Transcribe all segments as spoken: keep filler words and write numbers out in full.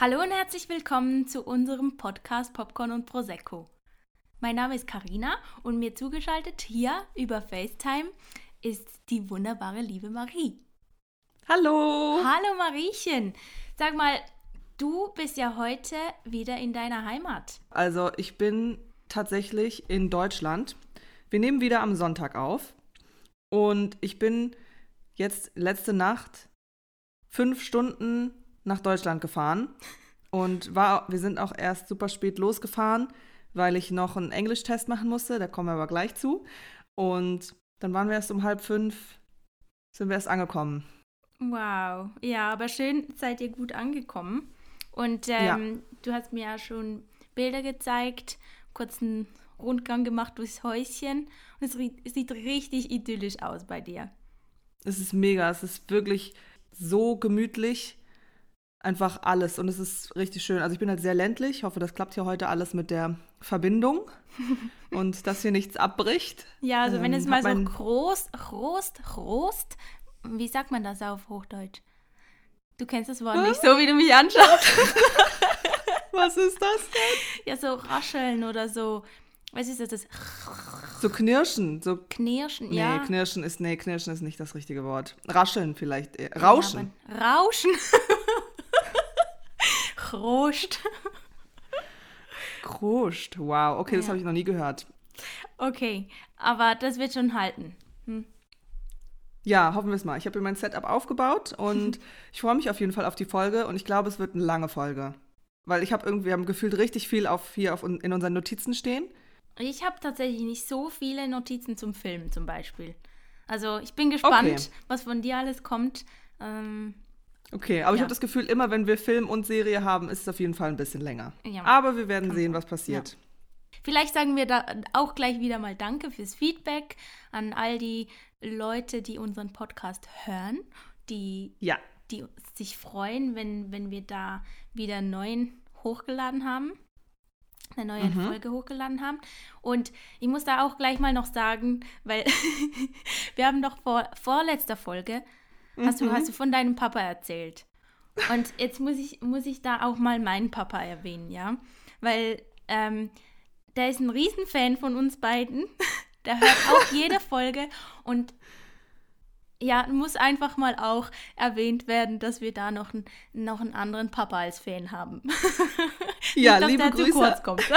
Hallo und herzlich willkommen zu unserem Podcast Popcorn und Prosecco. Mein Name ist Carina und mir zugeschaltet hier über FaceTime ist die wunderbare liebe Marie. Hallo! Hallo Mariechen! Sag mal, du bist ja heute wieder in deiner Heimat. Also ich bin tatsächlich in Deutschland. Wir nehmen wieder am Sonntag auf und ich bin jetzt letzte Nacht fünf Stunden nach Deutschland gefahren und war, wir sind auch erst super spät losgefahren, weil ich noch einen Englischtest machen musste, da kommen wir aber gleich zu. Und dann waren wir erst um halb fünf, sind wir erst angekommen. Wow, ja, aber schön seid ihr gut angekommen. Und ähm, ja. Du hast mir ja schon Bilder gezeigt, kurzen Rundgang gemacht durchs Häuschen und es, es sieht richtig idyllisch aus bei dir. Es ist mega, es ist wirklich so gemütlich, einfach alles und es ist richtig schön. Also ich bin halt sehr ländlich, ich hoffe, das klappt hier heute alles mit der Verbindung und dass hier nichts abbricht. Ja, also ähm, wenn es mal so groß, rost, rost, wie sagt man das auf Hochdeutsch? Du kennst das Wort nicht, so wie du mich anschaust. Was ist das denn? Ja, so rascheln oder so, was ist das? das so knirschen. So knirschen, nee, ja. Nee, knirschen ist, nee, knirschen ist nicht das richtige Wort. Rascheln vielleicht, eher. Rauschen. Ja, Rauschen. Kroscht. Kroscht, wow, okay, das ja. habe ich noch nie gehört. Okay, aber das wird schon halten. Hm. Ja, hoffen wir es mal. Ich habe mir mein Setup aufgebaut und ich freue mich auf jeden Fall auf die Folge und ich glaube, es wird eine lange Folge. Weil ich habe irgendwie, wir haben gefühlt richtig viel auf, hier auf, in unseren Notizen stehen. Ich habe tatsächlich nicht so viele Notizen zum Film zum Beispiel. Also ich bin gespannt, okay. was von dir alles kommt. Ähm, okay, aber ja. ich habe das Gefühl, immer wenn wir Film und Serie haben, ist es auf jeden Fall ein bisschen länger. Ja. Aber wir werden Kann sehen, was passiert. Ja. Vielleicht sagen wir da auch gleich wieder mal Danke fürs Feedback an all die Leute, die unseren Podcast hören, die, ja. die sich freuen, wenn, wenn wir da wieder einen neuen hochgeladen haben, eine neue mhm. Folge hochgeladen haben. Und ich muss da auch gleich mal noch sagen, weil wir haben doch vor vorletzter Folge, mhm. hast, du, hast du von deinem Papa erzählt. Und jetzt muss ich, muss ich da auch mal meinen Papa erwähnen, ja, weil ähm, der ist ein Riesenfan von uns beiden. Der hört auch jede Folge und ja, muss einfach mal auch erwähnt werden, dass wir da noch, ein, noch einen anderen Papa als Fan haben. Ja, nicht, liebe der Grüße. Zu kurz kommt.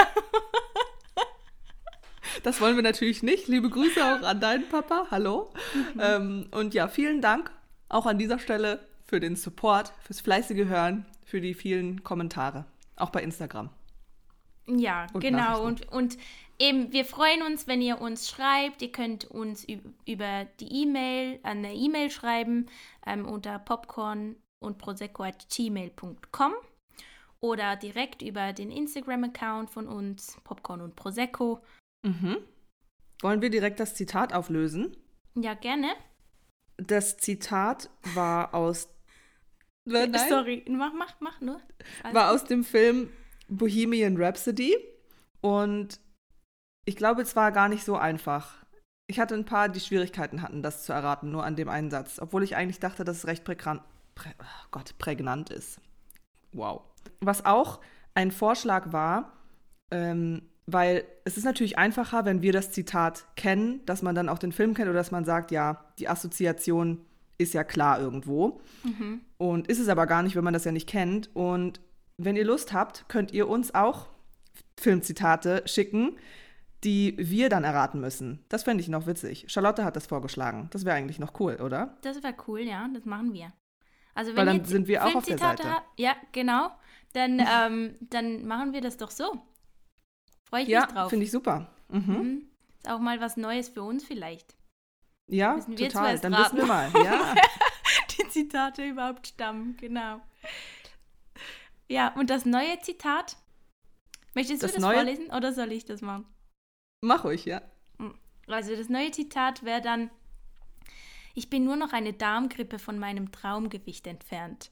Das wollen wir natürlich nicht. Liebe Grüße auch an deinen Papa. Hallo. Mhm. Ähm, und ja, vielen Dank auch an dieser Stelle für den Support, fürs fleißige Hören, für die vielen Kommentare. Auch bei Instagram. Ja, und genau. Und, und eben, wir freuen uns, wenn ihr uns schreibt. Ihr könnt uns üb- über die E-Mail, eine E-Mail schreiben ähm, unter popcorn und prosecco at gmail punkt com oder direkt über den Instagram-Account von uns, Popcorn und Prosecco. Mhm. Wollen wir direkt das Zitat auflösen? Ja, gerne. Das Zitat war aus... Nein? Sorry, mach, mach, mach nur. Alles war aus dem Film Bohemian Rhapsody und ich glaube, es war gar nicht so einfach. Ich hatte ein paar, die Schwierigkeiten hatten, das zu erraten, nur an dem einen Satz, obwohl ich eigentlich dachte, dass es recht prägnant, prä, oh Gott, prägnant ist. Wow. Was auch ein Vorschlag war, ähm, weil es ist natürlich einfacher, wenn wir das Zitat kennen, dass man dann auch den Film kennt oder dass man sagt, ja, die Assoziation ist ja klar irgendwo. Mhm. Und ist es aber gar nicht, wenn man das ja nicht kennt. Und wenn ihr Lust habt, könnt ihr uns auch Filmzitate schicken, die wir dann erraten müssen. Das fände ich noch witzig. Charlotte hat das vorgeschlagen. Das wäre eigentlich noch cool, oder? Das wäre cool, ja. Das machen wir. Also wenn Weil dann sind wir auch auf der Seite. Ha- ja, genau. Dann, ähm, dann machen wir das doch so. Freue ich ja, mich drauf. Ja, finde ich super. Mhm. Mhm. Ist auch mal was Neues für uns vielleicht. Ja, müssen wir total. Dann raten, wissen wir mal. Ja. Die Zitate überhaupt stammen, genau. Ja, und das neue Zitat? Möchtest das du das neue? vorlesen oder soll ich das machen? Mach ruhig, ja. Also das neue Zitat wäre dann: Ich bin nur noch eine Darmgrippe von meinem Traumgewicht entfernt.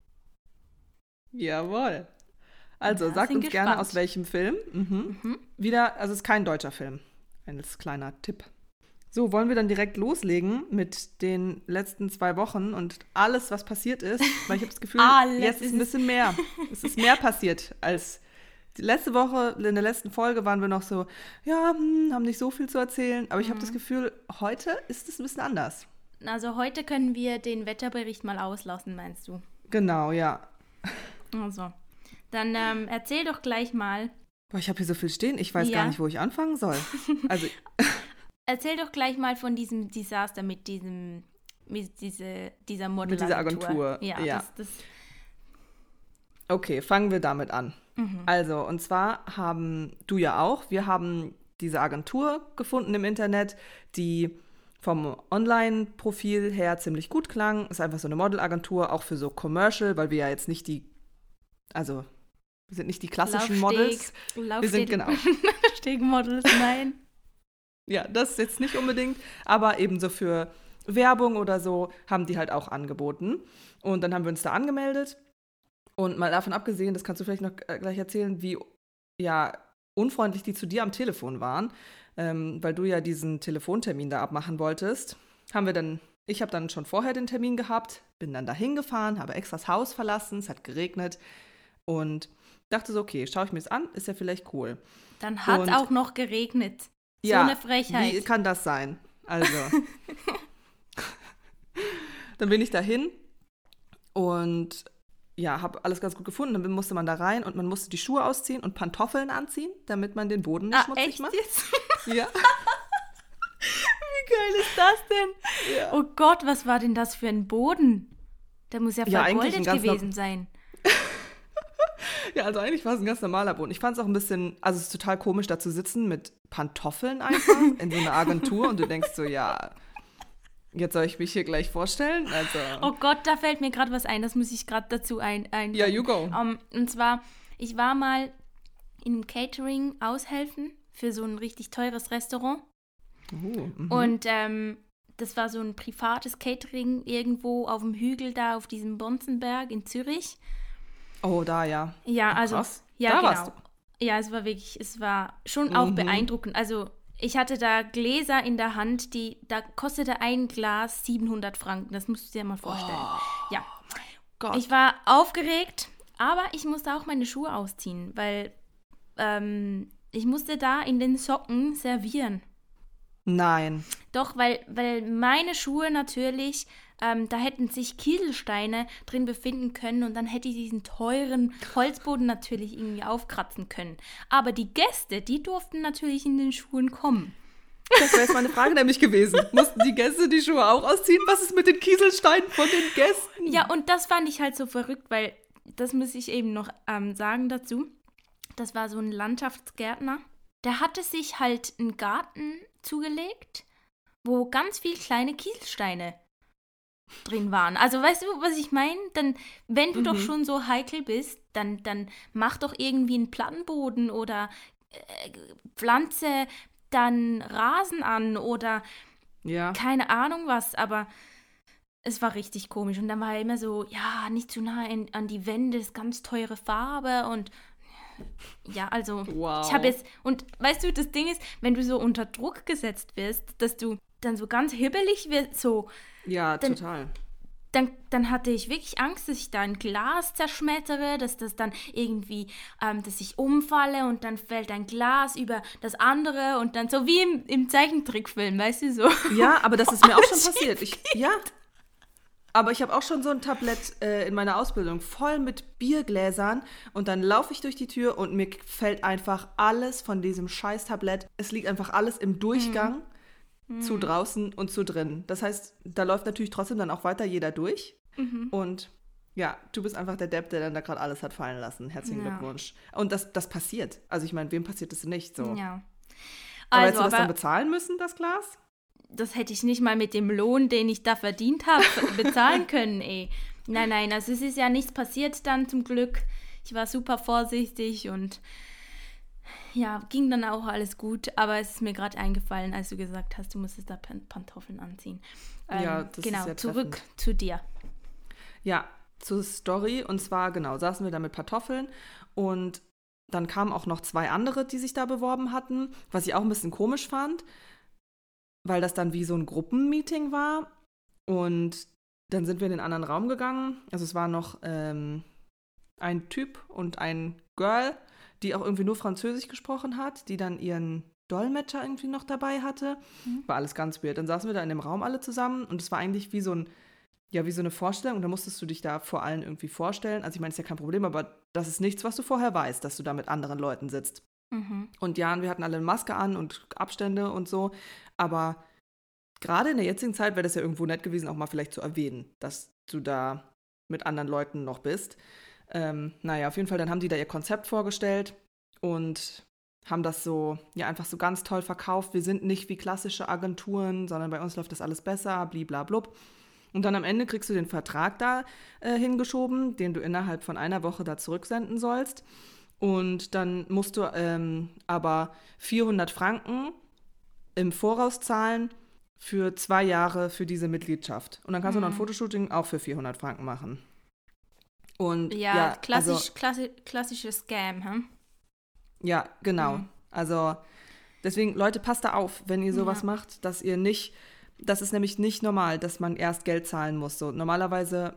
Jawohl. Also, ja, sagt uns gespannt. gerne, aus welchem Film. Mhm. Mhm. Wieder, also es ist kein deutscher Film. Ein kleiner Tipp. So, wollen wir dann direkt loslegen mit den letzten zwei Wochen und alles, was passiert ist? Weil ich habe das Gefühl, Alles jetzt ist ein bisschen mehr. Es ist mehr passiert als die letzte Woche. In der letzten Folge waren wir noch so, ja, hm, haben nicht so viel zu erzählen. Aber ich Mhm. habe das Gefühl, heute ist es ein bisschen anders. Also heute können wir den Wetterbericht mal auslassen, meinst du? Genau, ja. Also, dann ähm, erzähl doch gleich mal, Boah, ich habe hier so viel stehen, ich weiß Ja. gar nicht, wo ich anfangen soll. Also, erzähl doch gleich mal von diesem Desaster mit diesem, mit diese, dieser Mit dieser Modelagentur. Agentur, Ja, ja. Das, das, okay, fangen wir damit an. mhm. Also, und zwar haben du ja auch, wir haben diese Agentur gefunden im Internet, die vom Online-Profil her ziemlich gut klang. Ist einfach so eine Modelagentur, auch für so Commercial, weil wir ja jetzt nicht die, also wir sind nicht die klassischen Models. Laufsteg, Wir sind genau. Stegmodels, nein. Ja, das jetzt nicht unbedingt, aber ebenso für Werbung oder so haben die halt auch angeboten. Und dann haben wir uns da angemeldet. Und mal davon abgesehen, das kannst du vielleicht noch äh, gleich erzählen, wie ja, unfreundlich die zu dir am Telefon waren, ähm, weil du ja diesen Telefontermin da abmachen wolltest. Haben wir dann, ich habe dann schon vorher den Termin gehabt, bin dann da hingefahren, habe extra das Haus verlassen, es hat geregnet und dachte so, okay, schaue ich mir das an, ist ja vielleicht cool. Dann hat Und- auch noch geregnet. So Ja, eine Frechheit. Wie kann das sein? Also, dann bin ich dahin und ja, habe alles ganz gut gefunden. Dann musste man da rein und man musste die Schuhe ausziehen und Pantoffeln anziehen, damit man den Boden nicht Ah, schmutzig echt macht. jetzt? Ja. Wie geil ist das denn? Ja. Oh Gott, was war denn das für ein Boden? Der muss ja Ja, eigentlich ein vergoldet ganz gewesen sein. ja, also eigentlich war es ein ganz normaler Boden. Ich fand es auch ein bisschen, also es ist total komisch, da zu sitzen mit Pantoffeln einfach in so einer Agentur und du denkst so, ja, jetzt soll ich mich hier gleich vorstellen. Also, Oh Gott, da fällt mir gerade was ein. Das muss ich gerade dazu ein. ein ja, you go. Um, und zwar, ich war mal in einem Catering aushelfen für so ein richtig teures Restaurant. Uh, mhm. Und ähm, das war so ein privates Catering irgendwo auf dem Hügel da auf diesem Bonzenberg in Zürich. Oh, da, ja. Ja, also Krass. ja, Da genau. warst du. Ja, es war wirklich, es war schon auch Mhm. beeindruckend. Also ich hatte da Gläser in der Hand, die, da kostete ein Glas siebenhundert Franken. Das musst du dir mal vorstellen. Oh, Ja, Gott. ich war aufgeregt, aber ich musste auch meine Schuhe ausziehen, weil ähm, ich musste da in den Socken servieren. Nein. Doch, weil, weil meine Schuhe natürlich, ähm, da hätten sich Kieselsteine drin befinden können und dann hätte ich diesen teuren Holzboden natürlich irgendwie aufkratzen können. Aber die Gäste, die durften natürlich in den Schuhen kommen. Das wäre jetzt meine Frage nämlich gewesen. Mussten die Gäste die Schuhe auch ausziehen? Was ist mit den Kieselsteinen von den Gästen? Ja, und das fand ich halt so verrückt, weil, das muss ich eben noch ähm, sagen dazu, das war so ein Landschaftsgärtner, der hatte sich halt einen Garten zugelegt, wo ganz viel kleine Kieselsteine drin waren. Also weißt du, was ich meine? Dann, wenn du Mhm. doch schon so heikel bist, dann, dann mach doch irgendwie einen Plattenboden oder äh, pflanze dann Rasen an oder Ja. keine Ahnung was, aber es war richtig komisch. Und dann war er immer so, ja, nicht zu nah in, an die Wände, ist ganz teure Farbe und ja, also Wow. ich habe jetzt, und weißt du, das Ding ist, wenn du so unter Druck gesetzt wirst, dass du dann so ganz hibbelig wirst, so, Ja, Dann- total. dann, dann hatte ich wirklich Angst, dass ich da ein Glas zerschmettere, dass das dann irgendwie, ähm, dass ich umfalle und dann fällt ein Glas über das andere und dann so wie im, im Zeichentrickfilm, weißt du, so. Ja, aber das ist mir auch schon Alles passiert. Ich, ja. Aber ich habe auch schon so ein Tablett äh, in meiner Ausbildung voll mit Biergläsern und dann laufe ich durch die Tür und mir fällt einfach alles von diesem scheiß Tablett. Es liegt einfach alles im Durchgang zu draußen und zu drin. Das heißt, da läuft natürlich trotzdem dann auch weiter jeder durch. Mhm. Und ja, du bist einfach der Depp, der dann da gerade alles hat fallen lassen. Herzlichen Ja. Glückwunsch. Und das, das passiert. Also ich meine, wem passiert das nicht so? Ja. Aber Also, hättest du das dann aber bezahlen müssen, das Glas? das hätte ich nicht mal mit dem Lohn, den ich da verdient habe, bezahlen können, ey. Nein, nein, also es ist ja nichts passiert dann zum Glück. Ich war super vorsichtig und ja, ging dann auch alles gut. Aber es ist mir gerade eingefallen, als du gesagt hast, du musstest da Pan- Pantoffeln anziehen. Ähm, Ja, das ist genau, ja zurück treffend. zu dir. Ja, zur Story. Und zwar, genau, saßen wir da mit Kartoffeln und dann kamen auch noch zwei andere, die sich da beworben hatten, was ich auch ein bisschen komisch fand. weil das dann wie so ein Gruppenmeeting war. Und dann sind wir in den anderen Raum gegangen. Also es war noch ähm, ein Typ und ein Girl, die auch irgendwie nur Französisch gesprochen hat, die dann ihren Dolmetscher irgendwie noch dabei hatte. Mhm. War alles ganz weird. Dann saßen wir da in dem Raum alle zusammen und es war eigentlich wie so ein, ja, wie so eine Vorstellung. Und da musstest du dich da vor allen irgendwie vorstellen. Also ich meine, ist ja kein Problem, aber das ist nichts, was du vorher weißt, dass du da mit anderen Leuten sitzt. Mhm. Und ja, wir hatten alle eine Maske an und Abstände und so. Aber gerade in der jetzigen Zeit wäre das ja irgendwo nett gewesen, auch mal vielleicht zu erwähnen, dass du da mit anderen Leuten noch bist. Ähm, naja, auf jeden Fall, dann haben die da ihr Konzept vorgestellt und haben das so, ja, einfach so ganz toll verkauft. Wir sind nicht wie klassische Agenturen, sondern bei uns läuft das alles besser, bliblablub. Und dann am Ende kriegst du den Vertrag da äh, hingeschoben, den du innerhalb von einer Woche da zurücksenden sollst. Und dann musst du ähm, aber vierhundert Franken im Voraus zahlen für zwei Jahre für diese Mitgliedschaft. Und dann kannst mhm. du noch ein Fotoshooting auch für vierhundert Franken machen. Und ja, ja klassisch, also, klassi- klassisches Scam, hm? Ja, genau. Mhm. Also deswegen, Leute, passt da auf, wenn ihr sowas ja. macht, dass ihr nicht, das ist nämlich nicht normal, dass man erst Geld zahlen muss. So, normalerweise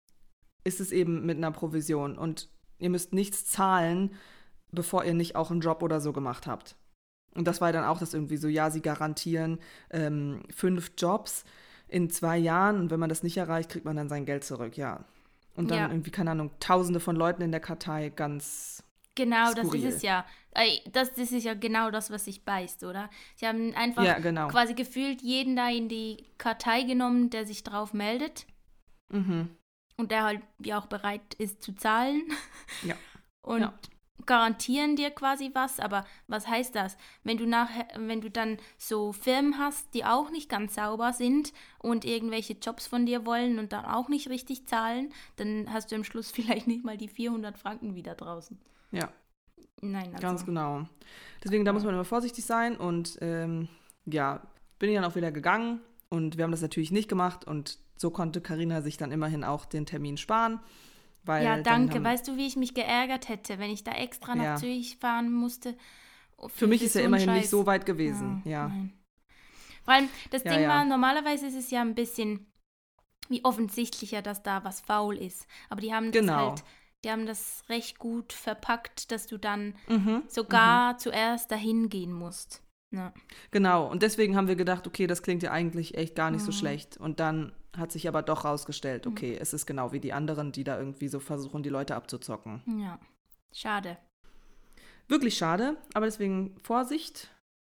ist es eben mit einer Provision und ihr müsst nichts zahlen, bevor ihr nicht auch einen Job oder so gemacht habt. Und das war dann auch das irgendwie so, ja, sie garantieren ähm, fünf Jobs in zwei Jahren und wenn man das nicht erreicht, kriegt man dann sein Geld zurück, ja. Und dann ja. irgendwie, keine Ahnung, tausende von Leuten in der Kartei, ganz Genau, skurril. Das ist es ja. Das, das ist ja genau das, was sich beißt, oder? Sie haben einfach ja, genau. quasi gefühlt jeden da in die Kartei genommen, der sich drauf meldet. Mhm. Und der halt ja auch bereit ist zu zahlen. Ja. Und ja. garantieren dir quasi was, aber was heißt das? Wenn du nachher, wenn du dann so Firmen hast, die auch nicht ganz sauber sind und irgendwelche Jobs von dir wollen und dann auch nicht richtig zahlen, dann hast du am Schluss vielleicht nicht mal die vierhundert Franken wieder draußen. Ja. Nein, also. Ganz genau. Deswegen, da muss man immer vorsichtig sein und ähm, ja, bin ich dann auch wieder gegangen und wir haben das natürlich nicht gemacht und so konnte Carina sich dann immerhin auch den Termin sparen. Weil ja, danke. Haben, weißt du, wie ich mich geärgert hätte, wenn ich da extra nach ja. Zürich fahren musste? Für, für mich ist ja so immerhin Scheiß. Nicht so weit gewesen. Ja. ja. Nein. Vor allem, das ja, Ding ja. war, normalerweise ist es ja ein bisschen wie offensichtlicher, dass da was faul ist. Aber die haben genau. das halt, die haben das recht gut verpackt, dass du dann mhm. sogar mhm. zuerst dahin gehen musst. Ja. Genau, und deswegen haben wir gedacht, okay, das klingt ja eigentlich echt gar nicht mhm. so schlecht. Und dann hat sich aber doch rausgestellt, okay, mhm. es ist genau wie die anderen, die da irgendwie so versuchen, die Leute abzuzocken. Ja, schade. Wirklich schade, aber deswegen Vorsicht.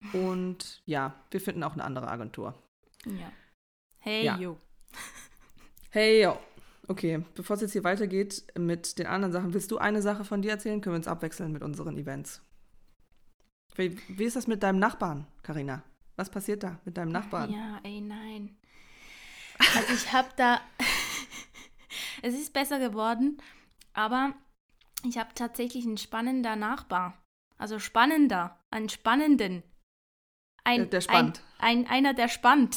Und ja, wir finden auch eine andere Agentur. Ja. Hey, ja. yo. Hey, yo. Okay, bevor es jetzt hier weitergeht mit den anderen Sachen, willst du eine Sache von dir erzählen? Können wir uns abwechseln mit unseren Events? Wie, wie ist das mit deinem Nachbarn, Carina? Was passiert da mit deinem Nachbarn? Ja, ey, nein. Also ich habe da, es ist besser geworden, aber ich habe tatsächlich einen spannender Nachbar. Also spannender, einen spannenden. Ein, der, der spannt. Ein, ein, einer, der spannt.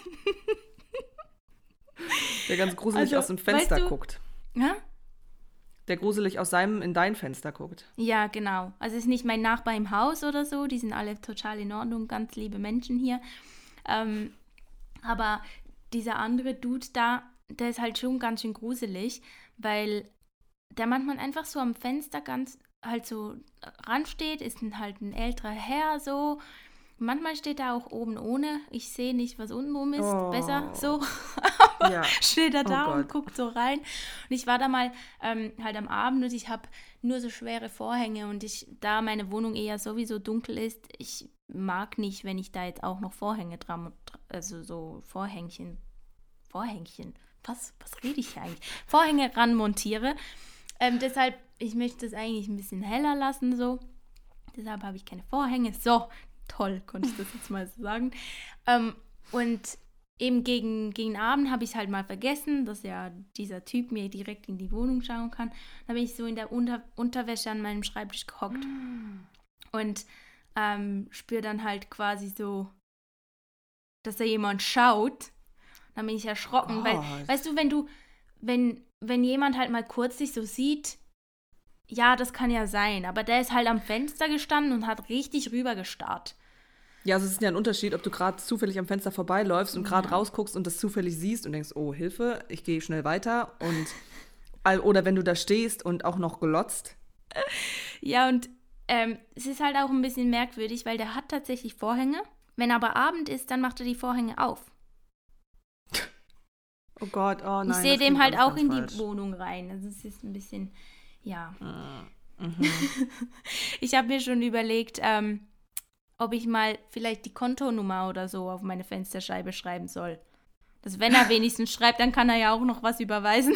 Der ganz gruselig also, aus dem Fenster weißt du, guckt. Ja? Der gruselig aus seinem in dein Fenster guckt. Ja, genau. Also es ist nicht mein Nachbar im Haus oder so, die sind alle total in Ordnung, ganz liebe Menschen hier. Ähm, aber dieser andere Dude da, der ist halt schon ganz schön gruselig, weil der manchmal einfach so am Fenster ganz halt so ransteht, ist ein, halt ein älterer Herr so. Manchmal steht er auch oben ohne. Ich sehe nicht, was unten rum ist. Oh. Besser so. Ja. Steht er da oh und guckt so rein. Und ich war da mal ähm, halt am Abend und ich habe nur so schwere Vorhänge. Und ich, da meine Wohnung eher sowieso dunkel ist, ich mag nicht, wenn ich da jetzt auch noch Vorhänge dran, also so Vorhängchen, Vorhängchen, was, was rede ich hier eigentlich? Vorhänge ran montiere. Ähm, deshalb, ich möchte das eigentlich ein bisschen heller lassen, so. Deshalb habe ich keine Vorhänge. So, toll, konnte ich das jetzt mal so sagen. Ähm, und eben gegen, gegen Abend habe ich es halt mal vergessen, dass ja dieser Typ mir direkt in die Wohnung schauen kann. Da bin ich so in der Unter- Unterwäsche an meinem Schreibtisch gehockt mm. und ähm, spüre dann halt quasi so, dass da jemand schaut. Dann bin ich erschrocken, oh. weil, weißt du, wenn du, wenn, wenn jemand halt mal kurz dich so sieht, ja, das kann ja sein, aber der ist halt am Fenster gestanden und hat richtig rüber gestarrt. Ja, also es ist ja ein Unterschied, ob du gerade zufällig am Fenster vorbeiläufst und gerade Ja. rausguckst und das zufällig siehst und denkst, oh, Hilfe, ich gehe schnell weiter. Und all- oder wenn du da stehst und auch noch glotzt. Ja, und ähm, es ist halt auch ein bisschen merkwürdig, weil der hat tatsächlich Vorhänge. Wenn aber Abend ist, dann macht er die Vorhänge auf. Oh Gott, oh nein. Ich sehe das dem klingt halt alles auch ganz in falsch. die Wohnung rein. Also es ist ein bisschen, ja. Mhm. Ich habe mir schon überlegt, ähm, ob ich mal vielleicht die Kontonummer oder so auf meine Fensterscheibe schreiben soll. Dass wenn er wenigstens schreibt, dann kann er ja auch noch was überweisen.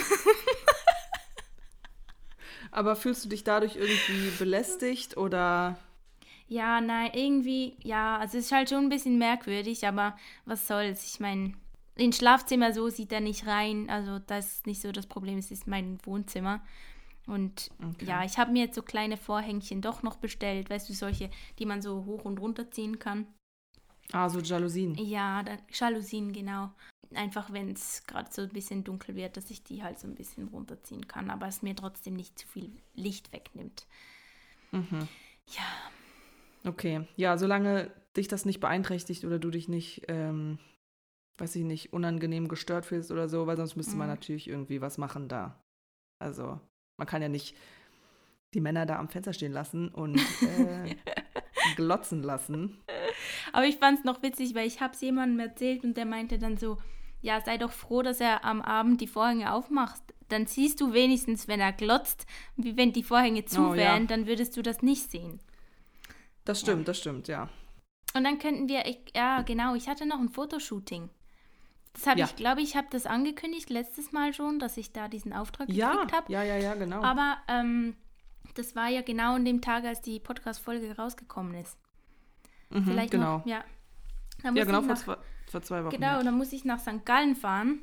Aber fühlst du dich dadurch irgendwie belästigt oder? Ja, nein, irgendwie, ja, also es ist halt schon ein bisschen merkwürdig, aber was soll's? Ich meine, ins Schlafzimmer so sieht er nicht rein, also das ist nicht so das Problem, es ist mein Wohnzimmer. Und Okay. ja, ich habe mir jetzt so kleine Vorhängchen doch noch bestellt, weißt du, solche, die man so hoch und runter ziehen kann. Ah, so Jalousien. Ja, da, Jalousien, genau. Einfach, wenn es gerade so ein bisschen dunkel wird, dass ich die halt so ein bisschen runterziehen kann, aber es mir trotzdem nicht zu viel Licht wegnimmt. Mhm. Ja, Okay. Ja, solange dich das nicht beeinträchtigt oder du dich nicht, ähm, weiß ich nicht, unangenehm gestört fühlst oder so, weil sonst müsste man Mhm. natürlich irgendwie was machen da. Also, man kann ja nicht die Männer da am Fenster stehen lassen und äh, glotzen lassen. aber ich fand es noch witzig, weil ich habe es jemandem erzählt und der meinte dann so, ja, sei doch froh, dass er am Abend die Vorhänge aufmacht. Dann siehst du wenigstens, wenn er glotzt, wie wenn die Vorhänge zu Oh, ja. wären, dann würdest du das nicht sehen. Das stimmt, das stimmt, ja. Und dann könnten wir, ich, ja genau, ich hatte noch ein Fotoshooting. Das habe Ja. ich, glaube ich, habe das angekündigt letztes Mal schon, dass ich da diesen Auftrag Ja, gekriegt habe. ja, ja, ja, genau. Aber ähm, das war ja genau an dem Tag, als die Podcast-Folge rausgekommen ist. Mhm, Vielleicht genau. noch, ja. Da Ja, muss genau, ich vor nach, zwei, vor zwei Wochen. genau, ja. da muss ich nach Sankt Gallen fahren.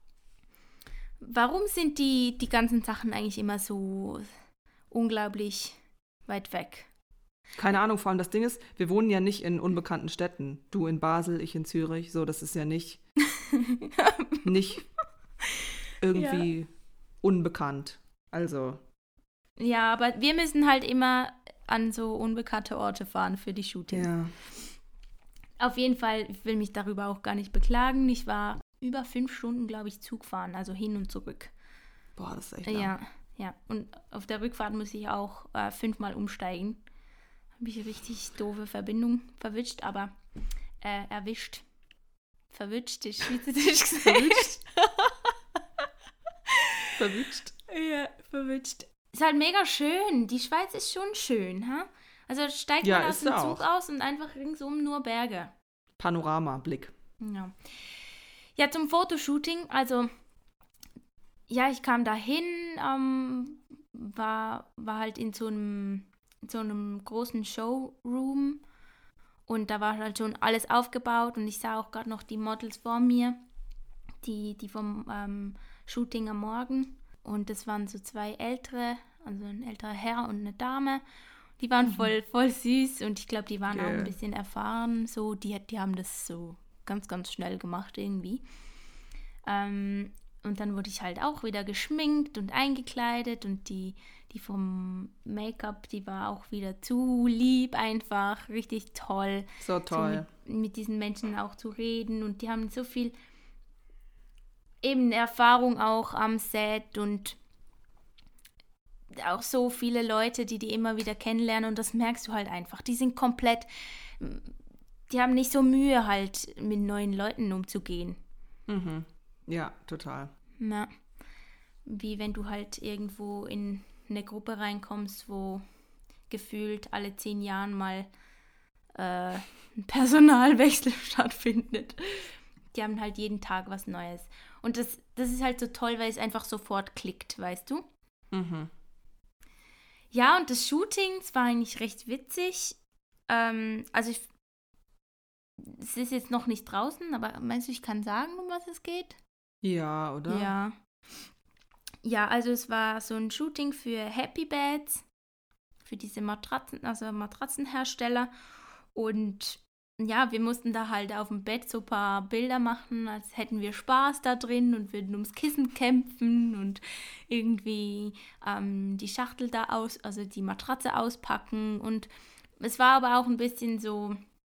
Warum sind die, die ganzen Sachen eigentlich immer so unglaublich weit weg? Keine Ahnung, vor allem das Ding ist, wir wohnen ja nicht in unbekannten Städten. Du in Basel, ich in Zürich. So, das ist ja nicht, nicht irgendwie unbekannt. Also, Ja, aber wir müssen halt immer an so unbekannte Orte fahren für die Shootings. ja. Auf jeden Fall, ich will mich darüber auch gar nicht beklagen. Ich war über fünf Stunden, glaube ich, Zug fahren, also hin und zurück. Boah, das ist echt lang. Ja, ja. Und auf der Rückfahrt muss ich auch äh, fünfmal umsteigen. Habe ich richtig doofe Verbindung verwitscht, aber äh, erwischt. Verwitscht ist schweizerdeutsch gesagt. Verwünscht. Ja, verwitscht. Ist halt mega schön. Die Schweiz ist schon schön, ha? Also steigt Ja, man aus ist dem sie Zug auch. aus und einfach ringsum nur Berge. Panorama-Blick. Ja. Ja, zum Fotoshooting, also ja, ich kam da hin, ähm, war, war halt in so einem, in so einem großen Showroom und da war halt schon alles aufgebaut und ich sah auch gerade noch die Models vor mir, die, die vom ähm, Shooting am Morgen, und das waren so zwei ältere, also ein älterer Herr und eine Dame. Die waren voll, voll süß und ich glaube, die waren auch Geil. ein bisschen erfahren. So, die, die haben das so ganz, ganz schnell gemacht irgendwie. Ähm, und dann wurde ich halt auch wieder geschminkt und eingekleidet und die, die vom Make-up, die war auch wieder zu lieb einfach, richtig toll. So toll. So mit, mit diesen Menschen auch zu reden und die haben so viel eben Erfahrung auch am Set und auch so viele Leute, die die immer wieder kennenlernen und das merkst du halt einfach. Die sind komplett, die haben nicht so Mühe halt mit neuen Leuten umzugehen. Mhm. Ja, total. Na, wie wenn du halt irgendwo in eine Gruppe reinkommst, wo gefühlt alle zehn Jahren mal äh, ein Personalwechsel stattfindet. Die haben halt jeden Tag was Neues. Und das, das ist halt so toll, weil es einfach sofort klickt, weißt du? Mhm. Ja, und das Shooting, das war eigentlich recht witzig. Ähm, also ich, es ist jetzt noch nicht draußen, aber meinst du, ich kann sagen, um was es geht? Ja, oder? Ja. Ja, also es war so ein Shooting für Happy Beds, für diese Matratzen, also Matratzenhersteller. Und ja, wir mussten da halt auf dem Bett so ein paar Bilder machen, als hätten wir Spaß da drin und würden ums Kissen kämpfen und irgendwie ähm, die Schachtel da aus, also die Matratze auspacken. Und es war aber auch ein bisschen so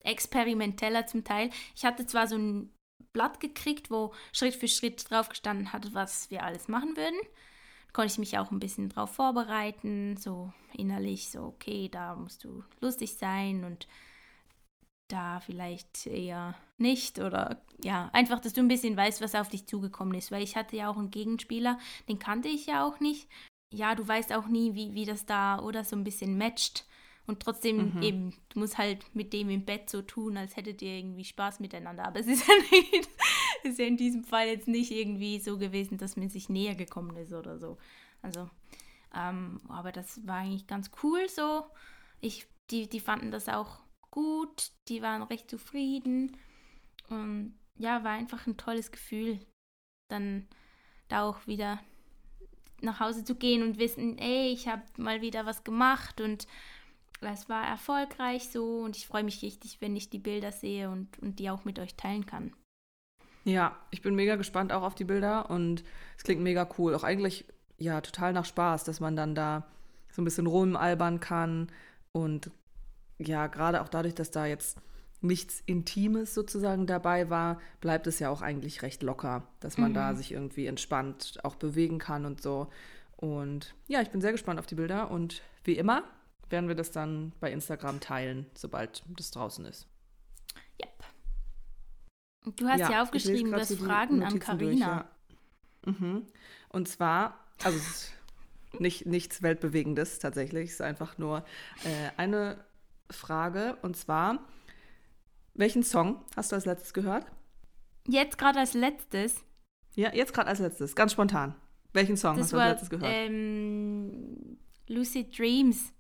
experimenteller zum Teil. Ich hatte zwar so ein Blatt gekriegt, wo Schritt für Schritt drauf gestanden hat, was wir alles machen würden. Da konnte ich mich auch ein bisschen drauf vorbereiten, so innerlich, so okay, da musst du lustig sein und da vielleicht eher nicht oder ja, einfach, dass du ein bisschen weißt, was auf dich zugekommen ist, weil ich hatte ja auch einen Gegenspieler, den kannte ich ja auch nicht. Ja, du weißt auch nie, wie, wie das da oder so ein bisschen matcht und trotzdem mhm. eben, du musst halt mit dem im Bett so tun, als hättet ihr irgendwie Spaß miteinander, aber es ist ja, nicht, ist ja in diesem Fall jetzt nicht irgendwie so gewesen, dass man sich näher gekommen ist oder so. Also, ähm, aber das war eigentlich ganz cool so. Ich, die, die fanden das auch gut, die waren recht zufrieden und ja, war einfach ein tolles Gefühl, dann da auch wieder nach Hause zu gehen und wissen, ey, ich habe mal wieder was gemacht und es war erfolgreich so und ich freue mich richtig, wenn ich die Bilder sehe und, und die auch mit euch teilen kann. Ja, ich bin mega gespannt auch auf die Bilder und es klingt mega cool, auch eigentlich ja total nach Spaß, dass man dann da so ein bisschen rumalbern kann und ja, gerade auch dadurch, dass da jetzt nichts Intimes sozusagen dabei war, bleibt es ja auch eigentlich recht locker, dass man mhm. da sich irgendwie entspannt auch bewegen kann und so. Und ja, ich bin sehr gespannt auf die Bilder und wie immer werden wir das dann bei Instagram teilen, sobald das draußen ist. Yep. Und du hast ja, ja aufgeschrieben, du hast Fragen an Carina. Ja. Mhm. Und zwar, also es ist nicht, nichts Weltbewegendes tatsächlich, es ist einfach nur äh, eine Frage, und zwar, welchen Song hast du als letztes gehört? Jetzt gerade als letztes? Ja, jetzt gerade als letztes, ganz spontan. Welchen Song das hast du war, als letztes gehört? Ähm, Lucid Dreams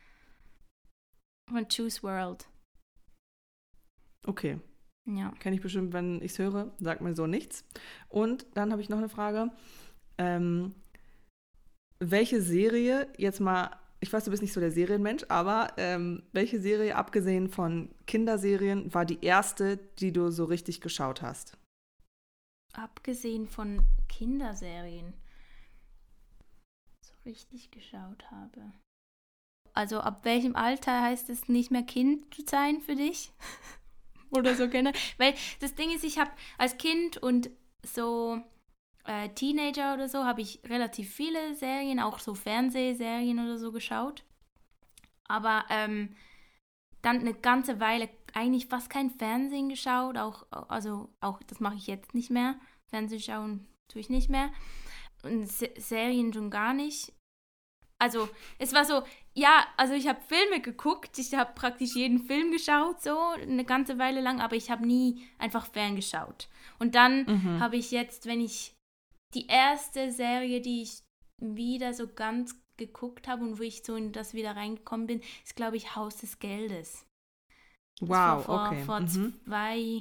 von Juice world. Okay. Ja. Kenne ich bestimmt, wenn ich es höre, sagt mir so nichts. Und dann habe ich noch eine Frage. Ähm, welche Serie, jetzt mal, ich weiß, du bist nicht so der Serienmensch, aber ähm, welche Serie, abgesehen von Kinderserien, war die erste, die du so richtig geschaut hast? Abgesehen von Kinderserien so richtig geschaut habe. Also ab welchem Alter heißt es nicht mehr Kind zu sein für dich? Oder so gerne. Weil das Ding ist, ich habe als Kind und so äh, Teenager oder so, habe ich relativ viele Serien, auch so Fernsehserien oder so geschaut. Aber ähm, dann eine ganze Weile eigentlich fast kein Fernsehen geschaut. Auch, also auch, das mache ich jetzt nicht mehr. Fernsehen schauen tue ich nicht mehr. Und Se- Serien schon gar nicht. Also, es war so, ja, also ich habe Filme geguckt, ich habe praktisch jeden Film geschaut, so eine ganze Weile lang, aber ich habe nie einfach ferngeschaut. Und dann mhm. habe ich jetzt, wenn ich die erste Serie, die ich wieder so ganz geguckt habe und wo ich so in das wieder reingekommen bin, ist, glaube ich, Haus des Geldes. Das wow, vor, okay. Vor mhm. zwei,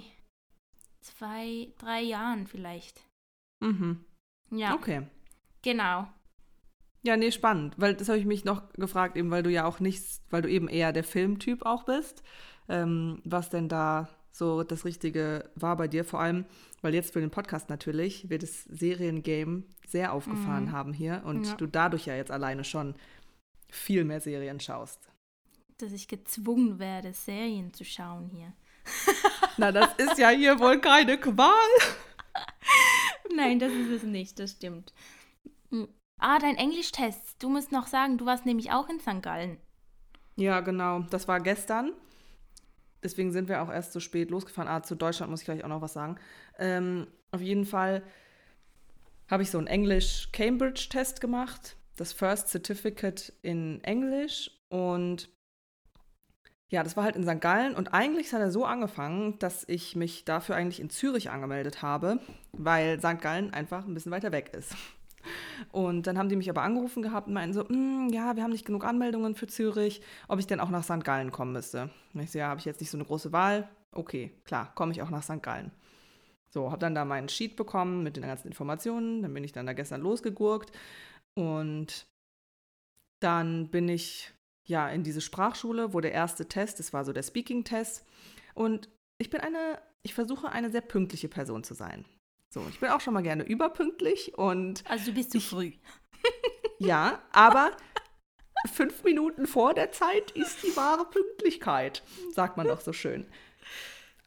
zwei, drei Jahren vielleicht. Mhm. Ja. Okay. Genau. Ja, nee, spannend, weil das habe ich mich noch gefragt, eben weil du ja auch nichts, weil du eben eher der Filmtyp auch bist, ähm, was denn da so das Richtige war bei dir, vor allem, weil jetzt für den Podcast natürlich wir das Seriengame sehr aufgefahren mhm. haben hier und ja. du dadurch ja jetzt alleine schon viel mehr Serien schaust. Dass ich gezwungen werde, Serien zu schauen hier. Na, das ist ja hier wohl keine Qual. Nein, das ist es nicht, das stimmt. Ah, dein Englischtest. Du musst noch sagen, du warst nämlich auch in Sankt Gallen. Ja, genau. Das war gestern. Deswegen sind wir auch erst so spät losgefahren. Ah, zu Deutschland muss ich gleich auch noch was sagen. Ähm, auf jeden Fall habe ich so einen Englisch-Cambridge-Test gemacht. Das First Certificate in Englisch. Und ja, das war halt in Sankt Gallen. Und eigentlich hat er so angefangen, dass ich mich dafür eigentlich in Zürich angemeldet habe, weil Sankt Gallen einfach ein bisschen weiter weg ist. Und dann haben die mich aber angerufen gehabt und meinten so, ja, wir haben nicht genug Anmeldungen für Zürich, ob ich denn auch nach Sankt Gallen kommen müsste. Und ich so, ja, habe ich jetzt nicht so eine große Wahl? Okay, klar, komme ich auch nach Sankt Gallen. So, habe dann da meinen Sheet bekommen mit den ganzen Informationen, dann bin ich dann da gestern losgegurkt und dann bin ich ja in diese Sprachschule, wo der erste Test, das war so der Speaking-Test, und ich bin eine, ich versuche eine sehr pünktliche Person zu sein. So, ich bin auch schon mal gerne überpünktlich und also du bist zu ich, früh. Ja, aber fünf Minuten vor der Zeit ist die wahre Pünktlichkeit, sagt man doch so schön.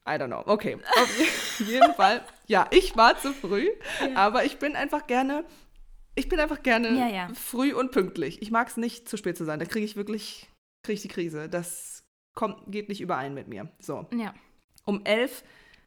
I don't know. Okay, auf jeden Fall. Ja, ich war zu früh, ja. aber ich bin einfach gerne, ich bin einfach gerne ja, ja. früh und pünktlich. Ich mag es nicht, zu spät zu sein. Da kriege ich wirklich, kriege ich die Krise. Das kommt, geht nicht überein mit mir. So. Ja. Um elf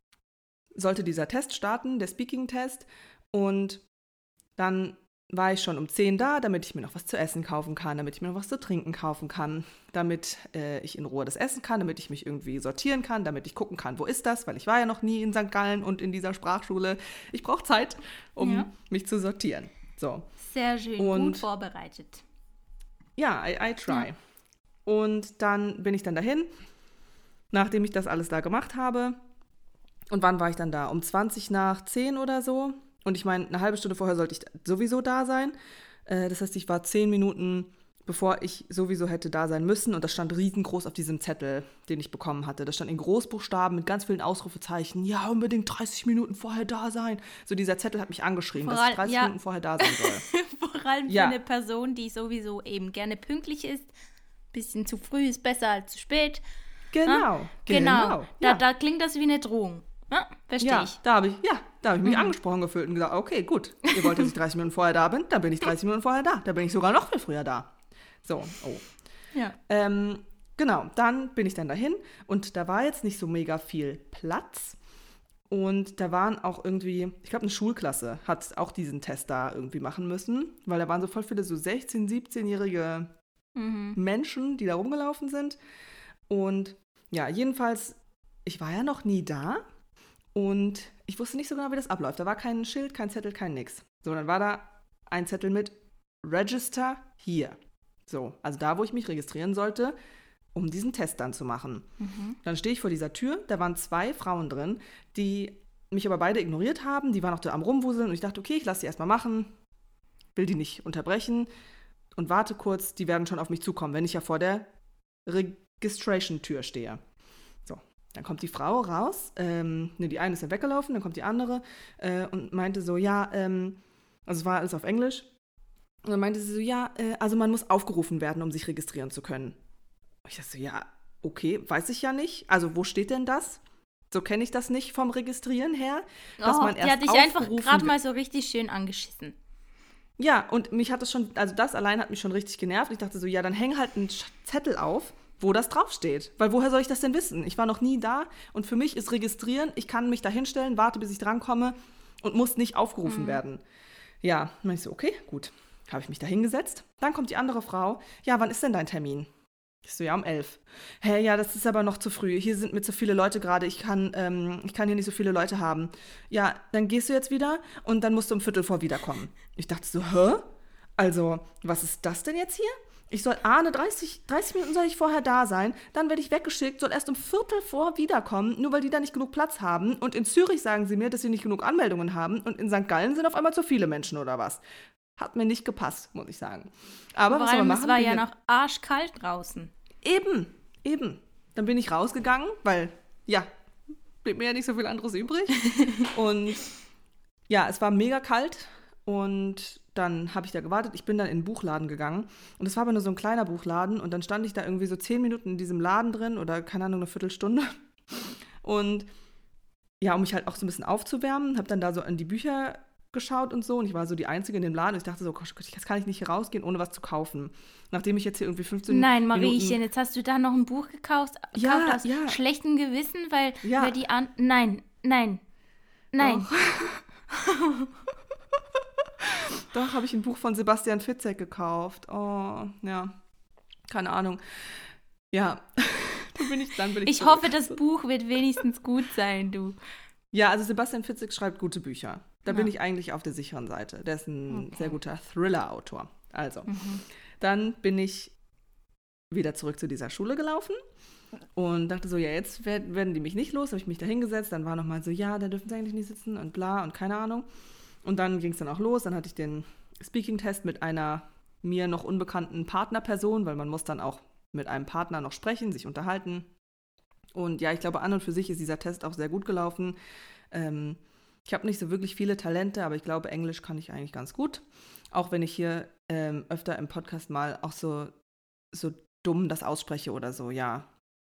sollte dieser Test starten, der Speaking-Test. Und dann war ich schon um zehn da, damit ich mir noch was zu essen kaufen kann, damit ich mir noch was zu trinken kaufen kann, damit äh, ich in Ruhe das essen kann, damit ich mich irgendwie sortieren kann, damit ich gucken kann, wo ist das, weil ich war ja noch nie in Sankt Gallen und in dieser Sprachschule. Ich brauche Zeit, um ja. mich zu sortieren. So. Sehr schön, und, gut vorbereitet. Ja, I, I try. Ja. Und dann bin ich dann dahin, nachdem ich das alles da gemacht habe. Und wann war ich dann da? Um zwanzig nach zehn oder so. Und ich meine, eine halbe Stunde vorher sollte ich sowieso da sein. Äh, das heißt, ich war zehn Minuten, bevor ich sowieso hätte da sein müssen. Und das stand riesengroß auf diesem Zettel, den ich bekommen hatte. Das stand in Großbuchstaben mit ganz vielen Ausrufezeichen. Ja, unbedingt dreißig Minuten vorher da sein. So dieser Zettel hat mich angeschrieben, Vor dass ich allem, dreißig ja. Minuten vorher da sein soll. Vor allem für ja. eine Person, die sowieso eben gerne pünktlich ist. Bisschen zu früh ist besser als zu spät. Genau, ah, genau. genau. Da, Ja. da klingt das wie eine Drohung. Ja, verstehe ja, ich. Da habe ich, ja, da habe ich mich Mhm. angesprochen gefühlt und gesagt, okay, gut, ihr wollt, dass ich dreißig Minuten vorher da bin, dann bin ich dreißig Minuten vorher da. Da bin ich sogar noch viel früher da. So, oh. Ja. Ähm, genau, dann bin ich dann dahin und da war jetzt nicht so mega viel Platz. Und da waren auch irgendwie, ich glaube, eine Schulklasse hat auch diesen Test da irgendwie machen müssen, weil da waren so voll viele so sechzehn-, siebzehnjährige Mhm. Menschen, die da rumgelaufen sind. Und ja, jedenfalls, ich war ja noch nie da. Und ich wusste nicht so genau, wie das abläuft. Da war kein Schild, kein Zettel, kein nix. So, dann war da ein Zettel mit Register hier. So, also da, wo ich mich registrieren sollte, um diesen Test dann zu machen. Mhm. Dann stehe ich vor dieser Tür, da waren zwei Frauen drin, die mich aber beide ignoriert haben. Die waren noch da am Rumwuseln und ich dachte, okay, ich lasse die erstmal machen, will die nicht unterbrechen und warte kurz, die werden schon auf mich zukommen, wenn ich ja vor der Registration-Tür stehe. Dann kommt die Frau raus, ähm, ne, die eine ist ja weggelaufen, dann kommt die andere äh, und meinte so, ja, ähm, also es war alles auf Englisch, und dann meinte sie so, ja, äh, also man muss aufgerufen werden, um sich registrieren zu können. Und ich dachte so, ja, okay, weiß ich ja nicht, also wo steht denn das? So kenne ich das nicht vom Registrieren her, dass oh, man erst die hat dich einfach aufgerufen gerade mal so richtig schön angeschissen. Ja, und mich hat das schon, also das allein hat mich schon richtig genervt. Ich dachte so, ja, dann häng halt einen Zettel auf, wo das draufsteht. Weil woher soll ich das denn wissen? Ich war noch nie da und für mich ist registrieren, ich kann mich da hinstellen, warte, bis ich drankomme und muss nicht aufgerufen mhm. werden. Ja, dann ich so, okay, gut. Habe ich mich da hingesetzt. Dann kommt die andere Frau. Ja, wann ist denn dein Termin? Ich so, ja, um elf. Hä, ja, das ist aber noch zu früh. Hier sind mir zu viele Leute gerade. Ich kann, ähm, ich kann hier nicht so viele Leute haben. Ja, dann gehst du jetzt wieder und dann musst du um Viertel vor wiederkommen. Ich dachte so, hä? Also, was ist das denn jetzt hier? Ich soll, ah, eine dreißig, dreißig Minuten soll ich vorher da sein, dann werde ich weggeschickt, soll erst um Viertel vor wiederkommen, nur weil die da nicht genug Platz haben. Und in Zürich sagen sie mir, dass sie nicht genug Anmeldungen haben und in Sankt Gallen sind auf einmal zu viele Menschen oder was. Hat mir nicht gepasst, muss ich sagen. Aber Vor was soll allem, man machen? es war ja noch arschkalt draußen. Eben, eben. Dann bin ich rausgegangen, weil, ja, blieb mir ja nicht so viel anderes übrig. Und ja, es war mega kalt und dann habe ich da gewartet. Ich bin dann in den Buchladen gegangen und es war aber nur so ein kleiner Buchladen und dann stand ich da irgendwie so zehn Minuten in diesem Laden drin oder, keine Ahnung, eine Viertelstunde. Und ja, um mich halt auch so ein bisschen aufzuwärmen, habe dann da so an die Bücher geschaut und so und ich war so die Einzige in dem Laden und ich dachte so, Gott, jetzt kann ich nicht hier rausgehen, ohne was zu kaufen. Nachdem ich jetzt hier irgendwie fünfzehn Nein, Minuten... Nein, Mariechen, jetzt hast du da noch ein Buch gekauft, ja, gekauft aus ja. schlechtem Gewissen, weil, ja. weil die an... Nein, nein, nein. Doch, Doch habe ich ein Buch von Sebastian Fitzek gekauft. Oh, ja, keine Ahnung. Ja, dann bin ich, dann bin ich Ich zurück. hoffe, das Buch wird wenigstens gut sein, du. Ja, also Sebastian Fitzek schreibt gute Bücher. Da ja. bin ich eigentlich auf der sicheren Seite. Der ist ein okay. sehr guter Thriller-Autor. Also, mhm. dann bin ich wieder zurück zu dieser Schule gelaufen und dachte so, ja, jetzt werden die mich nicht los. Habe ich mich da hingesetzt. Dann war nochmal so, ja, da dürfen sie eigentlich nicht sitzen und bla und keine Ahnung. Und dann ging es dann auch los. Dann hatte ich den Speaking-Test mit einer mir noch unbekannten Partnerperson, weil man muss dann auch mit einem Partner noch sprechen, sich unterhalten. Und ja, ich glaube, an und für sich ist dieser Test auch sehr gut gelaufen. Ähm, ich habe nicht so wirklich viele Talente, aber ich glaube, Englisch kann ich eigentlich ganz gut. Auch wenn ich hier ähm, öfter im Podcast mal auch so, so dumm das ausspreche oder so, ja.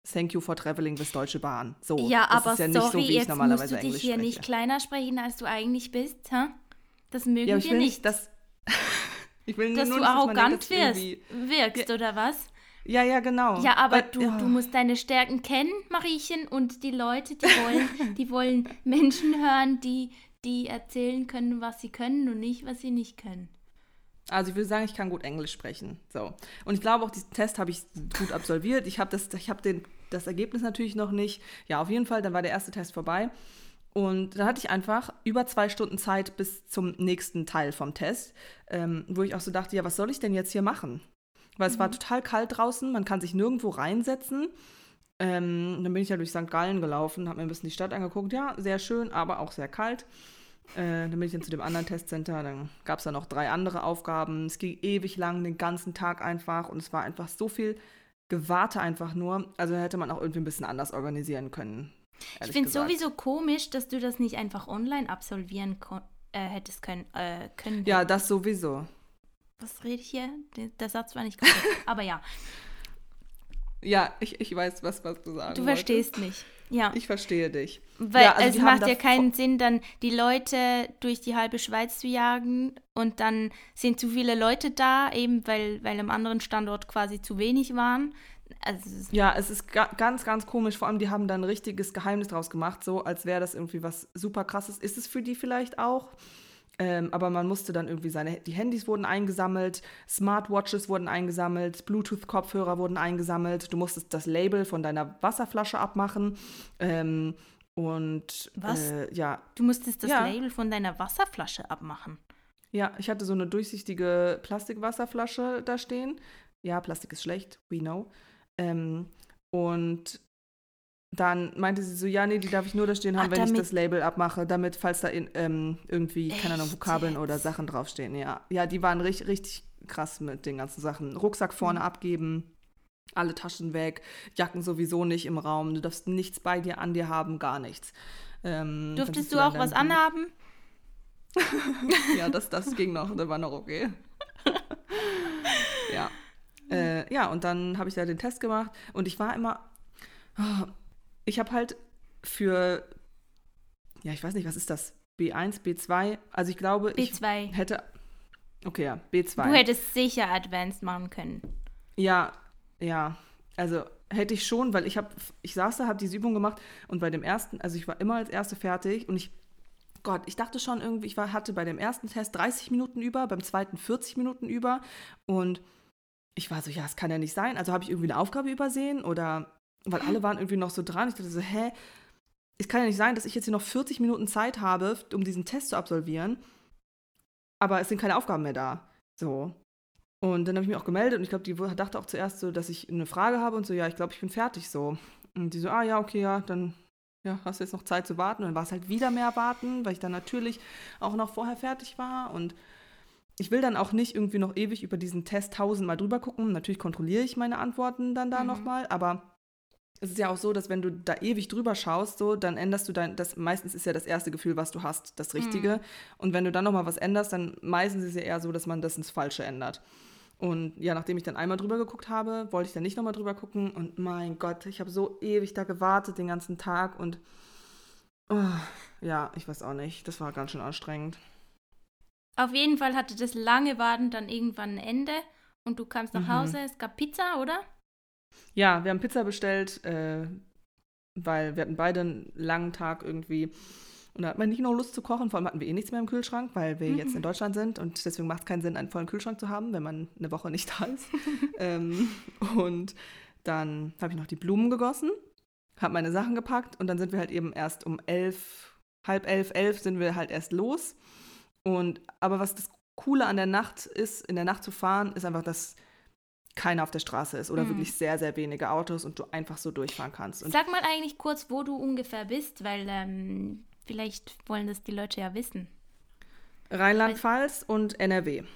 Thank you for traveling with Deutsche Bahn. So, ja, das aber ist ja nicht sorry, so, wie ich jetzt normalerweise musst du dich Englisch hier spreche. nicht kleiner sprechen, als du eigentlich bist, hä? Das mögen Ja, aber ich wir will nicht. nicht, dass, ich will dass nur du nicht, dass man arrogant denkt, dass ich wirst, irgendwie- wirkst, ja, oder was? ja, ja, genau. Ja, aber Weil, du, ja. du musst deine Stärken kennen, Mariechen, und die Leute, die wollen, die wollen Menschen hören, die, die erzählen können, was sie können und nicht, was sie nicht können. Also ich würde sagen, ich kann gut Englisch sprechen. So. Und ich glaube auch, diesen Test habe ich gut absolviert. Ich habe das, ich habe den, das Ergebnis natürlich noch nicht. Ja, auf jeden Fall, dann war der erste Test vorbei. Und da hatte ich einfach über zwei Stunden Zeit bis zum nächsten Teil vom Test, ähm, wo ich auch so dachte, ja, was soll ich denn jetzt hier machen? Weil es mhm. war total kalt draußen, man kann sich nirgendwo reinsetzen. Ähm, dann bin ich ja durch Sankt Gallen gelaufen, habe mir ein bisschen die Stadt angeguckt. Ja, sehr schön, aber auch sehr kalt. Äh, dann bin ich dann zu dem anderen Testcenter, dann gab es da noch drei andere Aufgaben. Es ging ewig lang, den ganzen Tag einfach und es war einfach so viel Gewarte einfach nur. Also hätte man auch irgendwie ein bisschen anders organisieren können. Ich finde es sowieso komisch, dass du das nicht einfach online absolvieren kon- äh, hättest können. Äh, können ja, das sowieso. Was rede ich hier? Der, der Satz war nicht korrekt, aber ja. Ja, ich, ich weiß, was, was du sagen Du verstehst wolltest. mich. Ja. Ich verstehe dich. Weil ja, also es macht ja keinen Sinn, dann die Leute durch die halbe Schweiz zu jagen und dann sind zu viele Leute da, eben weil, weil am anderen Standort quasi zu wenig waren. Also, ja, es ist ga- ganz, ganz komisch. Vor allem, die haben da ein richtiges Geheimnis draus gemacht, so als wäre das irgendwie was super Krasses. Ist es für die vielleicht auch? Ähm, aber man musste dann irgendwie seine, die Handys wurden eingesammelt, Smartwatches wurden eingesammelt, Bluetooth-Kopfhörer wurden eingesammelt, du musstest das Label von deiner Wasserflasche abmachen ähm, und was? Äh, ja. Du musstest das ja. Label von deiner Wasserflasche abmachen? Ja, ich hatte so eine durchsichtige Plastikwasserflasche da stehen. Ja, Plastik ist schlecht, we know. Ähm, und dann meinte sie so, ja, nee, die darf ich nur da stehen haben, Ach, wenn ich das Label abmache, damit, falls da in, ähm, irgendwie, Echt? keine Ahnung, Vokabeln oder Sachen draufstehen. Ja, ja, die waren richtig, richtig krass mit den ganzen Sachen. Rucksack vorne mhm. abgeben, alle Taschen weg, Jacken sowieso nicht im Raum, du darfst nichts bei dir, an dir haben, gar nichts. Ähm, Durftest du auch was anhaben? Ja, das, das ging noch, das war noch okay. ja. Äh, ja, und dann habe ich da den Test gemacht und ich war immer... Oh, ich habe halt für, ja, ich weiß nicht, was ist das? B eins, B zwei? Also ich glaube, B zwei. ich hätte, okay, ja, B zwei. Du hättest sicher Advanced machen können. Ja, ja, also hätte ich schon, weil ich habe, ich saß da, habe diese Übung gemacht und bei dem ersten, also ich war immer als Erste fertig und ich, Gott, ich dachte schon irgendwie, ich war, hatte bei dem ersten Test dreißig Minuten über, beim zweiten vierzig Minuten über und ich war so, ja, das kann ja nicht sein. Also habe ich irgendwie eine Aufgabe übersehen oder... Weil alle waren irgendwie noch so dran. Ich dachte so, hä? Es kann ja nicht sein, dass ich jetzt hier noch vierzig Minuten Zeit habe, um diesen Test zu absolvieren. Aber es sind keine Aufgaben mehr da. So. Und dann habe ich mich auch gemeldet und ich glaube, die dachte auch zuerst so, dass ich eine Frage habe und so, ja, ich glaube, ich bin fertig so. Und die so, ah ja, okay, ja, dann ja, hast du jetzt noch Zeit zu warten. Und dann war es halt wieder mehr warten, weil ich dann natürlich auch noch vorher fertig war. Und ich will dann auch nicht irgendwie noch ewig über diesen Test tausendmal drüber gucken. Natürlich kontrolliere ich meine Antworten dann da mhm. nochmal, aber es ist ja auch so, dass wenn du da ewig drüber schaust, so, dann änderst du dein, das meistens ist ja das erste Gefühl, was du hast, das Richtige. Mhm. Und wenn du dann nochmal was änderst, dann meistens ist es ja eher so, dass man das ins Falsche ändert. Und ja, nachdem ich dann einmal drüber geguckt habe, wollte ich dann nicht nochmal drüber gucken. Und mein Gott, ich habe so ewig da gewartet den ganzen Tag. Und oh, ja, ich weiß auch nicht, das war ganz schön anstrengend. Auf jeden Fall hatte das lange Warten dann irgendwann ein Ende. Und du kamst nach Mhm. Hause, es gab Pizza, oder? Ja, wir haben Pizza bestellt, äh, weil wir hatten beide einen langen Tag irgendwie. Und da hat man nicht noch Lust zu kochen, vor allem hatten wir eh nichts mehr im Kühlschrank, weil wir mhm. jetzt in Deutschland sind und deswegen macht es keinen Sinn, einen vollen Kühlschrank zu haben, wenn man eine Woche nicht da ist. ähm, und dann habe ich noch die Blumen gegossen, habe meine Sachen gepackt und dann sind wir halt eben erst um elf, halb elf, elf sind wir halt erst los. Und aber was das Coole an der Nacht ist, in der Nacht zu fahren, ist einfach, dass keiner auf der Straße ist oder mhm. wirklich sehr, sehr wenige Autos und du einfach so durchfahren kannst. Und Sag mal eigentlich kurz, wo du ungefähr bist, weil ähm, vielleicht wollen das die Leute ja wissen. Rheinland-Pfalz und N R W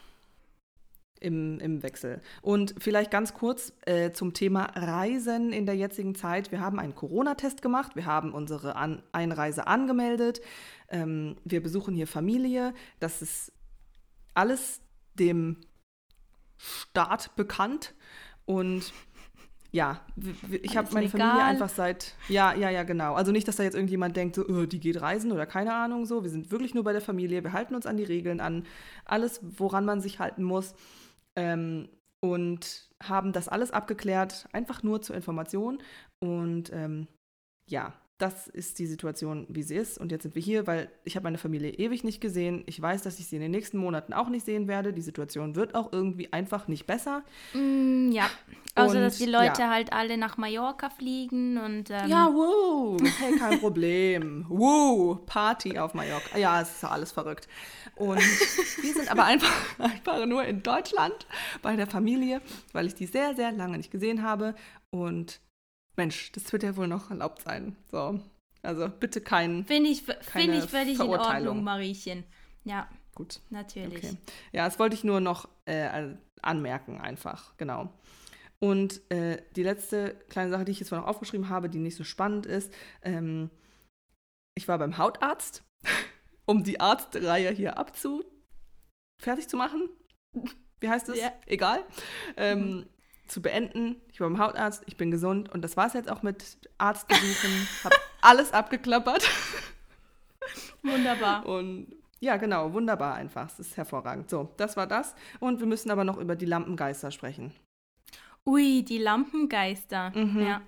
im, im Wechsel. Und vielleicht ganz kurz äh, zum Thema Reisen in der jetzigen Zeit. Wir haben einen Corona-Test gemacht, wir haben unsere An- Einreise angemeldet, ähm, wir besuchen hier Familie. Das ist alles dem Staat bekannt und Ja, w- w- ich habe Alles meine legal. Familie einfach seit, ja, ja, ja, genau. Also nicht, dass da jetzt irgendjemand denkt, so, oh, die geht reisen oder keine Ahnung so. Wir sind wirklich nur bei der Familie, wir halten uns an die Regeln, an alles, woran man sich halten muss. Ähm, und haben das alles abgeklärt, einfach nur zur Information. Und ähm, ja, das ist die Situation, wie sie ist. Und jetzt sind wir hier, weil ich habe meine Familie ewig nicht gesehen. Ich weiß, dass ich sie in den nächsten Monaten auch nicht sehen werde. Die Situation wird auch irgendwie einfach nicht besser. Mm, ja, außer Und, dass die Leute ja. halt alle nach Mallorca fliegen und ähm, Ja, wow, hey, kein Problem. Wow, Party auf Mallorca. Ja, es ist ja alles verrückt. Und wir sind aber einfach, einfach nur in Deutschland bei der Familie, weil ich die sehr, sehr lange nicht gesehen habe. Und Mensch, das wird ja wohl noch erlaubt sein. So, also bitte kein, finde ich, keine find ich völlig in Verurteilung. Ordnung, Mariechen. Ja, Gut. natürlich. Okay. Ja, das wollte ich nur noch äh, anmerken, einfach, genau. Und äh, die letzte kleine Sache, die ich jetzt mal noch aufgeschrieben habe, die nicht so spannend ist, ähm, ich war beim Hautarzt, um die Arztreihe hier abzu fertig zu machen. Wie heißt es? Ja. Egal. Ähm, Mhm. zu beenden. Ich war beim Hautarzt, ich bin gesund und das war es jetzt auch mit Arztbesuchen. Habe alles abgeklappert. Wunderbar. Und ja, genau, wunderbar einfach. Es ist hervorragend. So, das war das. Und wir müssen aber noch über die Lampengeister sprechen. Ui, die Lampengeister. Mhm. Ja.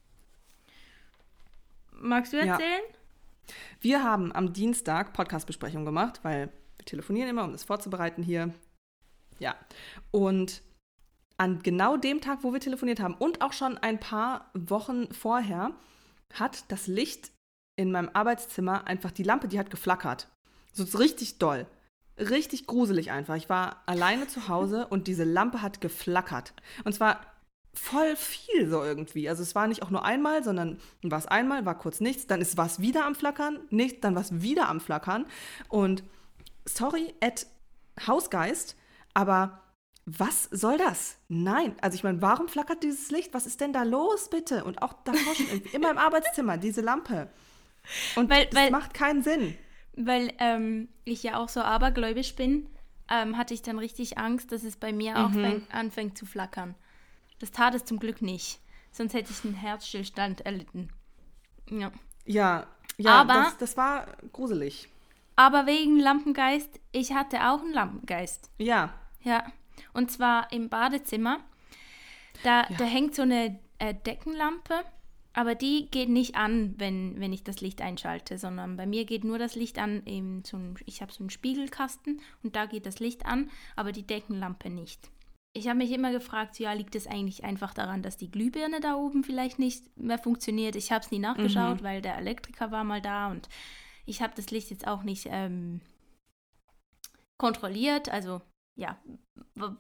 Magst du Ja. erzählen? Wir haben am Dienstag Podcast-Besprechung gemacht, weil wir telefonieren immer, um das vorzubereiten hier. Ja. Und an genau dem Tag, wo wir telefoniert haben und auch schon ein paar Wochen vorher, hat das Licht in meinem Arbeitszimmer einfach, die Lampe, die hat geflackert. So richtig doll. Richtig gruselig einfach. Ich war alleine zu Hause und diese Lampe hat geflackert. Und zwar voll viel so irgendwie. Also es war nicht auch nur einmal, sondern war es einmal, war kurz nichts, dann ist was wieder am Flackern, nicht, dann war es wieder am Flackern. Und sorry, Ed Hausgeist, aber was soll das? Nein, also ich meine, warum flackert dieses Licht? Was ist denn da los, bitte? Und auch davor schon irgendwie, immer im Arbeitszimmer, diese Lampe. Und Weil- das weil- macht keinen Sinn. Weil ähm, ich ja auch so abergläubisch bin, ähm, hatte ich dann richtig Angst, dass es bei mir auch Mhm. fäng, anfängt zu flackern. Das tat es zum Glück nicht. Sonst hätte ich einen Herzstillstand erlitten. Ja. Ja, ja, Aber- das, das war gruselig. Aber wegen Lampengeist, ich hatte auch einen Lampengeist. Ja, Ja. Und zwar im Badezimmer. Da, Ja. da hängt so eine äh, Deckenlampe, aber die geht nicht an, wenn, wenn ich das Licht einschalte, sondern bei mir geht nur das Licht an, in so ein, ich habe so einen Spiegelkasten und da geht das Licht an, aber die Deckenlampe nicht. Ich habe mich immer gefragt, ja, liegt es eigentlich einfach daran, dass die Glühbirne da oben vielleicht nicht mehr funktioniert? Ich habe es nie nachgeschaut, weil der Elektriker war mal da und ich habe das Licht jetzt auch nicht ähm, kontrolliert, also ja, w-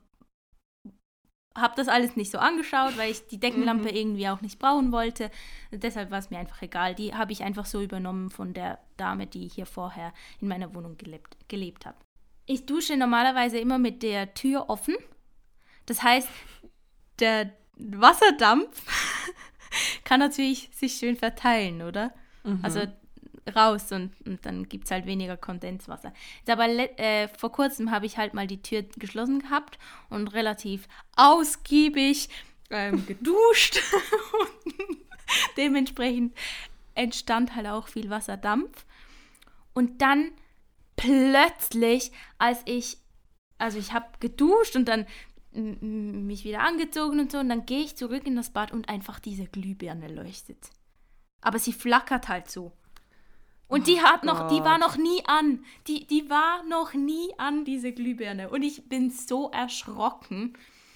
habe das alles nicht so angeschaut, weil ich die Deckenlampe Mhm. irgendwie auch nicht brauchen wollte. Deshalb war es mir einfach egal. Die habe ich einfach so übernommen von der Dame, die hier vorher in meiner Wohnung gelebt, gelebt hat. Ich dusche normalerweise immer mit der Tür offen. Das heißt, der Wasserdampf kann natürlich sich schön verteilen, oder? Mhm. Also raus und, und dann gibt es halt weniger Kondenswasser. Jetzt aber le- äh, vor kurzem habe ich halt mal die Tür geschlossen gehabt und relativ ausgiebig ähm, geduscht. Und dementsprechend entstand halt auch viel Wasserdampf. Und dann plötzlich, als ich, also ich habe geduscht und dann m- m- mich wieder angezogen und so, und dann gehe ich zurück in das Bad und einfach diese Glühbirne leuchtet. Aber sie flackert halt so. Und die hat noch, die war Gott. noch nie an. Die, die war noch nie an, diese Glühbirne. Und ich bin so erschrocken.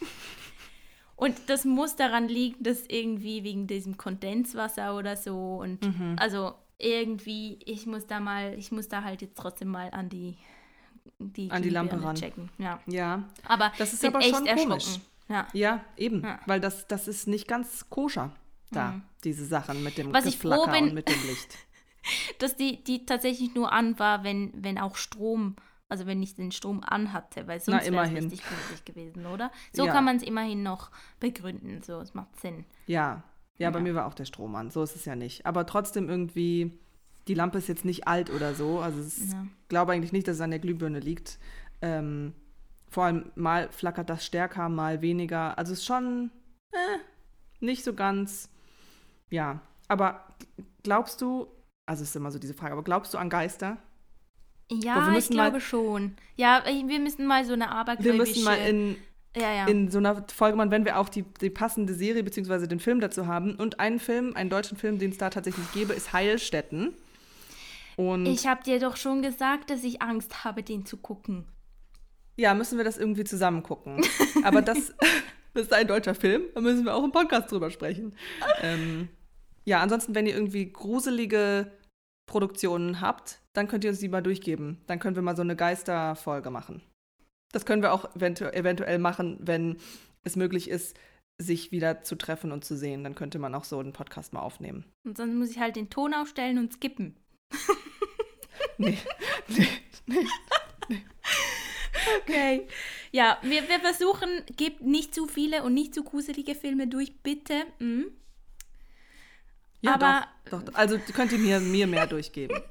Und das muss daran liegen, dass irgendwie wegen diesem Kondenswasser oder so. Und Mhm. also irgendwie, ich muss da mal, ich muss da halt jetzt trotzdem mal an die, die An die Lampe Glühbirne ran. checken. Ja. Ja, Aber Das ist bin aber echt schon erschrocken. komisch. Ja. ja, eben. Ja. Weil das, das ist nicht ganz koscher da, Mhm. diese Sachen mit dem Was ich froh Geflacker bin- und mit dem Licht. Dass die, die tatsächlich nur an war, wenn, wenn auch Strom, also wenn ich den Strom an hatte, weil sonst wäre es immerhin. richtig gruselig gewesen, oder? So Ja. kann man es immerhin noch begründen, so, es macht Sinn. Ja, ja, bei Ja. mir war auch der Strom an. So ist es ja nicht. Aber trotzdem irgendwie, die Lampe ist jetzt nicht alt oder so. Also ich Ja. glaube eigentlich nicht, dass es an der Glühbirne liegt. Ähm, vor allem mal flackert das stärker, mal weniger. Also es ist schon, äh, nicht so ganz, ja. Aber glaubst du, also ist immer so diese Frage, aber glaubst du an Geister? Ja, ich glaube mal, schon. Ja, wir müssen mal so eine abergläubische... Wir müssen mal in, ja, ja. in so einer Folge machen, wenn wir auch die, die passende Serie bzw. den Film dazu haben. Und einen Film, einen deutschen Film, den es da tatsächlich gäbe, ist Heilstätten. Und ich habe dir doch schon gesagt, dass ich Angst habe, den zu gucken. Ja, müssen wir das irgendwie zusammen gucken. Aber das, das ist ein deutscher Film, da müssen wir auch im Podcast drüber sprechen. Ähm, ja, ansonsten, wenn ihr irgendwie gruselige Produktionen habt, dann könnt ihr uns die mal durchgeben. Dann können wir mal so eine Geisterfolge machen. Das können wir auch eventu- eventuell machen, wenn es möglich ist, sich wieder zu treffen und zu sehen. Dann könnte man auch so einen Podcast mal aufnehmen. Und sonst muss ich halt den Ton aufstellen und skippen. nee, nee, nee, nee. Okay. Ja, wir, wir versuchen, gebt nicht zu viele und nicht zu gruselige Filme durch, bitte. Mhm. Ja, aber doch, doch. Also könnt ihr mir, mir mehr durchgeben.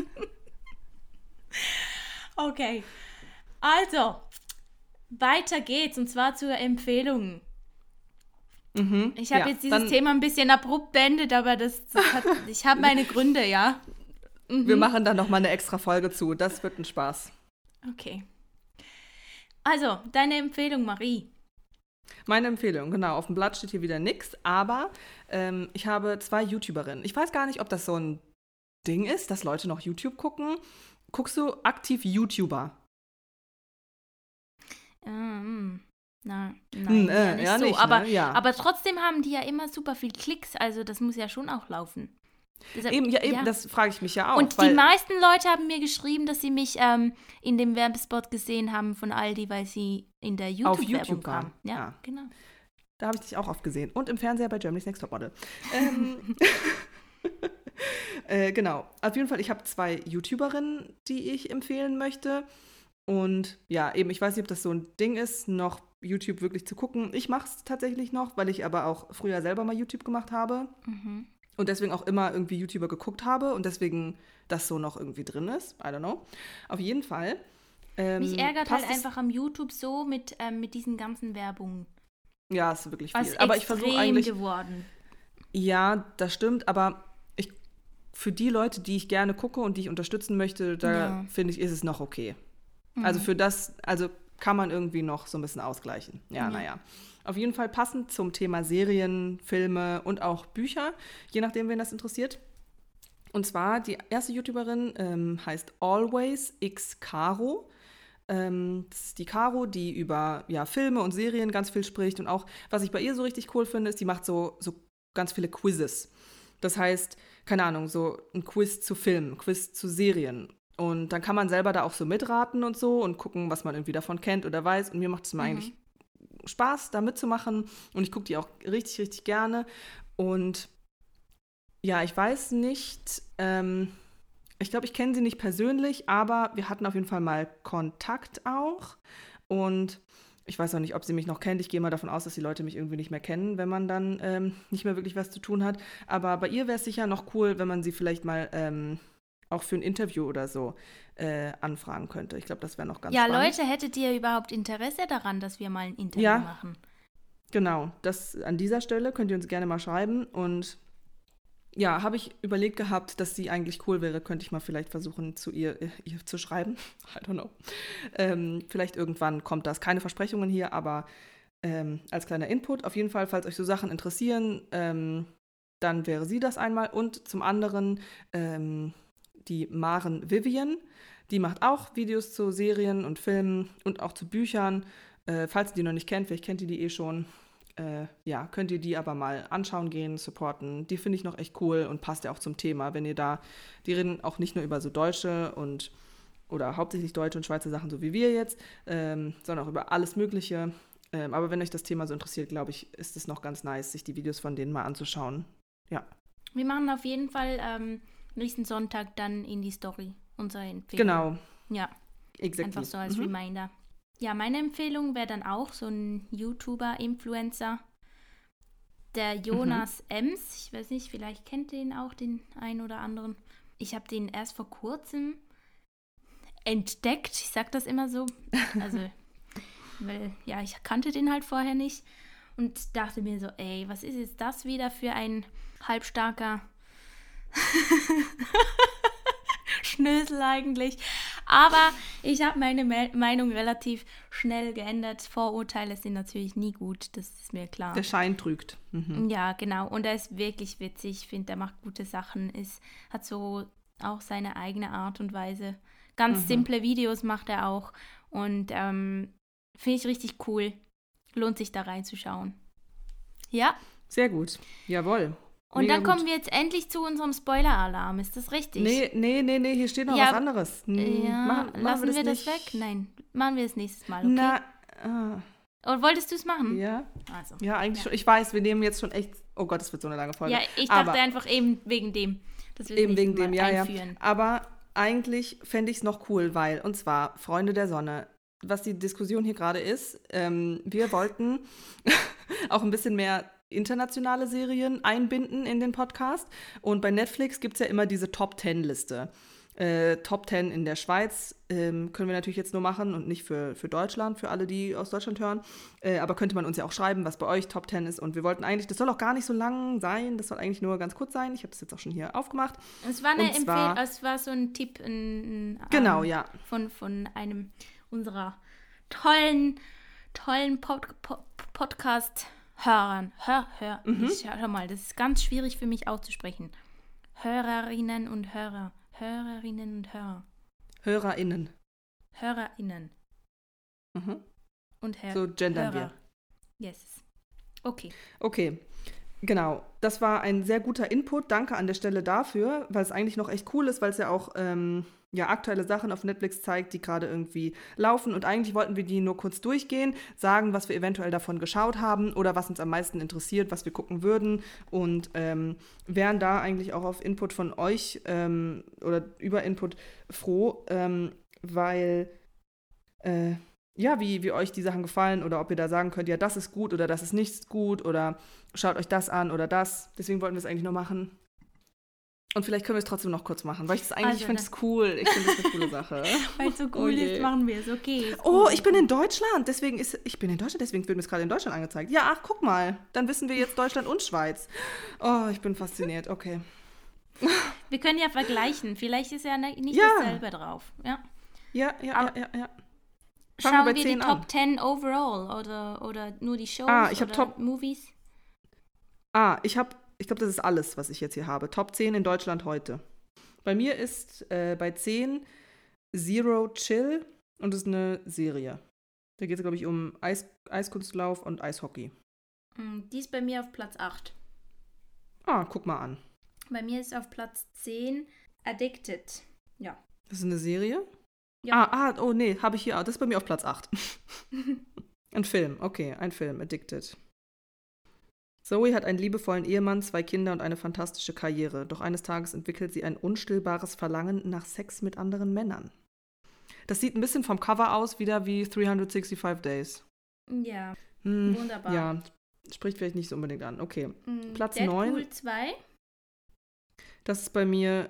Okay. Also, weiter geht's und zwar zur Empfehlung. Mhm, ich habe ja, jetzt dieses dann, Thema ein bisschen abrupt beendet, aber das, das hat, ich habe meine Gründe, ja. Mhm. Wir machen dann noch mal eine extra Folge zu. Das wird ein Spaß. Okay. Also, deine Empfehlung, Marie. Meine Empfehlung, genau. Auf dem Blatt steht hier wieder nichts, aber ähm, ich habe zwei YouTuberinnen. Ich weiß gar nicht, ob das so ein Ding ist, dass Leute noch YouTube gucken. Guckst du aktiv YouTuber? Ähm, na, nein, hm, äh, ja nicht ja, so. nicht, aber, ne? ja. aber trotzdem haben die ja immer super viel Klicks, also das muss ja schon auch laufen. Deshalb, eben, ja, eben, ja. das frage ich mich ja auch. Und weil, die meisten Leute haben mir geschrieben, dass sie mich ähm, in dem Werbespot gesehen haben von Aldi, weil sie in der YouTube-Werbung YouTube kamen. waren. Ja, Ah. genau. Da habe ich dich auch oft gesehen. Und im Fernseher bei Germany's Next Topmodel. ähm, äh, genau. Auf jeden Fall, ich habe zwei YouTuberinnen, die ich empfehlen möchte. Und ja, eben, ich weiß nicht, ob das so ein Ding ist, noch YouTube wirklich zu gucken. Ich mache es tatsächlich noch, weil ich aber auch früher selber mal YouTube gemacht habe. Mhm. Und deswegen auch immer irgendwie YouTuber geguckt habe und deswegen das so noch irgendwie drin ist. I don't know. Auf jeden Fall. Ähm, Mich ärgert halt passt es- einfach am YouTube so mit, ähm, mit diesen ganzen Werbungen. Ja, ist wirklich viel. Was Aber ich extrem versuche eigentlich. geworden. Ja, das stimmt, aber ich, für die Leute, die ich gerne gucke und die ich unterstützen möchte, da Ja. finde ich, ist es noch okay. Mhm. Also für das, also kann man irgendwie noch so ein bisschen ausgleichen. Ja, Ja. naja. Auf jeden Fall passend zum Thema Serien, Filme und auch Bücher, je nachdem, wen das interessiert. Und zwar, die erste YouTuberin ähm, heißt Always X Caro. Ähm, das ist die Caro, die über ja, Filme und Serien ganz viel spricht. Und auch, was ich bei ihr so richtig cool finde, ist, die macht so, so ganz viele Quizzes. Das heißt, keine Ahnung, so ein Quiz zu Filmen, ein Quiz zu Serien. Und dann kann man selber da auch so mitraten und so und gucken, was man irgendwie davon kennt oder weiß. Und mir macht es mal Mhm. eigentlich Spaß, da mitzumachen. Und ich gucke die auch richtig, richtig gerne. Und ja, ich weiß nicht, ähm, ich glaube, ich kenne sie nicht persönlich, aber wir hatten auf jeden Fall mal Kontakt auch. Und ich weiß auch nicht, ob sie mich noch kennt. Ich gehe mal davon aus, dass die Leute mich irgendwie nicht mehr kennen, wenn man dann ähm, nicht mehr wirklich was zu tun hat. Aber bei ihr wäre es sicher noch cool, wenn man sie vielleicht mal ähm, auch für ein Interview oder so äh, anfragen könnte. Ich glaube, das wäre noch ganz Ja, spannend. Leute, hättet ihr überhaupt Interesse daran, dass wir mal ein Interview Ja. machen? Genau, das an dieser Stelle könnt ihr uns gerne mal schreiben. Und ja, habe ich überlegt gehabt, dass sie eigentlich cool wäre, könnte ich mal vielleicht versuchen, zu ihr, äh, ihr zu schreiben. I don't know. Ähm, vielleicht irgendwann kommt das. Keine Versprechungen hier, aber ähm, als kleiner Input. Auf jeden Fall, falls euch so Sachen interessieren, ähm, dann wäre sie das einmal. Und zum anderen ähm, die Maren Vivian. Die macht auch Videos zu Serien und Filmen und auch zu Büchern. Äh, falls ihr die noch nicht kennt, vielleicht kennt ihr die eh schon. Äh, ja, könnt ihr die aber mal anschauen gehen, supporten. Die finde ich noch echt cool und passt ja auch zum Thema, wenn ihr da, die reden auch nicht nur über so deutsche und oder hauptsächlich deutsche und Schweizer Sachen, so wie wir jetzt, ähm, sondern auch über alles Mögliche. Ähm, aber wenn euch das Thema so interessiert, glaube ich, ist es noch ganz nice, sich die Videos von denen mal anzuschauen. Ja. Wir machen auf jeden Fall ähm, nächsten Sonntag dann in die Story unsere Empfehlung. Genau. Ja, Exactly. einfach so als Mhm. Reminder. Ja, meine Empfehlung wäre dann auch so ein YouTuber-Influencer, der Jonas Ems. Ich weiß nicht, vielleicht kennt ihr ihn auch, den einen oder anderen. Ich habe den erst vor kurzem entdeckt. Ich sag das immer so. Also, weil, ja, ich kannte den halt vorher nicht. und dachte mir so, ey, was ist jetzt das wieder für ein halbstarker Schnösel eigentlich. Aber ich habe meine Me- Meinung relativ schnell geändert. Vorurteile sind natürlich nie gut, das ist mir klar. Der Schein trügt. Mhm. Ja, genau. Und er ist wirklich witzig. Ich finde, er macht gute Sachen. Ist, hat so auch seine eigene Art und Weise. Ganz Mhm. simple Videos macht er auch. Und ähm, finde ich richtig cool. Lohnt sich da reinzuschauen. Ja. Sehr gut. Jawohl. Und Mega dann gut. kommen wir jetzt endlich zu unserem Spoiler-Alarm. Ist das richtig? Nee, nee, nee, nee, hier steht noch Ja, was anderes. Hm, Ja, machen, machen lassen wir wir das, das, nicht? weg? Nein, machen wir das nächstes Mal, okay? Na, ah, Oder wolltest du es machen? ja. Also. Ja, eigentlich Ja. schon. Ich weiß, wir nehmen jetzt schon echt. Oh Gott, das wird so eine lange Folge. Ja, ich dachte Aber einfach eben wegen dem. Dass wir das eben wegen nächste dem, Mal ja, ja. einführen. Aber eigentlich fände ich es noch cool, weil, und zwar, Freunde der Sonne, was die Diskussion hier gerade ist, ähm, wir wollten auch ein bisschen mehr internationale Serien einbinden in den Podcast. Und bei Netflix gibt es ja immer diese Top-Ten-Liste. Äh, Top Ten in der Schweiz ähm, können wir natürlich jetzt nur machen und nicht für, für Deutschland, für alle, die aus Deutschland hören. Äh, aber könnte man uns ja auch schreiben, was bei euch Top Ten ist. Und wir wollten eigentlich, das soll auch gar nicht so lang sein, das soll eigentlich nur ganz kurz sein. Ich habe das jetzt auch schon hier aufgemacht. Es war eine Und zwar- Empfehlung, es war so ein Tipp ein, ein, Genau, ähm, ja. von, von einem unserer tollen, tollen Pod, Pod, Podcast-Hörern. Hör, hör, Mhm. ich, hör mal, das ist ganz schwierig für mich auszusprechen. Hörerinnen und Hörer. Hörerinnen und Hörer. HörerInnen. HörerInnen Mhm. und Hör So gendern Hörer. wir. Yes. Okay. Okay, genau. Das war ein sehr guter Input. Danke an der Stelle dafür, weil es eigentlich noch echt cool ist, weil es ja auch ähm, ja, aktuelle Sachen auf Netflix zeigt, die gerade irgendwie laufen. Und eigentlich wollten wir die nur kurz durchgehen, sagen, was wir eventuell davon geschaut haben oder was uns am meisten interessiert, was wir gucken würden. Und ähm, wären da eigentlich auch auf Input von euch ähm, oder über Input froh, ähm, weil äh, ja, wie, wie euch die Sachen gefallen oder ob ihr da sagen könnt, ja, das ist gut oder das ist nicht gut oder schaut euch das an oder das. Deswegen wollten wir es eigentlich noch machen. Und vielleicht können wir es trotzdem noch kurz machen, weil ich das eigentlich, Also, ich finde das- es cool. Ich finde das eine coole Sache. Weil es so Oh cool je. ist, machen wir es. Okay. ist Oh, cool. ich bin in Deutschland, deswegen ist, ich bin in Deutschland, deswegen wird mir es gerade in Deutschland angezeigt. Ja, ach, guck mal, dann wissen wir jetzt Deutschland und Schweiz. Oh, ich bin fasziniert, okay. Wir können ja vergleichen. Vielleicht ist ja ne- nicht Ja. dasselbe drauf. Ja. Ja, ja, Aber- ja, ja, ja. Fangen Schauen wir bei wir die zehn Top an. zehn overall oder, oder nur die Shows Ah, ich hab oder Top- Movies? Ah, ich habe, ich glaube, das ist alles, was ich jetzt hier habe. Top zehn in Deutschland heute. Bei mir ist äh, bei zehn Zero Chill und das ist eine Serie. Da geht es, glaube ich, um Eis, Eiskunstlauf und Eishockey. Hm, Die ist bei mir auf Platz acht. Ah, guck mal an. Bei mir ist auf Platz zehn Addicted. Ja. Das ist eine Serie? Ja. Ah, ah, oh nee, habe ich hier. Das ist bei mir auf Platz acht. Ein Film, okay, ein Film, Addicted. Zoe hat einen liebevollen Ehemann, zwei Kinder und eine fantastische Karriere. Doch eines Tages entwickelt sie ein unstillbares Verlangen nach Sex mit anderen Männern. Das sieht ein bisschen vom Cover aus, wieder wie dreihundertfünfundsechzig Days. Ja, Hm, wunderbar. ja, spricht vielleicht nicht so unbedingt an. Okay, Hm, Platz Deadpool neun. zwei. das ist bei mir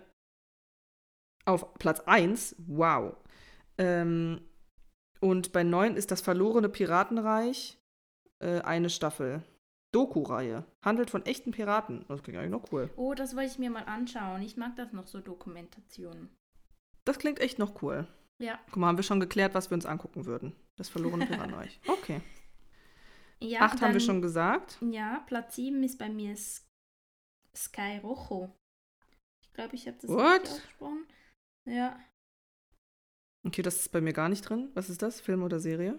auf Platz eins. Wow. Ähm, und bei neun ist das verlorene Piratenreich äh, eine Staffel. Doku-Reihe. Handelt von echten Piraten. Das klingt eigentlich noch cool. Oh, das wollte ich mir mal anschauen. Ich mag das noch so, Dokumentationen. Das klingt echt noch cool. Ja. Guck mal, haben wir schon geklärt, was wir uns angucken würden. Das verlorene Piratenreich. Okay. Ja, Acht haben wir dann- schon gesagt. Ja, Platz sieben ist bei mir S- Sky Rojo. Ich glaube, ich habe das What? richtig ausgesprochen. Ja. Okay, das ist bei mir gar nicht drin. Was ist das? Film oder Serie?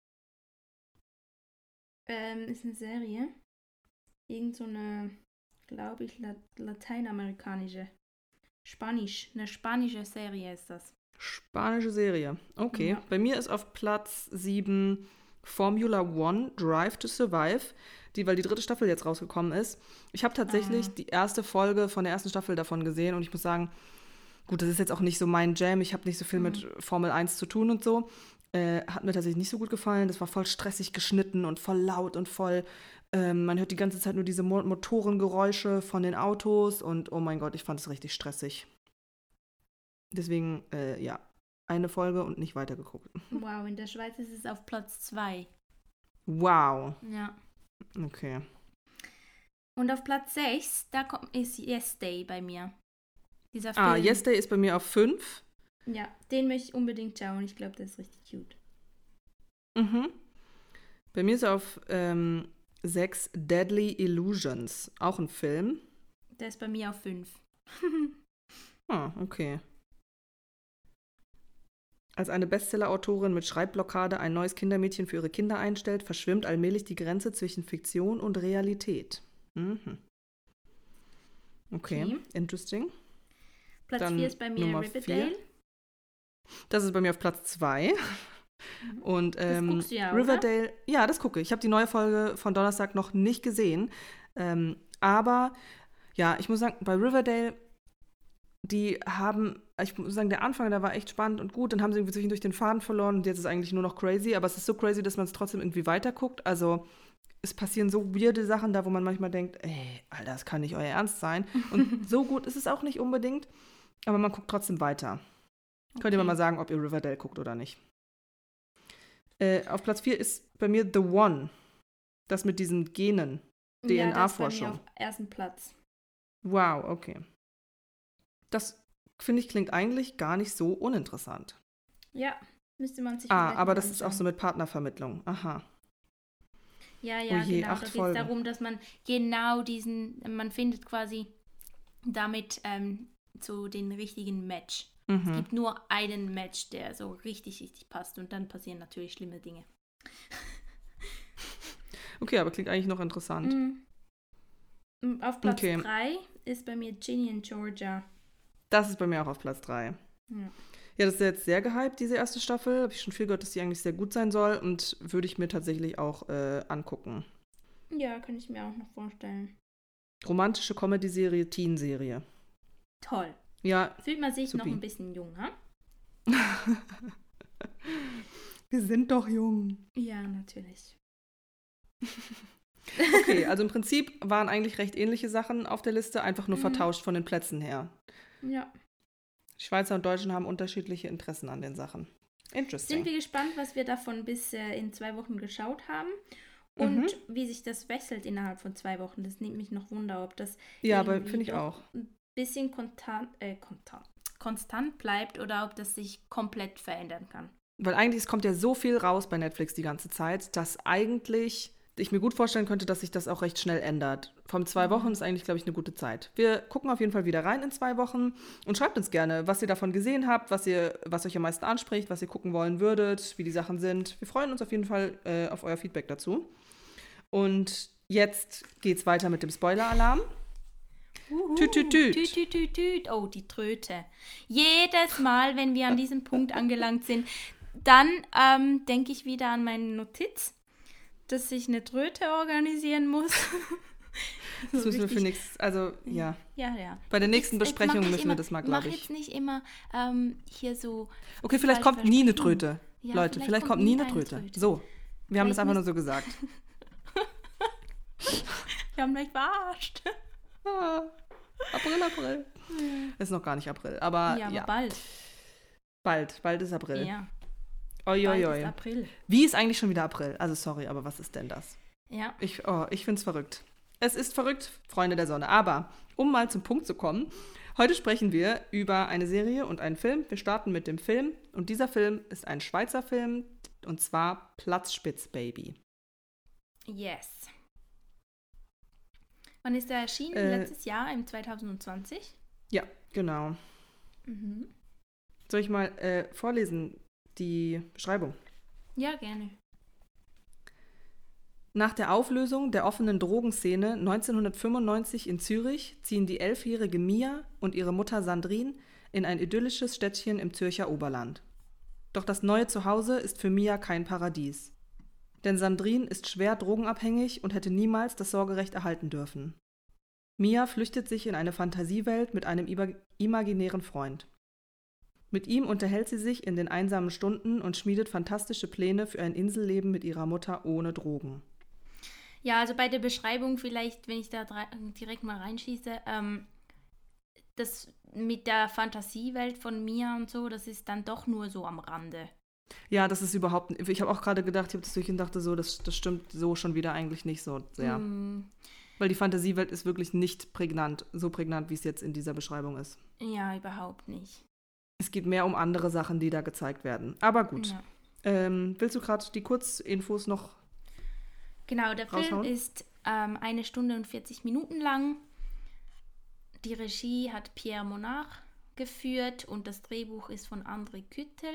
Ähm, ist eine Serie. Irgend so eine, glaube ich, la lateinamerikanische. Spanisch. Eine spanische Serie ist das. Spanische Serie. Okay. Ja. Bei mir ist auf Platz sieben Formula One Drive to Survive, die, weil die dritte Staffel jetzt rausgekommen ist. Ich habe tatsächlich Ah. die erste Folge von der ersten Staffel davon gesehen und ich muss sagen, gut, das ist jetzt auch nicht so mein Jam. Ich habe nicht so viel Mhm. mit Formel eins zu tun und so. Äh, hat mir tatsächlich nicht so gut gefallen. Das war voll stressig geschnitten und voll laut und voll. Ähm, man hört die ganze Zeit nur diese Mo Motorengeräusche von den Autos und oh mein Gott, ich fand es richtig stressig. Deswegen, äh, ja, eine Folge und nicht weitergeguckt. Wow, in der Schweiz ist es auf Platz zwei. Wow. Ja. Okay. Und auf Platz sechs, da kommt, ist Yes Day bei mir. Dieser Film. Ah, Yes Day ist bei mir auf fünf. Ja, den möchte ich unbedingt schauen. Ich glaube, das ist richtig cute. Mhm. Bei mir ist auf ähm, sechs Deadly Illusions. Auch ein Film. Der ist bei mir auf fünf. Ah, okay. Als eine Bestseller-Autorin mit Schreibblockade ein neues Kindermädchen für ihre Kinder einstellt, verschwimmt allmählich die Grenze zwischen Fiktion und Realität. Mhm. Okay, Okay. interesting. Platz Dann vier ist bei mir Nummer Riverdale. vier. Das ist bei mir auf Platz zwei. Und ähm, Das guckst du ja, Riverdale, oder? ja, das gucke ich. Ich habe die neue Folge von Donnerstag noch nicht gesehen. Ähm, aber ja, ich muss sagen, bei Riverdale, die haben, ich muss sagen, der Anfang, der war echt spannend und gut. Dann haben sie irgendwie zwischendurch den Faden verloren und jetzt ist es eigentlich nur noch crazy. Aber es ist so crazy, dass man es trotzdem irgendwie weiterguckt. Also es passieren so weirde Sachen da, wo man manchmal denkt, ey, Alter, das kann nicht euer Ernst sein. Und so gut ist es auch nicht unbedingt. Aber man guckt trotzdem weiter. Okay. Könnt ihr mal sagen, ob ihr Riverdale guckt oder nicht. Äh, auf Platz vier ist bei mir The One. Das mit diesen Genen. D N A-Forschung. Ja, das ist bei mir auf ersten Platz. Wow, okay. Das, finde ich, klingt eigentlich gar nicht so uninteressant. Ja, müsste man sich Ah, vielleicht aber mal das anschauen. ist auch so mit Partnervermittlung. Aha. Ja, ja, Oh je, genau. acht Da geht es Folgen. darum, dass man genau diesen, man findet quasi damit ähm, so den richtigen Match. Es Mhm. gibt nur einen Match, der so richtig, richtig passt und dann passieren natürlich schlimme Dinge. Okay, aber klingt eigentlich noch interessant. Mhm. Auf Platz Okay. drei ist bei mir Ginny in Georgia. Das ist bei mir auch auf Platz drei. Ja. Ja, das ist jetzt sehr gehypt, diese erste Staffel. Habe ich schon viel gehört, dass die eigentlich sehr gut sein soll und würde ich mir tatsächlich auch äh, angucken. Ja, kann ich mir auch noch vorstellen. Romantische Comedy-Serie, Teen-Serie. Toll. Ja, Fühlt man sich supi. noch ein bisschen jung, ha? Wir sind doch jung. Ja, natürlich. Okay, also im Prinzip waren eigentlich recht ähnliche Sachen auf der Liste, einfach nur Mhm. vertauscht von den Plätzen her. Ja. Die Schweizer und Deutschen haben unterschiedliche Interessen an den Sachen. Interesting. Sind wir gespannt, was wir davon bis äh, in zwei Wochen geschaut haben und Mhm. wie sich das wechselt innerhalb von zwei Wochen. Das nimmt mich noch Wunder, ob das Ja, aber irgendwie finde ich doch auch. ein bisschen konstant, äh, konstant, konstant bleibt oder ob das sich komplett verändern kann. Weil eigentlich, es kommt ja so viel raus bei Netflix die ganze Zeit, dass eigentlich ich mir gut vorstellen könnte, dass sich das auch recht schnell ändert. Von zwei Wochen ist eigentlich, glaube ich, eine gute Zeit. Wir gucken auf jeden Fall wieder rein in zwei Wochen und schreibt uns gerne, was ihr davon gesehen habt, was ihr, was euch am meisten anspricht, was ihr gucken wollen würdet, wie die Sachen sind. Wir freuen uns auf jeden Fall äh, auf euer Feedback dazu. Und jetzt geht's weiter mit dem Spoiler-Alarm. Tüt, tüt, tüt. Tüt, tüt, tüt, tüt. Oh, die Tröte. Jedes Mal, wenn wir an diesem Punkt angelangt sind, dann ähm, denke ich wieder an meine Notiz, dass ich eine Tröte organisieren muss. Das So müssen wir richtig- für nächstes, also ja. Ja, ja. Bei der nächsten Jetzt- jetzt Besprechung mach ich müssen immer, wir das mal, Mach glaube ich. jetzt nicht immer ähm, hier so. Okay, vielleicht falsch kommt nie eine versprechen. Tröte. Ja, Leute, vielleicht vielleicht kommt kommt nie nie eine eine Tröte. Tröte. So, wir haben das Vielleicht einfach nur müsst- so gesagt. Wir haben euch verarscht. Ah, April, April. Ist noch gar nicht April, aber ja, ja, aber bald. bald, bald ist April. Ja, Oi, bald oi, ist oi. April. Wie ist eigentlich schon wieder April? Also sorry, aber was ist denn das? Ja. Ich, oh, ich finde es verrückt. Es ist verrückt, Freunde der Sonne. Aber um mal zum Punkt zu kommen, heute sprechen wir über eine Serie und einen Film. Wir starten mit dem Film und dieser Film ist ein Schweizer Film und zwar Platzspitzbaby. Yes. Wann ist er erschienen? Äh, Letztes Jahr, im zwanzig zwanzig? Ja, genau. Mhm. Soll ich mal äh, vorlesen, die Beschreibung? Ja, gerne. Nach der Auflösung der offenen Drogenszene neunzehnhundertfünfundneunzig in Zürich ziehen die elfjährige Mia und ihre Mutter Sandrine in ein idyllisches Städtchen im Zürcher Oberland. Doch das neue Zuhause ist für Mia kein Paradies. Denn Sandrine ist schwer drogenabhängig und hätte niemals das Sorgerecht erhalten dürfen. Mia flüchtet sich in eine Fantasiewelt mit einem imaginären Freund. Mit ihm unterhält sie sich in den einsamen Stunden und schmiedet fantastische Pläne für ein Inselleben mit ihrer Mutter ohne Drogen. Ja, also bei der Beschreibung vielleicht, wenn ich da dre- direkt mal reinschieße, ähm, das mit der Fantasiewelt von Mia und so, das ist dann doch nur so am Rande. Ja, das ist überhaupt nicht. Ich habe auch gerade gedacht, ich habe das durch und dachte so, das, das stimmt so schon wieder eigentlich nicht so sehr. Mm, Weil die Fantasiewelt ist wirklich nicht prägnant, so prägnant, wie es jetzt in dieser Beschreibung ist. ja, überhaupt nicht. Es geht mehr um andere Sachen, die da gezeigt werden. Aber gut. Ja. Ähm, willst du gerade die Kurzinfos noch Genau, der Film raushauen? ist ähm, eine Stunde und vierzig Minuten lang. Die Regie hat Pierre Monard geführt und das Drehbuch ist von André Küttel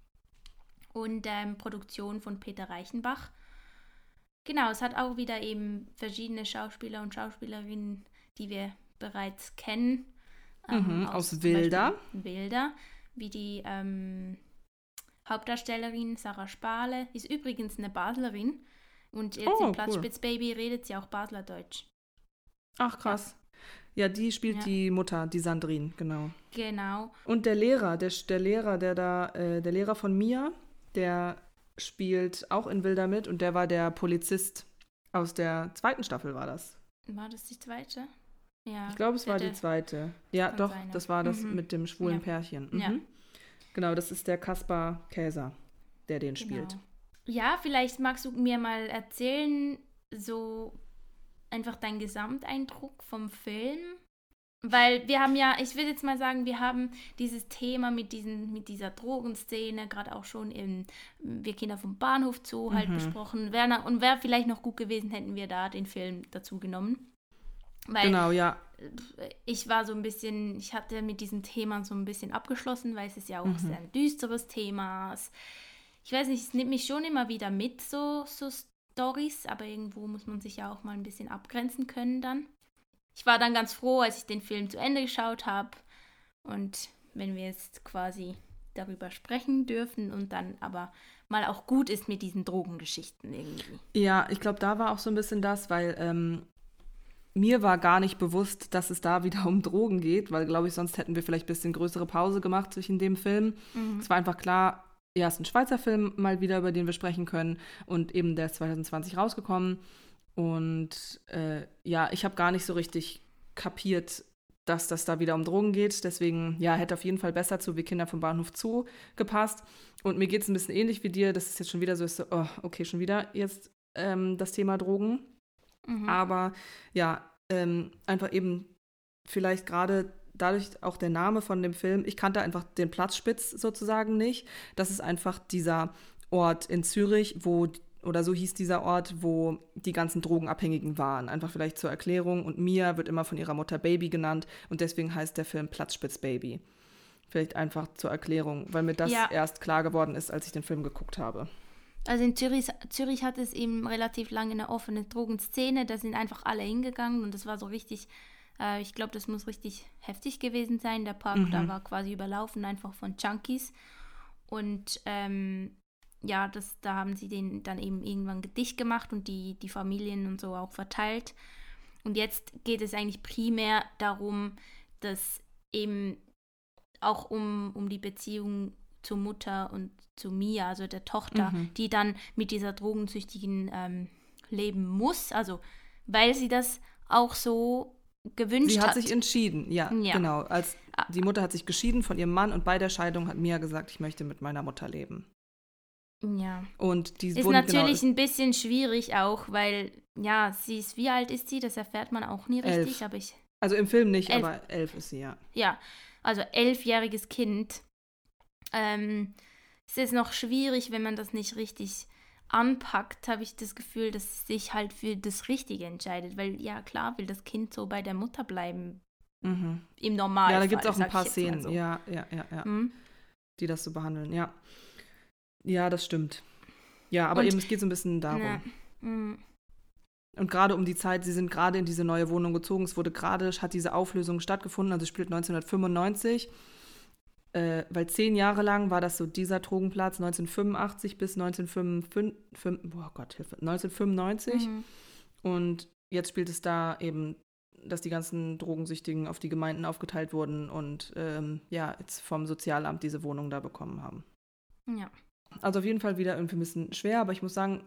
und ähm, Produktion von Peter Reichenbach. Genau, es hat auch wieder eben verschiedene Schauspieler und Schauspielerinnen, die wir bereits kennen. Ähm, Mhm, aus aus zum Wilder. Beispiel Wilder, wie die ähm, Hauptdarstellerin Sarah Spahle, ist übrigens eine Baslerin und jetzt Oh, in cool. Platzspitzbaby redet sie auch Baslerdeutsch. Ach, krass. Ja, die spielt Ja. die Mutter, die Sandrine, genau. Genau. Und der Lehrer, der, der Lehrer, der da, äh, der Lehrer von Mia, der spielt auch in Wilder mit und der war der Polizist aus der zweiten Staffel, war das. War das die zweite? Ja. Ich glaube, es war die Vierte. zweite. Ja, kann doch, sein, ja. das war das Mhm. mit dem schwulen Ja. Pärchen. Mhm. Ja. Genau, das ist der Kaspar Käser, der den spielt. Genau. Ja, vielleicht magst du mir mal erzählen, so einfach dein Gesamteindruck vom Film. Weil wir haben ja, ich will jetzt mal sagen, wir haben dieses Thema mit, diesen, mit dieser Drogenszene gerade auch schon in Wir Kinder vom Bahnhof Zoo halt Mhm. besprochen. Wär, und wäre vielleicht noch gut gewesen, hätten wir da den Film dazu genommen. Weil Genau, ja. ich war so ein bisschen, ich hatte mit diesem Thema so ein bisschen abgeschlossen, weil es ist ja auch Mhm. sehr ein düsteres Thema. Es, ich weiß nicht, es nimmt mich schon immer wieder mit, so, so Storys, aber irgendwo muss man sich ja auch mal ein bisschen abgrenzen können dann. Ich war dann ganz froh, als ich den Film zu Ende geschaut habe und wenn wir jetzt quasi darüber sprechen dürfen und dann aber mal auch gut ist mit diesen Drogengeschichten irgendwie. Ja, ich glaube, da war auch so ein bisschen das, weil ähm, mir war gar nicht bewusst, dass es da wieder um Drogen geht, weil, glaube ich, sonst hätten wir vielleicht ein bisschen größere Pause gemacht zwischen dem Film. Mhm. Es war einfach klar, ja, es ist ein Schweizer Film mal wieder, über den wir sprechen können und eben der ist zwanzig zwanzig rausgekommen und äh, ja, ich habe gar nicht so richtig kapiert, dass das da wieder um Drogen geht, deswegen, ja, hätte auf jeden Fall besser zu Wir Kinder vom Bahnhof Zoo gepasst und mir geht es ein bisschen ähnlich wie dir, das ist jetzt schon wieder so, ist so oh, okay, schon wieder jetzt ähm, das Thema Drogen. Mhm. Aber ja, ähm, einfach eben vielleicht gerade dadurch auch der Name von dem Film, ich kannte einfach den Platzspitz sozusagen nicht. Das ist einfach dieser Ort in Zürich, wo, oder so hieß dieser Ort, wo die ganzen Drogenabhängigen waren. Einfach vielleicht zur Erklärung. Und Mia wird immer von ihrer Mutter Baby genannt und deswegen heißt der Film Platzspitz Baby. Vielleicht einfach zur Erklärung, weil mir das Ja. erst klar geworden ist, als ich den Film geguckt habe. Also in Zürich, Zürich hat es eben relativ lange eine offene Drogenszene, da sind einfach alle hingegangen und das war so richtig, äh, ich glaube, das muss richtig heftig gewesen sein. Der Park Mhm. da war quasi überlaufen einfach von Junkies und ähm, ja, das, da haben sie den dann eben irgendwann dicht gemacht und die, die Familien und so auch verteilt. Und jetzt geht es eigentlich primär darum, dass eben auch um, um die Beziehung zur Mutter und zu Mia, also der Tochter, Mhm. die dann mit dieser Drogensüchtigen ähm, leben muss, also weil sie das auch so gewünscht Sie hat hat. sich entschieden, ja, Ja. genau. Als die Mutter hat sich geschieden von ihrem Mann und bei der Scheidung hat Mia gesagt, ich möchte mit meiner Mutter leben. Ja. Und die Ist wurden natürlich genau, ein bisschen schwierig auch, weil, ja, sie ist, wie alt ist sie? Das erfährt man auch nie Elf. richtig, aber ich, also im Film nicht, Elf. aber elf ist sie, ja. ja, also elfjähriges Kind. Ähm, es ist noch schwierig, wenn man das nicht richtig anpackt, habe ich das Gefühl, dass es sich halt für das Richtige entscheidet, weil, ja, klar will das Kind so bei der Mutter bleiben, Mhm. im Normalfall. Ja, da gibt es auch sag ein ich paar jetzt mal Szenen, so. ja, ja, ja, ja, Hm? die das so behandeln, ja. Ja, das stimmt. Ja, aber Und- eben, es geht so ein bisschen darum. Ja. Hm. Und gerade um die Zeit, sie sind gerade in diese neue Wohnung gezogen, es wurde gerade, hat diese Auflösung stattgefunden, also es spielt neunzehnhundertfünfundneunzig, äh, weil zehn Jahre lang war das so dieser Drogenplatz, neunzehnhundertfünfundachtzig bis neunzehnhundertfünfundfünfzig, oh Gott, Hilfe, neunzehnhundertfünfundneunzig. Mhm. Und jetzt spielt es da eben, dass die ganzen Drogensüchtigen auf die Gemeinden aufgeteilt wurden und ähm, ja, jetzt vom Sozialamt diese Wohnung da bekommen haben. Ja. Also auf jeden Fall wieder irgendwie ein bisschen schwer, aber ich muss sagen,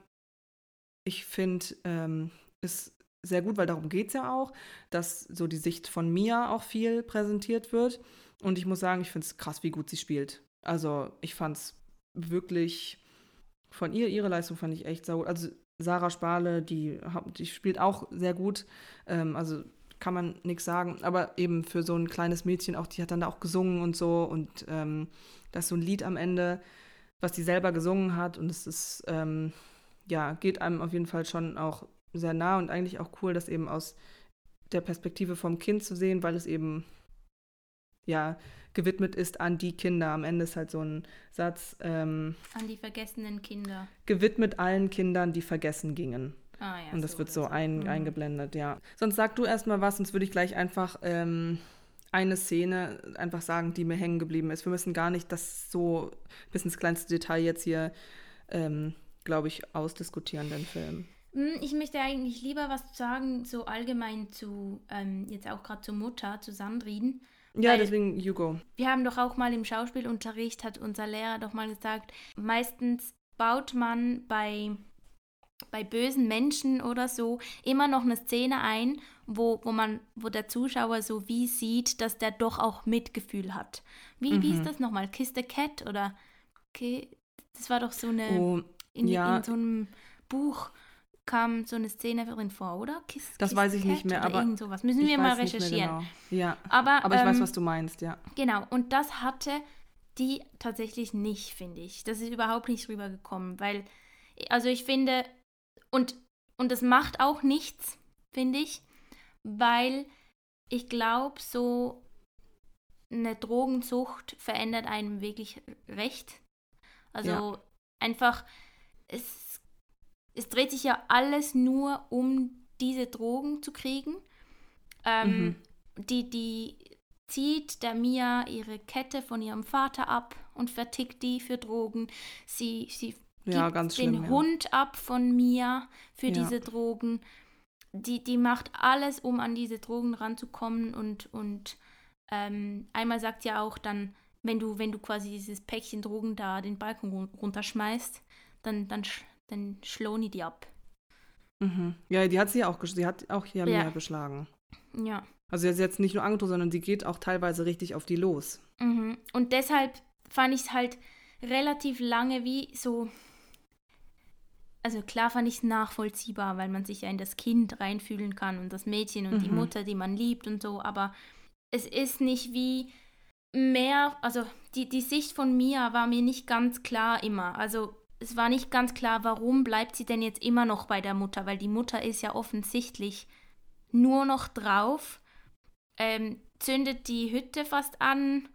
ich finde ähm, es sehr gut, weil darum geht es ja auch, dass so die Sicht von Mia auch viel präsentiert wird. Und ich muss sagen, ich finde es krass, wie gut sie spielt. Also ich fand es wirklich von ihr, ihre Leistung fand ich echt sau gut. Also Sarah Spahle, die, die spielt auch sehr gut, ähm, also kann man nichts sagen, aber eben für so ein kleines Mädchen auch, die hat dann da auch gesungen und so und ähm, da ist so ein Lied am Ende, was die selber gesungen hat und es ist, ähm, ja, geht einem auf jeden Fall schon auch sehr nah und eigentlich auch cool, das eben aus der Perspektive vom Kind zu sehen, weil es eben, ja, gewidmet ist an die Kinder. Am Ende ist halt so ein Satz, ähm, an die vergessenen Kinder. Gewidmet allen Kindern, die vergessen gingen. Ah, ja, und das so wird so, so. ein, Mhm. eingeblendet, ja. Sonst sag du erstmal was, sonst würde ich gleich einfach ähm, eine Szene einfach sagen, die mir hängen geblieben ist. Wir müssen gar nicht das so bis ins kleinste Detail jetzt hier, ähm, glaube ich, ausdiskutieren, den Film. Ich möchte eigentlich lieber was sagen, so allgemein zu, ähm, jetzt auch gerade zur Mutter, zu Sandrine. Ja, deswegen Hugo. Wir haben doch auch mal im Schauspielunterricht, hat unser Lehrer doch mal gesagt, meistens baut man bei, bei bösen Menschen oder so immer noch eine Szene ein, wo, wo, man, wo der Zuschauer so wie sieht, dass der doch auch Mitgefühl hat. Wie, mhm. wie ist das nochmal? Kiss the Cat? Oder okay, das war doch so eine, oh, in, ja. in so einem Buch kam so eine Szene drin vor, oder? Kiss, das Kiss weiß ich Cat nicht mehr, aber irgend sowas. Müssen wir mal recherchieren. Genau. Ja. Aber, aber ich ähm, weiß, was du meinst, ja. Genau, und das hatte die tatsächlich nicht, finde ich. Das ist überhaupt nicht rübergekommen, weil, also ich finde, und, und das macht auch nichts, finde ich, weil ich glaube, so eine Drogensucht verändert einem wirklich recht. Also ja. einfach, es Es dreht sich ja alles nur um diese Drogen zu kriegen. Ähm, mhm. die, die zieht der Mia ihre Kette von ihrem Vater ab und vertickt die für Drogen. Sie, sie ja, gibt schlimm, den ja. Hund ab von Mia für ja. diese Drogen. Die, die macht alles, um an diese Drogen ranzukommen. Und, und ähm, einmal sagt sie ja auch dann, wenn du, wenn du quasi dieses Päckchen Drogen da den Balkon runterschmeißt, dann, dann dann schlagen die die ab. Mhm. Ja, die hat sie auch, sie hat auch hier ja. mehr geschlagen. Ja. Also sie hat jetzt nicht nur angetroffen, sondern sie geht auch teilweise richtig auf die los. Mhm. Und deshalb fand ich es halt relativ lange wie so, also klar fand ich es nachvollziehbar, weil man sich ja in das Kind reinfühlen kann und das Mädchen und mhm. die Mutter, die man liebt und so, aber es ist nicht wie mehr, also die, die Sicht von Mia war mir nicht ganz klar immer, also es war nicht ganz klar, warum bleibt sie denn jetzt immer noch bei der Mutter, weil die Mutter ist ja offensichtlich nur noch drauf, ähm, zündet die Hütte fast an.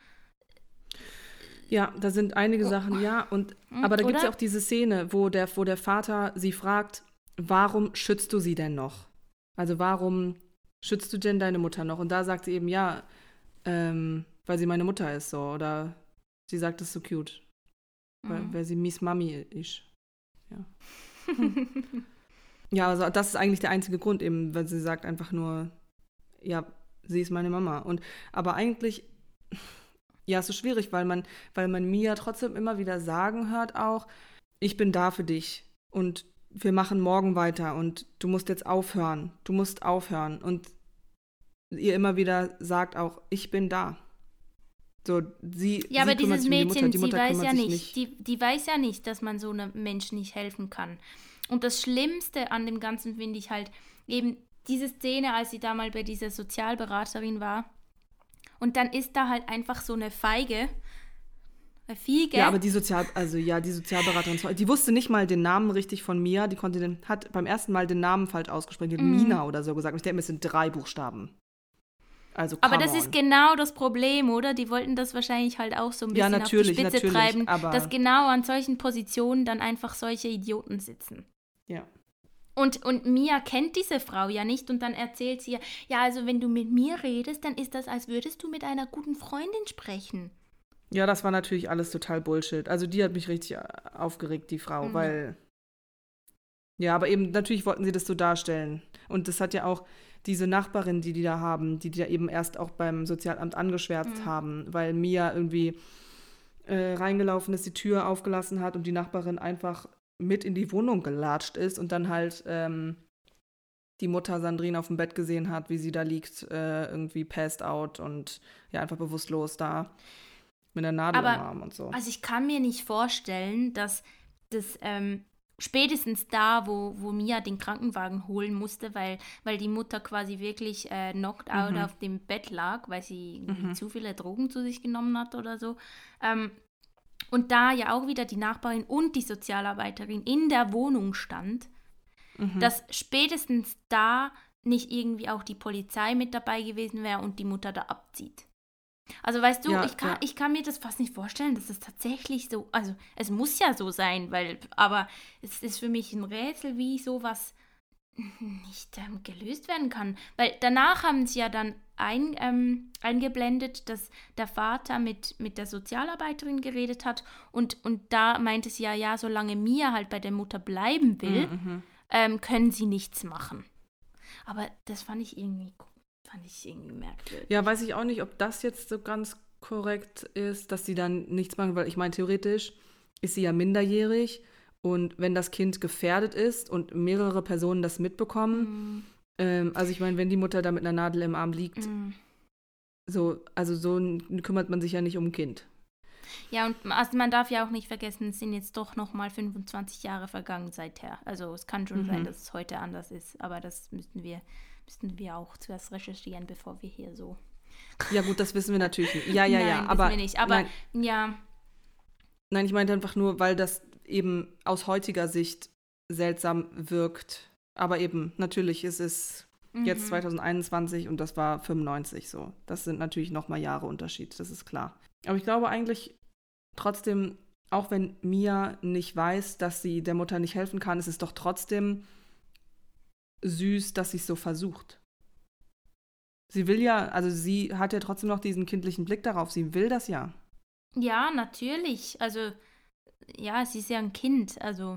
Ja, da sind einige oh. Sachen, ja, und aber da gibt es ja auch diese Szene, wo der, wo der Vater sie fragt, warum schützt du sie denn noch? Also warum schützt du denn deine Mutter noch? Und da sagt sie eben, ja, ähm, weil sie meine Mutter ist, so, oder sie sagt, das ist so cute. Weil, mhm. weil sie Miss Mami ist. Ja. Hm. Ja, also das ist eigentlich der einzige Grund eben, weil sie sagt einfach nur, ja, sie ist meine Mama. Und aber eigentlich, ja, es ist schwierig, weil man, weil man Mia trotzdem immer wieder sagen hört auch, ich bin da für dich und wir machen morgen weiter und du musst jetzt aufhören, du musst aufhören. Und ihr immer wieder sagt auch, ich bin da. So, sie, ja, sie aber dieses um Mädchen, die Mutter, die sie weiß ja nicht, nicht. Die, die weiß ja nicht, dass man so einem Menschen nicht helfen kann. Und das Schlimmste an dem Ganzen finde ich halt eben diese Szene, als sie da mal bei dieser Sozialberaterin war. Und dann ist da halt einfach so eine Feige, eine Fiege. Ja, aber die Sozial, also ja, die Sozialberaterin, die wusste nicht mal den Namen richtig von Mia, die konnte den, hat beim ersten Mal den Namen falsch ausgesprochen, die hat mm. Mina oder so gesagt. Und ich denke, es sind drei Buchstaben. Also, aber das on. ist genau das Problem, oder? Die wollten das wahrscheinlich halt auch so ein bisschen ja, auf die Spitze natürlich, treiben, aber dass genau an solchen Positionen dann einfach solche Idioten sitzen. Ja. Und, und Mia kennt diese Frau ja nicht und dann erzählt sie ja, ja, also wenn du mit mir redest, dann ist das, als würdest du mit einer guten Freundin sprechen. Ja, das war natürlich alles total Bullshit. Also die hat mich richtig aufgeregt, die Frau, mhm. weil, ja, aber eben natürlich wollten sie das so darstellen. Und das hat ja auch diese Nachbarin, die die da haben, die die da eben erst auch beim Sozialamt angeschwärzt mhm. haben, weil Mia irgendwie äh, reingelaufen ist, die Tür aufgelassen hat und die Nachbarin einfach mit in die Wohnung gelatscht ist und dann halt ähm, die Mutter Sandrine auf dem Bett gesehen hat, wie sie da liegt, äh, irgendwie passed out und ja, einfach bewusstlos da. Mit der Nadel Aber, im Arm und so. Also ich kann mir nicht vorstellen, dass das ähm, spätestens da, wo, wo Mia den Krankenwagen holen musste, weil, weil die Mutter quasi wirklich äh, knocked out Mhm. auf dem Bett lag, weil sie irgendwie Mhm. zu viele Drogen zu sich genommen hat oder so. Ähm, und da ja auch wieder die Nachbarin und die Sozialarbeiterin in der Wohnung stand, Mhm. dass spätestens da nicht irgendwie auch die Polizei mit dabei gewesen wäre und die Mutter da abzieht. Also weißt du, Ja, ich kann, ja. ich kann mir das fast nicht vorstellen, dass es tatsächlich so, also es muss ja so sein, weil, aber es ist für mich ein Rätsel, wie sowas nicht ähm, gelöst werden kann. Weil danach haben sie ja dann ein, ähm, eingeblendet, dass der Vater mit, mit der Sozialarbeiterin geredet hat und, und da meinte sie ja, ja, solange Mia halt bei der Mutter bleiben will, Mhm. ähm, können sie nichts machen. Aber das fand ich irgendwie, fand ich irgendwie merkwürdig. Ja, weiß ich auch nicht, ob das jetzt so ganz korrekt ist, dass sie dann nichts machen, weil ich meine, theoretisch ist sie ja minderjährig und wenn das Kind gefährdet ist und mehrere Personen das mitbekommen, Mm, ähm, also ich meine, wenn die Mutter da mit einer Nadel im Arm liegt, mm. so, also so n- kümmert man sich ja nicht um ein Kind. Ja, und also man darf ja auch nicht vergessen, es sind jetzt doch noch mal fünfundzwanzig Jahre vergangen seither. Also es kann schon Mhm. sein, dass es heute anders ist, aber das müssten wir, müssten wir auch zuerst recherchieren, bevor wir hier so... Ja gut, das wissen wir natürlich nicht. Ja, ja, Nein, ja, wissen aber wir nicht. Aber nein, ja, nein, ich meinte einfach nur, weil das eben aus heutiger Sicht seltsam wirkt. Aber eben, natürlich ist es jetzt mhm. zwanzig einundzwanzig und das war fünfundneunzig so. Das sind natürlich nochmal Jahre Unterschied, das ist klar. Aber ich glaube eigentlich trotzdem, auch wenn Mia nicht weiß, dass sie der Mutter nicht helfen kann, ist es doch trotzdem süß, dass sie es so versucht. Sie will ja, also sie hat ja trotzdem noch diesen kindlichen Blick darauf. Sie will das ja. Ja, natürlich. Also, ja, sie ist ja ein Kind, also...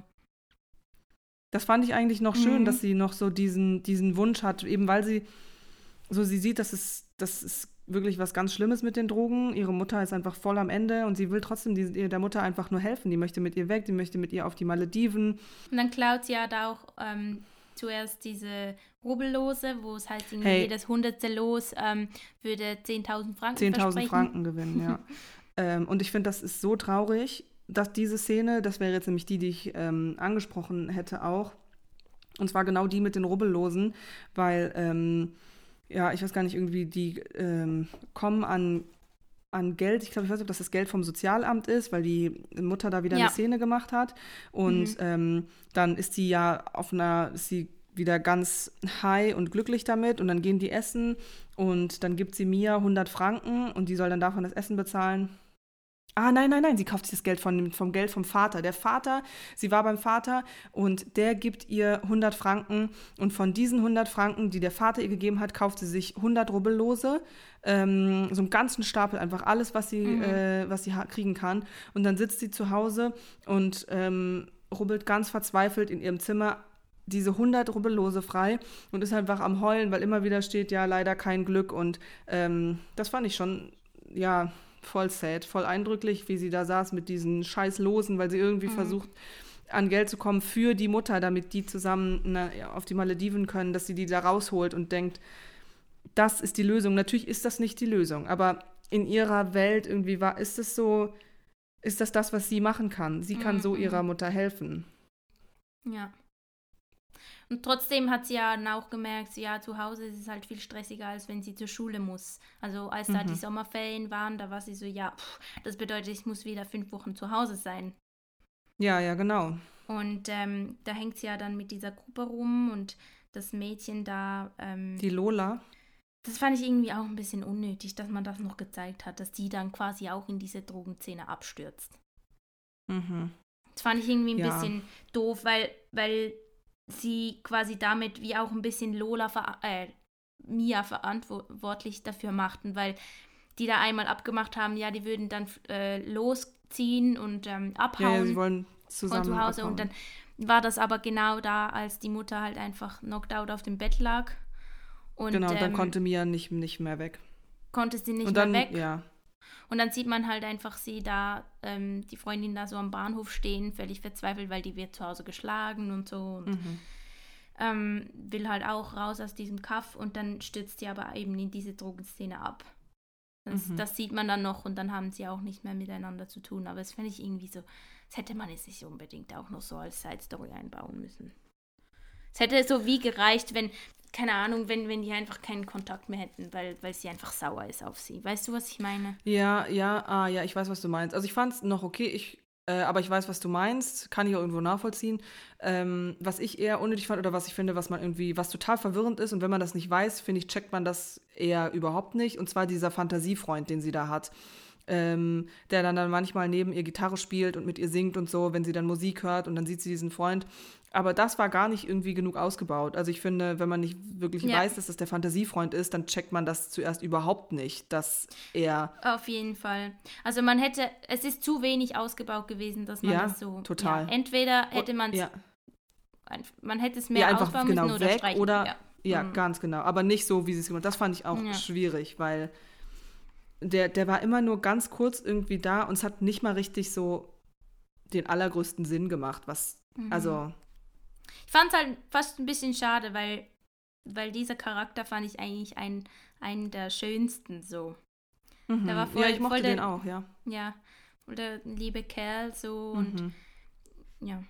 Das fand ich eigentlich noch schön, Mhm. dass sie noch so diesen, diesen Wunsch hat, eben weil sie so sie sieht, dass es, das ist wirklich was ganz Schlimmes mit den Drogen. Ihre Mutter ist einfach voll am Ende und sie will trotzdem die, der Mutter einfach nur helfen. Die möchte mit ihr weg, die möchte mit ihr auf die Malediven. Und dann klaut sie ja da auch ähm, zuerst diese Rubbellose, wo es heißt, irgendwie Hey. jedes hundertste Los ähm, würde zehntausend Franken zehntausend versprechen. Franken gewinnen, ja. ähm, und ich finde, das ist so traurig, dass diese Szene, das wäre jetzt nämlich die, die ich ähm, angesprochen hätte auch, und zwar genau die mit den Rubbellosen, weil, ähm, ja, ich weiß gar nicht, irgendwie die ähm, kommen an, an Geld, ich glaube, ich weiß nicht, ob das das Geld vom Sozialamt ist, weil die Mutter da wieder Ja. eine Szene gemacht hat und Mhm. ähm, dann ist sie ja auf einer, ist sie wieder ganz high und glücklich damit und dann gehen die essen und dann gibt sie Mia hundert Franken und die soll dann davon das Essen bezahlen. Ah, nein, nein, nein, sie kauft sich das Geld von, vom Geld vom Vater. Der Vater, sie war beim Vater und der gibt ihr hundert Franken und von diesen hundert Franken, die der Vater ihr gegeben hat, kauft sie sich hundert Rubbellose, ähm, so einen ganzen Stapel, einfach alles, was sie, Mhm. äh, was sie ha- kriegen kann. Und dann sitzt sie zu Hause und ähm, rubbelt ganz verzweifelt in ihrem Zimmer diese hundert Rubbellose frei und ist einfach am Heulen, weil immer wieder steht, ja, leider kein Glück. Und ähm, das fand ich schon, ja, voll sad, voll eindrücklich, wie sie da saß mit diesen scheiß Losen, weil sie irgendwie Mhm. versucht, an Geld zu kommen für die Mutter, damit die zusammen na, ja, auf die Malediven können, dass sie die da rausholt und denkt, das ist die Lösung. Natürlich ist das nicht die Lösung, aber in ihrer Welt irgendwie war, ist es so, ist das das, was sie machen kann. Sie kann so Mhm. ihrer Mutter helfen. Ja. Und trotzdem hat sie ja dann auch gemerkt, ja, zu Hause ist es halt viel stressiger, als wenn sie zur Schule muss. Also als da Mhm. die Sommerferien waren, da war sie so, ja, pff, das bedeutet, ich muss wieder fünf Wochen zu Hause sein. Ja, ja, genau. Und ähm, da hängt sie ja dann mit dieser Gruppe rum und das Mädchen da, ähm, Die Lola. das fand ich irgendwie auch ein bisschen unnötig, dass man das noch gezeigt hat, dass die dann quasi auch in diese Drogenszene abstürzt. Mhm. Das fand ich irgendwie ein Ja. bisschen doof, weil, weil sie quasi damit wie auch ein bisschen Lola, ver äh, Mia verantwortlich dafür machten, weil die da einmal abgemacht haben, ja, die würden dann äh, losziehen und ähm, abhauen. Ja, ja, sie wollen von zusammen zu Hause abhauen. und dann war das aber genau da, als die Mutter halt einfach knocked out auf dem Bett lag und Genau, dann ähm, konnte Mia nicht, nicht mehr weg. konnte sie nicht und dann, mehr weg. Ja. Und dann sieht man halt einfach sie da, ähm, die Freundin da so am Bahnhof stehen, völlig verzweifelt, weil die wird zu Hause geschlagen und so und Mhm. ähm, will halt auch raus aus diesem Kaff und dann stürzt sie aber eben in diese Drogenszene ab. Das, Mhm. das sieht man dann noch und dann haben sie auch nicht mehr miteinander zu tun. Aber das finde ich irgendwie so, das hätte man jetzt nicht unbedingt auch noch so als Side-Story einbauen müssen. Es hätte so wie gereicht, wenn, keine Ahnung, wenn, wenn die einfach keinen Kontakt mehr hätten, weil, weil sie einfach sauer ist auf sie. Weißt du, was ich meine? Ja, ja, ah, ja, ich weiß, was du meinst. Also ich fand es noch okay, ich, äh, aber ich weiß, was du meinst, kann ich auch irgendwo nachvollziehen. Ähm, was ich eher unnötig fand oder was ich finde, was man irgendwie, was total verwirrend ist und wenn man das nicht weiß, finde ich, checkt man das eher überhaupt nicht. Und zwar dieser Fantasiefreund, den sie da hat. Ähm, der dann, dann manchmal neben ihr Gitarre spielt und mit ihr singt und so, wenn sie dann Musik hört und dann sieht sie diesen Freund. Aber das war gar nicht irgendwie genug ausgebaut. Also ich finde, wenn man nicht wirklich Ja. weiß, dass das der Fantasiefreund ist, dann checkt man das zuerst überhaupt nicht, dass er... Auf jeden Fall. Also man hätte, es ist zu wenig ausgebaut gewesen, dass man Ja, das so... total. Ja, entweder hätte man es... Ja, Man hätte es mehr ja einfach ausbauen genau müssen oder weg streichen. oder... Ja. Ja, Mhm. ganz genau. Aber nicht so, wie sie es gemacht hat. Das fand ich auch Ja. schwierig, weil der, der war immer nur ganz kurz irgendwie da und es hat nicht mal richtig so den allergrößten Sinn gemacht, was... Mhm. Also... Ich fand es halt fast ein bisschen schade, weil, weil dieser Charakter fand ich eigentlich ein, einen der schönsten so. Mhm. Der war voll, ja, ich mochte voll der, den auch, ja. Ja, voll der liebe Kerl so und Mhm. ja.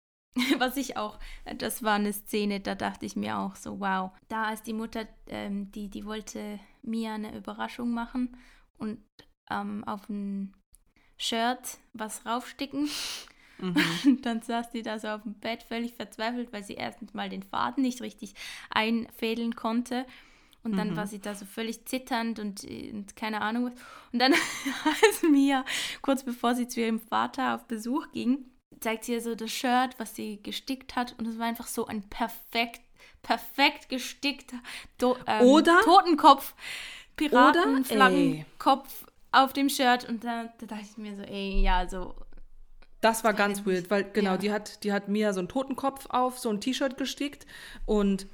Was ich auch, das war eine Szene, da dachte ich mir auch so, wow. Da ist die Mutter, ähm, die, die wollte Mia eine Überraschung machen und ähm, auf ein Shirt was raufsticken. Mhm. Und dann saß die da so auf dem Bett, völlig verzweifelt, weil sie erstens mal den Faden nicht richtig einfädeln konnte. Und dann Mhm. war sie da so völlig zitternd und, und keine Ahnung was. Und dann, als Mia, kurz bevor sie zu ihrem Vater auf Besuch ging, zeigt sie ihr so das Shirt, was sie gestickt hat. Und es war einfach so ein perfekt, perfekt gestickter Do- ähm, Oder? Totenkopf, Oder? Piratenflaggenkopf auf dem Shirt. Und da, da dachte ich mir so, ey, ja, so... Das war Das ganz weiß ich weird, nicht. weil genau, Ja. die hat, die hat Mia so einen Totenkopf auf, so ein T-Shirt gestickt und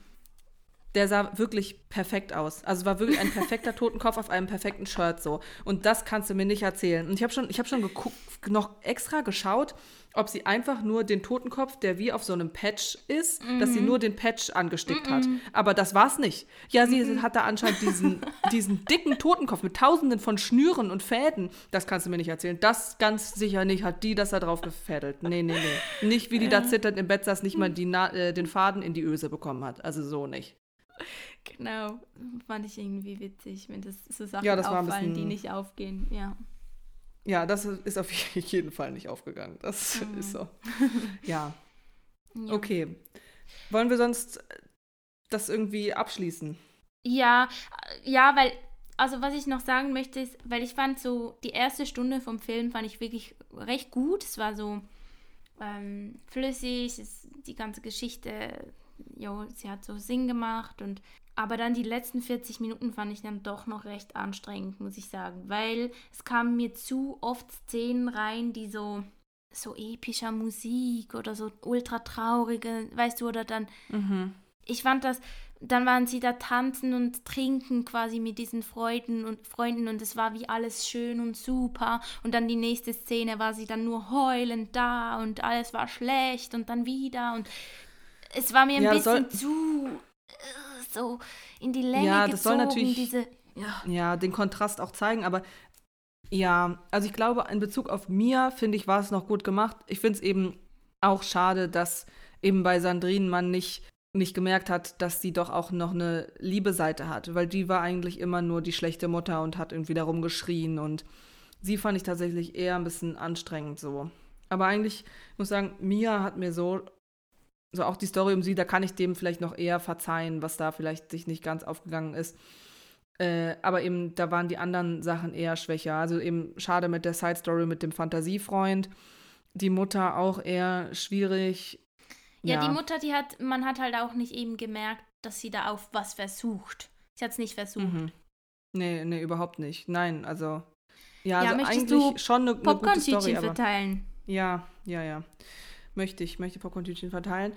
der sah wirklich perfekt aus. Also war wirklich ein perfekter Totenkopf auf einem perfekten Shirt so. Und das kannst du mir nicht erzählen. Und ich habe schon, ich habe schon geguckt, noch extra geschaut, ob sie einfach nur den Totenkopf, der wie auf so einem Patch ist, Mhm. dass sie nur den Patch angestickt hat. Aber das war's nicht. Ja, sie Mhm. hat da anscheinend diesen, diesen dicken Totenkopf mit tausenden von Schnüren und Fäden. Das kannst du mir nicht erzählen. Das ganz sicher nicht hat die das da drauf gefädelt. Nee, nee, nee. Nicht wie die da zitternd im Bett saß, nicht mal die Na- äh, den Faden in die Öse bekommen hat. Also so nicht. Genau, fand ich irgendwie witzig, wenn das so Sachen Ja, das war ein auffallen, die bisschen- nicht aufgehen. Ja. Ja, das ist auf jeden Fall nicht aufgegangen. Das Mhm. ist so. Ja, Ja. okay. Wollen wir sonst das irgendwie abschließen? Ja, äh, ja, weil, also was ich noch sagen möchte, ist, weil ich fand so, die erste Stunde vom Film fand ich wirklich recht gut. Es war so ähm, flüssig, es, die ganze Geschichte, jo, sie hat so Sinn gemacht und aber dann die letzten vierzig Minuten fand ich dann doch noch recht anstrengend, muss ich sagen, weil es kamen mir zu oft Szenen rein, die so so epischer Musik oder so ultra traurige, weißt du, oder dann Mhm. ich fand das, dann waren sie da tanzen und trinken quasi mit diesen Freuden und Freunden und es war wie alles schön und super und dann die nächste Szene war sie dann nur heulend da und alles war schlecht und dann wieder und es war mir ein Ja, bisschen soll- zu äh, so in die Länge Ja, gezogen, das soll natürlich- diese ja. Ja, den Kontrast auch zeigen, aber ja, also ich glaube, in Bezug auf Mia, finde ich, war es noch gut gemacht. Ich finde es eben auch schade, dass eben bei Sandrine man nicht, nicht gemerkt hat, dass sie doch auch noch eine liebe Seite hat, weil die war eigentlich immer nur die schlechte Mutter und hat irgendwie darum geschrien und sie fand ich tatsächlich eher ein bisschen anstrengend so. Aber eigentlich, ich muss sagen, Mia hat mir so, so auch die Story um sie, da kann ich dem vielleicht noch eher verzeihen, was da vielleicht sich nicht ganz aufgegangen ist. Äh, aber eben, da waren die anderen Sachen eher schwächer. Also eben schade mit der Side-Story mit dem Fantasiefreund. Die Mutter auch eher schwierig. Ja, die Mutter, die hat, man hat halt auch nicht eben gemerkt, dass sie da auf was versucht. Sie hat es nicht versucht. Mhm. Nee, nee, überhaupt nicht. Nein, also. Ja, Ja, also möchtest eigentlich du schon eine, eine gute Story, Popcorn-Tütchen aber. verteilen. Ja, ja, ja. Möchte ich, möchte Popcorn-Tütchen verteilen.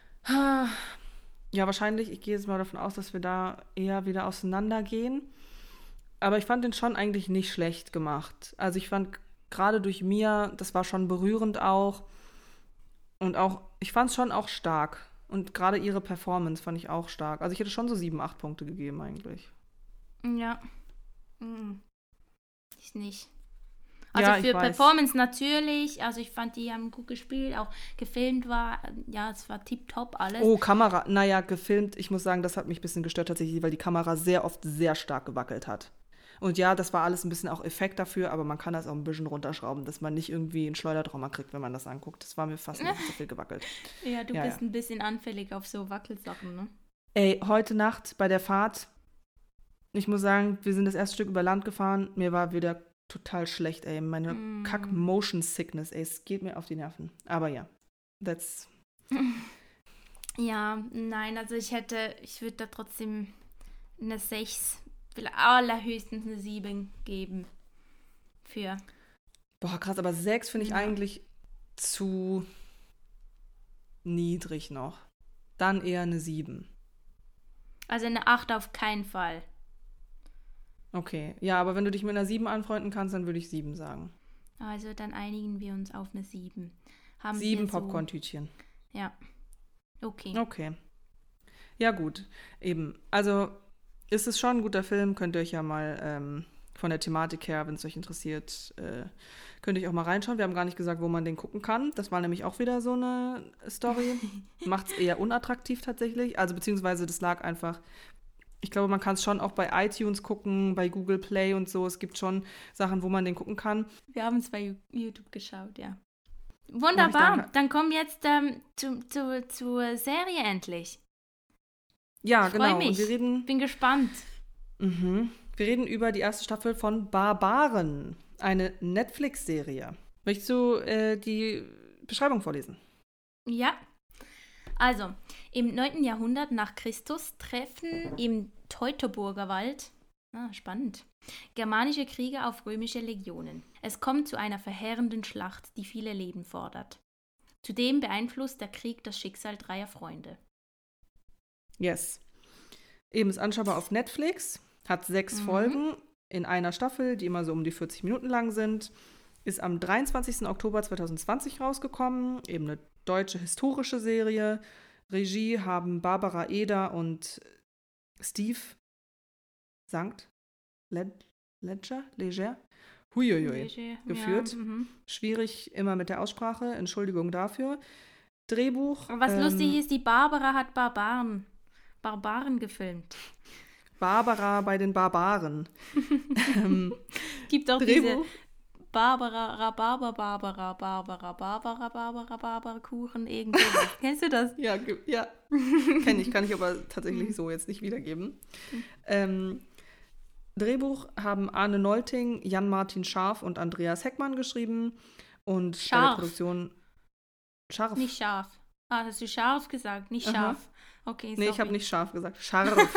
Ja, wahrscheinlich, ich gehe jetzt mal davon aus, dass wir da eher wieder auseinandergehen. Aber ich fand den schon eigentlich nicht schlecht gemacht. Also ich fand gerade durch Mia, das war schon berührend auch. Und auch, ich fand es schon auch stark. Und gerade ihre Performance fand ich auch stark. Also ich hätte schon so sieben, acht Punkte gegeben eigentlich. Ja. Mhm. ich nicht. Also ja, für ich weiß. Performance natürlich, also ich fand, die haben gut gespielt, auch gefilmt war, ja, es war tipptopp alles. Oh, Kamera, naja, gefilmt, ich muss sagen, das hat mich ein bisschen gestört tatsächlich, weil die Kamera sehr oft sehr stark gewackelt hat. Und ja, das war alles ein bisschen auch Effekt dafür, aber man kann das auch ein bisschen runterschrauben, dass man nicht irgendwie einen Schleudertrauma kriegt, wenn man das anguckt. Das war mir fast nicht so viel gewackelt. Ja, du Ja, bist ja. ein bisschen anfällig auf so Wackelsachen, ne? Ey, heute Nacht bei der Fahrt, ich muss sagen, wir sind das erste Stück über Land gefahren, mir war wieder total schlecht, ey. Meine Mm. Kack-Motion-Sickness, ey, es geht mir auf die Nerven. Aber ja, that's... Ja, nein, also ich hätte, ich würde da trotzdem eine sechs, vielleicht allerhöchstens eine sieben geben. Für. Boah, krass, aber sechs finde ich Ja. eigentlich zu niedrig noch. Dann eher eine sieben. Also eine acht auf keinen Fall. Okay, ja, aber wenn du dich mit einer sieben anfreunden kannst, dann würde ich sieben sagen. Also dann einigen wir uns auf eine sieben. Haben Sieben wir so- Popcorn-Tütchen. Ja. Okay. Okay. Ja, gut. Eben. Also, ist es schon ein guter Film. Könnt ihr euch ja mal ähm, von der Thematik her, wenn es euch interessiert, äh, könnt ihr euch auch mal reinschauen. Wir haben gar nicht gesagt, wo man den gucken kann. Das war nämlich auch wieder so eine Story. Macht es eher unattraktiv tatsächlich. Also, beziehungsweise das lag einfach. Ich glaube, man kann es schon auch bei iTunes gucken, bei Google Play und so. Es gibt schon Sachen, wo man den gucken kann. Wir haben es bei YouTube geschaut, ja. Mach Wunderbar. ich dann- Dann kommen wir jetzt ähm, zu, zu, zur Serie endlich. Ja, Ich freu genau. mich. Und wir reden. Bin gespannt. Mhm. Wir reden über die erste Staffel von Barbaren, eine Netflix-Serie. Möchtest du äh, die Beschreibung vorlesen? Ja. Also, im neunten Jahrhundert nach Christus treffen im Teutoburger Wald, ah, spannend, germanische Krieger auf römische Legionen. Es kommt zu einer verheerenden Schlacht, die viele Leben fordert. Zudem beeinflusst der Krieg das Schicksal dreier Freunde. Yes. Eben ist anschaubar auf Netflix, hat sechs Mhm. Folgen in einer Staffel, die immer so um die vierzig Minuten lang sind. Ist am dreiundzwanzigsten Oktober zweitausendzwanzig rausgekommen, eben eine deutsche historische Serie. Regie haben Barbara Eder und Steve Sankt Led Ledger? Leger? Huiuiui. Leger, geführt. Ja, mhm. Schwierig immer mit der Aussprache, Entschuldigung dafür. Drehbuch. Und was ähm, lustig ist, die Barbara hat Barbaren, Barbaren gefilmt. Barbara bei den Barbaren. ähm, Gibt auch diese Drehbuch. Barbara, Rhabarber, Barbara, Barbara, Barbara, Barbara, Barbara, Kuchen, irgendwas. Kennst du das? Ja, ge- ja. kenne ich, kann ich aber tatsächlich so jetzt nicht wiedergeben. Ähm, Drehbuch haben Arne Nolting, Jan-Martin Scharf und Andreas Heckmann geschrieben. Und bei der Scharf. Produktion Scharf. Nicht scharf. Ah, hast du scharf gesagt, nicht Aha. scharf. Okay, sorry. Nee, ich habe nicht scharf gesagt. Scharf.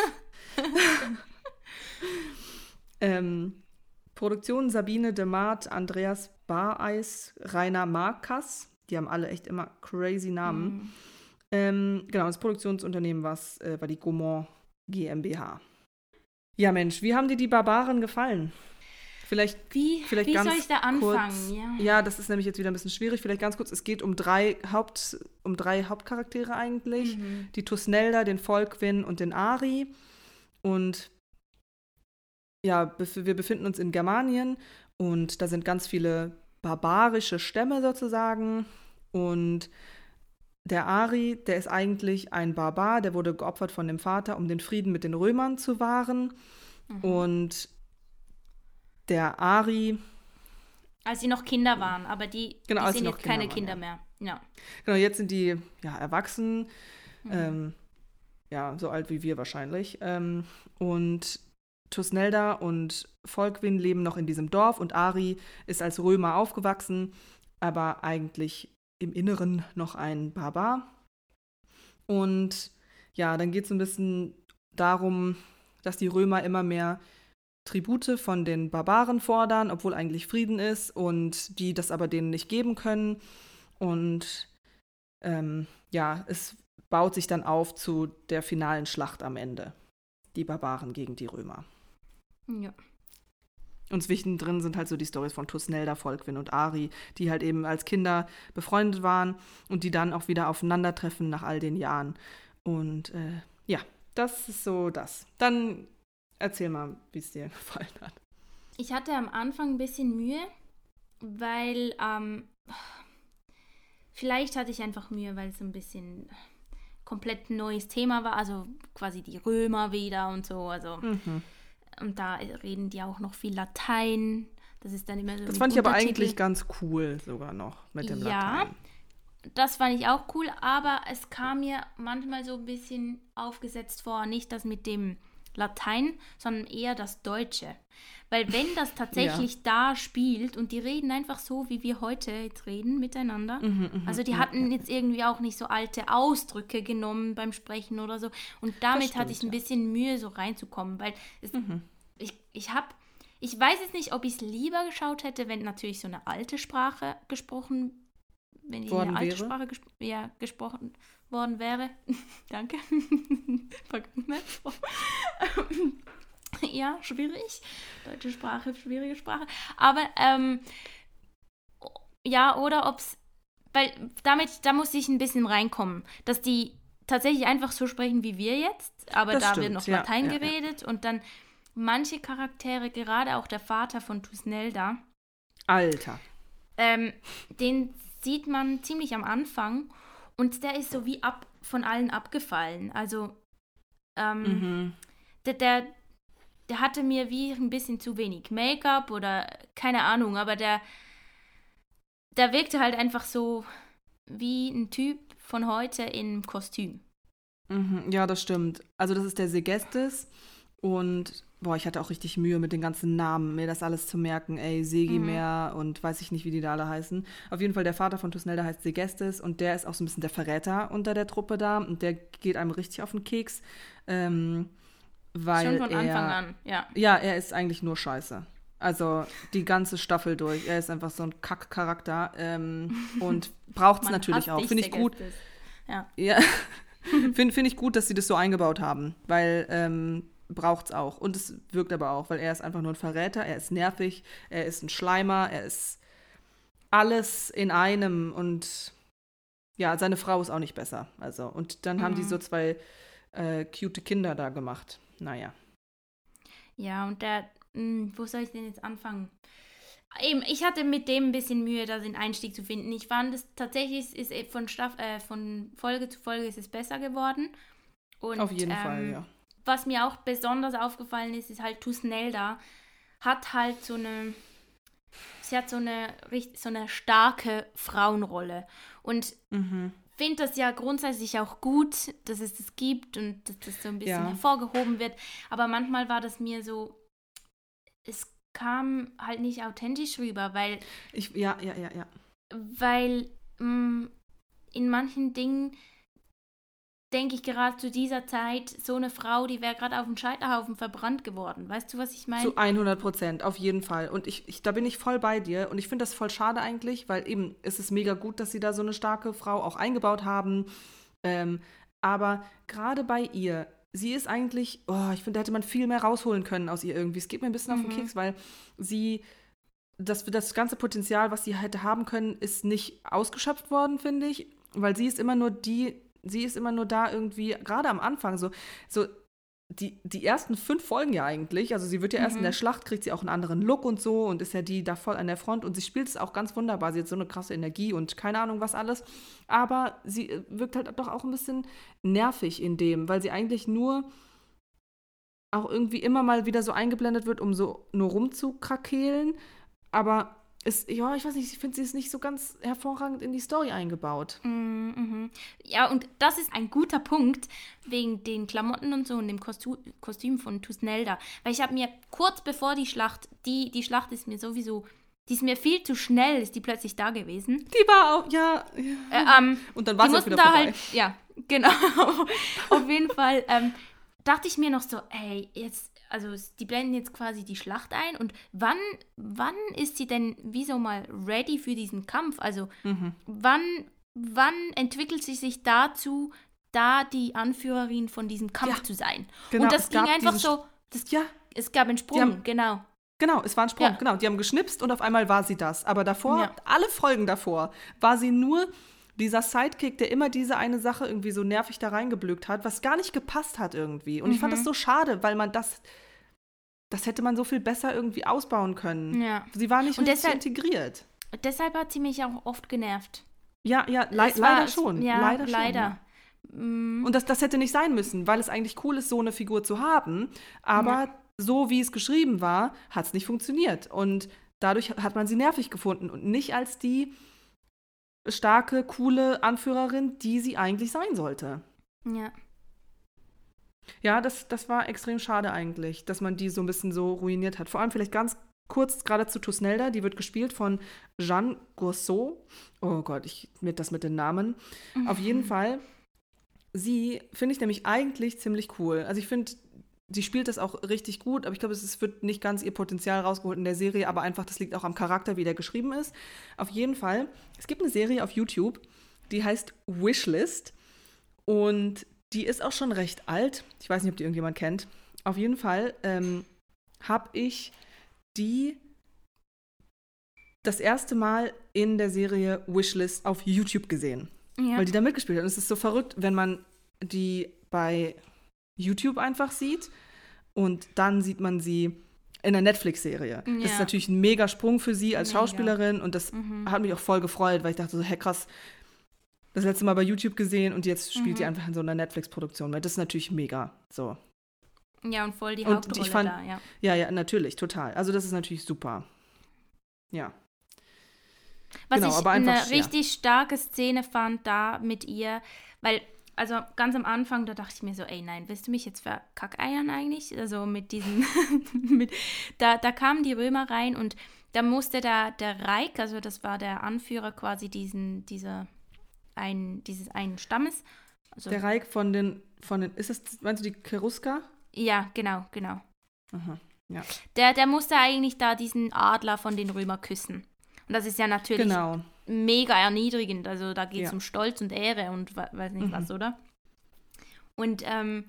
ähm, Produktion Sabine de Maat, Andreas Bareis, Rainer Markas. Die haben alle echt immer crazy Namen. Mhm. Ähm, genau, das Produktionsunternehmen war's, äh, war die Gaumont GmbH. Ja, Mensch, wie haben dir die Barbaren gefallen? Vielleicht, Wie, vielleicht wie ganz soll ich da anfangen? kurz. Ja. Ja, das ist nämlich jetzt wieder ein bisschen schwierig. Vielleicht ganz kurz, es geht um drei, Haupt, um drei Hauptcharaktere eigentlich. Mhm. Die Tusnelda, den Volkwin und den Ari. Und ja, bef- wir befinden uns in Germanien und da sind ganz viele barbarische Stämme sozusagen. Und der Ari, der ist eigentlich ein Barbar, der wurde geopfert von dem Vater, um den Frieden mit den Römern zu wahren. Mhm. Und der Ari, Als sie noch Kinder waren, aber die, Genau, die als sie sind noch jetzt keine Kinder Kinder waren, mehr. Ja. genau, jetzt sind die ja erwachsen, Mhm. ähm, ja, so alt wie wir wahrscheinlich. Ähm, und Tusnelda und Volkwin leben noch in diesem Dorf und Ari ist als Römer aufgewachsen, aber eigentlich im Inneren noch ein Barbar. Und ja, dann geht es ein bisschen darum, dass die Römer immer mehr Tribute von den Barbaren fordern, obwohl eigentlich Frieden ist und die das aber denen nicht geben können. Und ähm, ja, es baut sich dann auf zu der finalen Schlacht am Ende. Die Barbaren gegen die Römer. Ja. Und zwischendrin sind halt so die Storys von Tusnelda, Volkwin und Ari, die halt eben als Kinder befreundet waren und die dann auch wieder aufeinandertreffen nach all den Jahren. Und äh, ja, das ist so das. Dann erzähl mal, wie es dir gefallen hat. Ich hatte am Anfang ein bisschen Mühe, weil ähm, vielleicht hatte ich einfach Mühe, weil es so ein bisschen komplett neues Thema war, also quasi die Römer wieder und so, also Mhm. und da reden die auch noch viel Latein, das ist dann immer so Das mit fand ich aber Untertitel. eigentlich ganz cool sogar noch mit dem Ja, Latein. das fand ich auch cool, aber es kam mir manchmal so ein bisschen aufgesetzt vor, nicht das mit dem Latein, sondern eher das Deutsche. Weil wenn das tatsächlich da spielt und die reden einfach so, wie wir heute jetzt reden miteinander, Mhm, mhm, also die ja, hatten ja. jetzt irgendwie auch nicht so alte Ausdrücke genommen beim Sprechen oder so und damit hatte ich stimmt, ein ja. bisschen Mühe, so reinzukommen, weil es, Mhm. ich, ich habe, ich weiß jetzt nicht, ob ich es lieber geschaut hätte, wenn natürlich so eine alte Sprache gesprochen, wenn die Worden eine alte wäre. Sprache gespro ja, gesprochen worden wäre. Danke. Ja, schwierig. Deutsche Sprache, schwierige Sprache. Aber, ähm, ja, oder ob es, weil damit, da muss ich ein bisschen reinkommen, dass die tatsächlich einfach so sprechen wie wir jetzt, aber Das da stimmt, wird noch ja, Latein ja, ja. geredet und dann manche Charaktere, gerade auch der Vater von Thusnelda, Alter. ähm, den sieht man ziemlich am Anfang und der ist so wie ab von allen abgefallen. Also, ähm, Mhm. der, der, der hatte mir wie ein bisschen zu wenig Make-up oder keine Ahnung, aber der, der wirkte halt einfach so wie ein Typ von heute in Kostüm. Mhm. Ja, das stimmt. Also das ist der Segestes und boah, ich hatte auch richtig Mühe mit den ganzen Namen, mir das alles zu merken. Ey, Segimer und weiß ich nicht, wie die da alle heißen. Auf jeden Fall, der Vater von Thusnelda heißt Segestes und der ist auch so ein bisschen der Verräter unter der Truppe da und der geht einem richtig auf den Keks, ähm, weil Schon von er, Anfang an, ja. ja, er ist eigentlich nur Scheiße. Also die ganze Staffel durch. Er ist einfach so ein Kack-Charakter ähm, und braucht es Man natürlich hasst auch. dich, Finde ich gut. Segestes. Ja. Ja, finde find ich gut, dass sie das so eingebaut haben, weil ähm, braucht es auch. Und es wirkt aber auch, weil er ist einfach nur ein Verräter, er ist nervig, er ist ein Schleimer, er ist alles in einem und ja, seine Frau ist auch nicht besser. Also, und dann haben die so zwei äh, cute Kinder da gemacht. Naja. Ja, und der, mh, wo soll ich denn jetzt anfangen? Eben, ich hatte mit dem ein bisschen Mühe, da den Einstieg zu finden. Ich fand es tatsächlich, ist ist von, Staff, äh, von Folge zu Folge ist es besser geworden. Und, Auf jeden ähm, Fall, ja. was mir auch besonders aufgefallen ist, ist halt Thusnelda hat halt so eine, sie hat so eine, richt- so eine starke Frauenrolle. Und Mhm. finde das ja grundsätzlich auch gut, dass es das gibt und dass das so ein bisschen Ja. hervorgehoben wird. Aber manchmal war das mir so, es kam halt nicht authentisch rüber, weil, Ich, ja, ja, ja, ja. weil mh, in manchen Dingen denke ich gerade zu dieser Zeit, so eine Frau, die wäre gerade auf dem Scheiterhaufen verbrannt geworden. Weißt du, was ich meine? Zu hundert Prozent, auf jeden Fall. Und ich, ich, da bin ich voll bei dir. Und ich finde das voll schade eigentlich, weil eben ist es mega gut, dass sie da so eine starke Frau auch eingebaut haben. Ähm, aber gerade bei ihr, sie ist eigentlich, oh, ich finde, da hätte man viel mehr rausholen können aus ihr irgendwie. Es geht mir ein bisschen auf den Mhm. Keks, weil sie, das, das ganze Potenzial, was sie hätte haben können, ist nicht ausgeschöpft worden, finde ich. Weil sie ist immer nur die, sie ist immer nur da irgendwie, gerade am Anfang, so, so die, die ersten fünf Folgen ja eigentlich, also sie wird ja erst in der Schlacht, kriegt sie auch einen anderen Look und so und ist ja die da voll an der Front und sie spielt es auch ganz wunderbar, sie hat so eine krasse Energie und keine Ahnung was alles, aber sie äh, wirkt halt doch auch ein bisschen nervig in dem, weil sie eigentlich nur auch irgendwie immer mal wieder so eingeblendet wird, um so nur rumzukrakeelen, aber ist, ja, ich weiß nicht, ich finde, sie ist nicht so ganz hervorragend in die Story eingebaut. Mhm, mhm. Ja, und das ist ein guter Punkt wegen den Klamotten und so und dem Kostü Kostüm von Thusnelda. Weil ich habe mir kurz bevor die Schlacht, die, die Schlacht ist mir sowieso, die ist mir viel zu schnell, ist die plötzlich da gewesen. Die war auch, ja. ja. Äh, ähm, und dann war die sie auch mussten wieder da vorbei. halt, ja, genau. Auf jeden Fall ähm, dachte ich mir noch so, ey, jetzt, also die blenden jetzt quasi die Schlacht ein und wann, wann ist sie denn wieso mal ready für diesen Kampf? Also Mhm. wann, wann entwickelt sie sich dazu, da die Anführerin von diesem Kampf Ja, zu sein? genau, und das es ging gab einfach diesen so, das, Ja, es gab einen Sprung, haben- genau. genau, es war ein Sprung, Ja. genau. Die haben geschnipst und auf einmal war sie das. Aber davor, Ja. alle Folgen davor, war sie nur dieser Sidekick, der immer diese eine Sache irgendwie so nervig da reingeblökt hat, was gar nicht gepasst hat irgendwie. Und ich fand das so schade, weil man das, das hätte man so viel besser irgendwie ausbauen können. Ja. Sie war nicht Und richtig deshalb- integriert. Deshalb hat sie mich auch oft genervt. Ja, ja, le- Es war- leider es- schon. Ja, leider. Schon, leider. ja. Mm, Und das, das hätte nicht sein müssen, weil es eigentlich cool ist, so eine Figur zu haben. Aber Ja. so wie es geschrieben war, hat es nicht funktioniert. Und dadurch hat man sie nervig gefunden und nicht als die starke, coole Anführerin, die sie eigentlich sein sollte. ja. Ja, das, das war extrem schade eigentlich, dass man die so ein bisschen so ruiniert hat. Vor allem vielleicht ganz kurz gerade zu Tusnelda, die wird gespielt von Jeanne Gourceau. Oh Gott, ich mit das mit den Namen. Auf jeden Fall, sie finde ich nämlich eigentlich ziemlich cool. Also ich finde, sie spielt das auch richtig gut, aber ich glaube, es ist- wird nicht ganz ihr Potenzial rausgeholt in der Serie, aber einfach, das liegt auch am Charakter, wie der geschrieben ist. Auf jeden Fall, es gibt eine Serie auf YouTube, die heißt Wishlist und die ist auch schon recht alt. Ich weiß nicht, ob die irgendjemand kennt. Auf jeden Fall ähm, habe ich die das erste Mal in der Serie Wishlist auf YouTube gesehen, Ja. weil die da mitgespielt hat. Und es ist so verrückt, wenn man die bei YouTube einfach sieht und dann sieht man sie in der Netflix-Serie. Ja. Das ist natürlich ein mega Sprung für sie als Mega. Schauspielerin und das Mhm. hat mich auch voll gefreut, weil ich dachte so, hey krass, das letzte Mal bei YouTube gesehen und jetzt spielt Mhm. die einfach in so einer Netflix-Produktion. Weil das ist natürlich mega. So. Ja, und voll die Und Hauptrolle ich fand- da, ja. Ja, ja, natürlich, total. Also das ist natürlich super. Ja. Was Genau, ich aber einfach, eine ja. richtig starke Szene fand da mit ihr, weil, also ganz am Anfang, da dachte ich mir so, ey, nein, willst du mich jetzt verkackeiern eigentlich? Also mit diesen, mit, da, da kamen die Römer rein und da musste da der Reik, also das war der Anführer quasi diesen, dieser, ein, dieses einen Stammes. Also, Der Reich von den, von den, ist das, meinst du die Cherusker? ja, genau, genau. Aha, ja. Der, der musste eigentlich da diesen Adler von den Römern küssen. Und das ist ja natürlich Genau. mega erniedrigend. Also da geht es Ja. um Stolz und Ehre und we- weiß nicht Mhm. was, oder? Und ähm,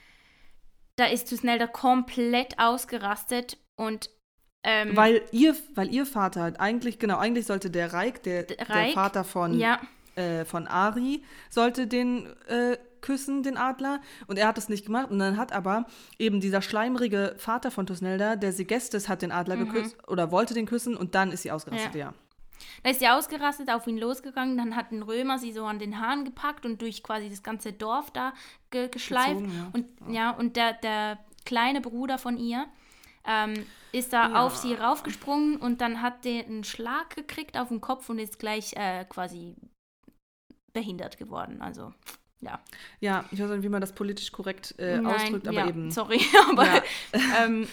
da ist Tusnelda komplett ausgerastet und ähm, Weil ihr, weil ihr Vater, eigentlich, genau, eigentlich sollte der Reich, der, Der der Reik, Vater von, ja, äh, von Ari, sollte den äh, küssen, den Adler. Und er hat es nicht gemacht. Und dann hat aber eben dieser schleimrige Vater von Tusnelda, der Segestes, hat den Adler Mhm. geküsst oder wollte den küssen und dann ist sie ausgerastet, ja. da ist sie ausgerastet, auf ihn losgegangen, dann hat ein Römer sie so an den Haaren gepackt und durch quasi das ganze Dorf da ge geschleift. Gezogen, ja. Und ja, und der, der kleine Bruder von ihr ähm, ist da Ja. auf sie raufgesprungen und dann hat der einen Schlag gekriegt auf den Kopf und ist gleich äh, quasi behindert geworden. Also, ja. Ja, ich weiß nicht, wie man das politisch korrekt äh, Nein, ausdrückt, aber ja, eben. sorry, aber Ja. ähm,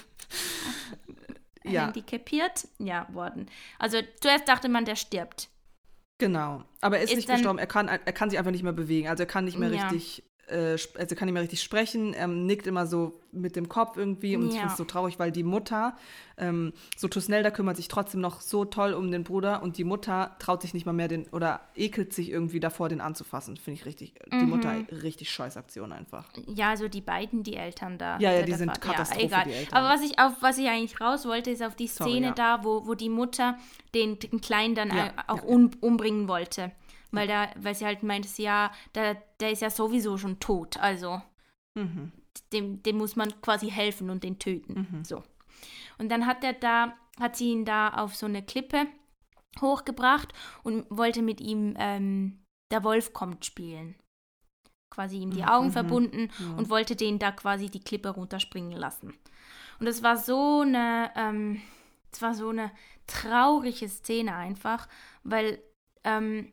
Ja. handicapiert, ja, worden. Also zuerst dachte man, der stirbt. Genau. Aber er ist, Ist nicht dann- gestorben, er kann, er kann sich einfach nicht mehr bewegen. Also er kann nicht mehr Ja. richtig, äh, sp- also er kann nicht mehr richtig sprechen, er nickt immer so mit dem Kopf irgendwie und ich Ja. finde es so traurig, weil die Mutter, ähm, so Tusnelda kümmert sich trotzdem noch so toll um den Bruder und die Mutter traut sich nicht mal mehr den, oder ekelt sich irgendwie davor, den anzufassen. Finde ich richtig, die Mhm. Mutter, richtig Scheißaktion einfach. Ja, also die beiden, die Eltern da. Ja, ja, der- die der sind Vater. Katastrophe, Ja, egal. die Eltern. Aber was ich, auf was ich eigentlich raus wollte, ist auf die Sorry, Szene ja. da, wo, wo die Mutter den, den Kleinen dann Ja, äh, auch ja, ja. um, umbringen wollte. Weil, da, weil sie halt meinte, ja, der, der ist ja sowieso schon tot. Also Mhm. dem, dem muss man quasi helfen und den töten. Mhm. So. Und dann hat er da, hat sie ihn da auf so eine Klippe hochgebracht und wollte mit ihm ähm, Der Wolf kommt spielen. Quasi ihm die Augen Mhm. verbunden Ja. und wollte den da quasi die Klippe runterspringen lassen. Und es war so eine, ähm, es war so eine traurige Szene einfach, weil, ähm,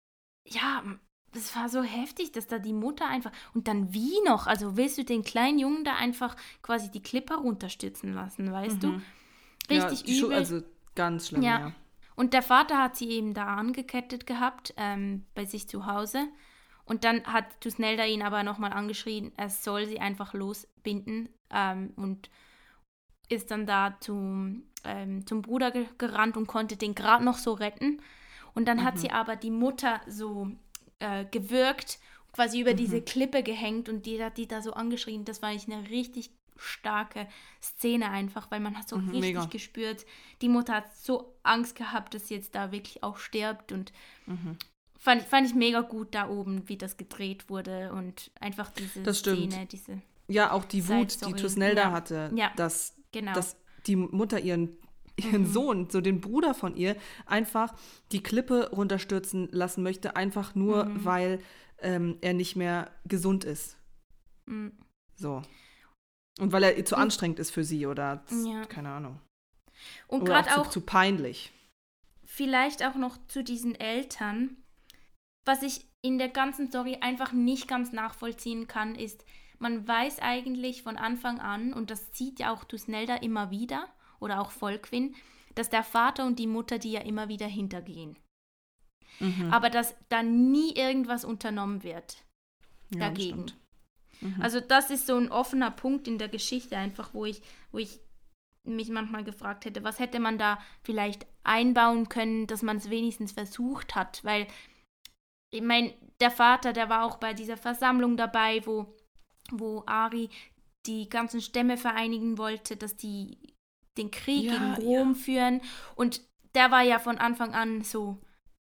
ja, das war so heftig, dass da die Mutter einfach, und dann wie noch, also willst du den kleinen Jungen da einfach quasi die Klippe runterstürzen lassen, weißt Mhm. du? Richtig ja, die Schu- übel. Also ganz schlimm, Ja. ja. Und der Vater hat sie eben da angekettet gehabt, ähm, bei sich zu Hause. Und dann hat Tusnelda ihn aber nochmal angeschrien, er soll sie einfach losbinden, ähm, und ist dann da zum, ähm, zum Bruder ge gerannt und konnte den gerade noch so retten. Und dann hat Mhm. sie aber die Mutter so äh, gewürgt, quasi über Mhm. diese Klippe gehängt und die hat die da so angeschrien. Das war eigentlich eine richtig starke Szene einfach, weil man hat so Mhm, richtig mega. gespürt, die Mutter hat so Angst gehabt, dass sie jetzt da wirklich auch stirbt und Mhm. fand, fand ich mega gut da oben, wie das gedreht wurde und einfach diese Das stimmt. Szene, diese, Ja, auch die Side Wut, die Story. Tusnelda Ja. hatte, Ja. dass Genau. Dass die Mutter ihren, ihren mhm. Sohn, so den Bruder von ihr, einfach die Klippe runterstürzen lassen möchte, einfach nur, mhm. weil ähm, er nicht mehr gesund ist. Mhm. So. Und weil er zu und, anstrengend ist für sie oder z- ja. keine Ahnung. Und oder gerade auch, zu, auch zu peinlich. Vielleicht auch noch zu diesen Eltern. Was ich in der ganzen Story einfach nicht ganz nachvollziehen kann, ist, man weiß eigentlich von Anfang an, und das sieht ja auch Thusnelda immer wieder, oder auch Volkwin, dass der Vater und die Mutter die ja immer wieder hintergehen. Mhm. Aber dass da nie irgendwas unternommen wird ja, dagegen. Das mhm. Also das ist so ein offener Punkt in der Geschichte einfach, wo ich, wo ich mich manchmal gefragt hätte, was hätte man da vielleicht einbauen können, dass man es wenigstens versucht hat, weil ich meine, der Vater, der war auch bei dieser Versammlung dabei, wo, wo Ari die ganzen Stämme vereinigen wollte, dass die den Krieg ja, gegen Rom ja. führen. Und der war ja von Anfang an so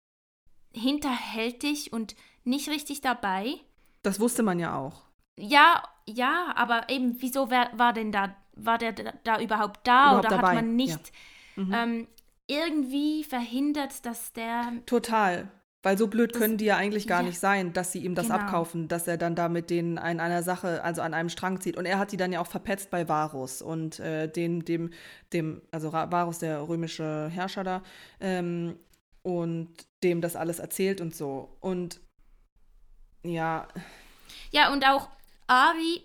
hinterhältig und nicht richtig dabei. Das wusste man ja auch. Ja, ja, aber eben, wieso war, war denn da, war der da, da überhaupt da? Überhaupt oder dabei. Hat man nicht ja. mhm. ähm, irgendwie verhindert, dass der... Total. Weil so blöd das, können die ja eigentlich gar ja, nicht sein, dass sie ihm das genau. abkaufen, dass er dann da mit denen an einer Sache, also an einem Strang zieht. Und er hat die dann ja auch verpetzt bei Varus und äh, den, dem, dem, also Varus, der römische Herrscher da, ähm, und dem das alles erzählt und so. Und ja. Ja, und auch Ari,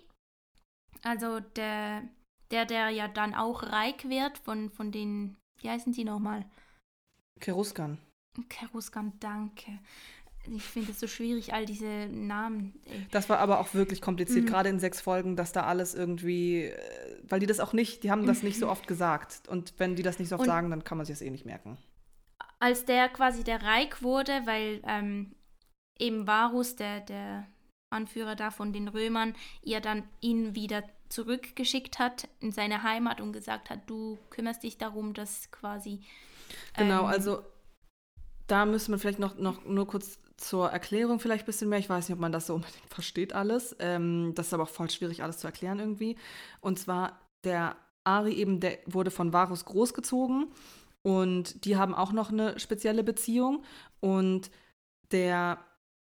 also der, der, der ja dann auch Reik wird von, von den, wie heißen die nochmal? Cheruskan. Cheruskan, danke. Ich finde es so schwierig, all diese Namen. Das war aber auch wirklich kompliziert, mhm. gerade in sechs Folgen, dass da alles irgendwie, weil die das auch nicht, die haben das nicht so oft gesagt. Und wenn die das nicht so oft und sagen, dann kann man sich das eh nicht merken. Als der quasi der Reik wurde, weil ähm, eben Varus, der, der Anführer da von den Römern, ihr dann ihn wieder zurückgeschickt hat in seine Heimat und gesagt hat, du kümmerst dich darum, dass quasi... Ähm, genau, also da müssen wir vielleicht noch, noch nur kurz zur Erklärung vielleicht ein bisschen mehr. Ich weiß nicht, ob man das so unbedingt versteht alles. Ähm, das ist aber auch voll schwierig, alles zu erklären irgendwie. Und zwar, der Ari eben, der wurde von Varus großgezogen und die haben auch noch eine spezielle Beziehung. Und der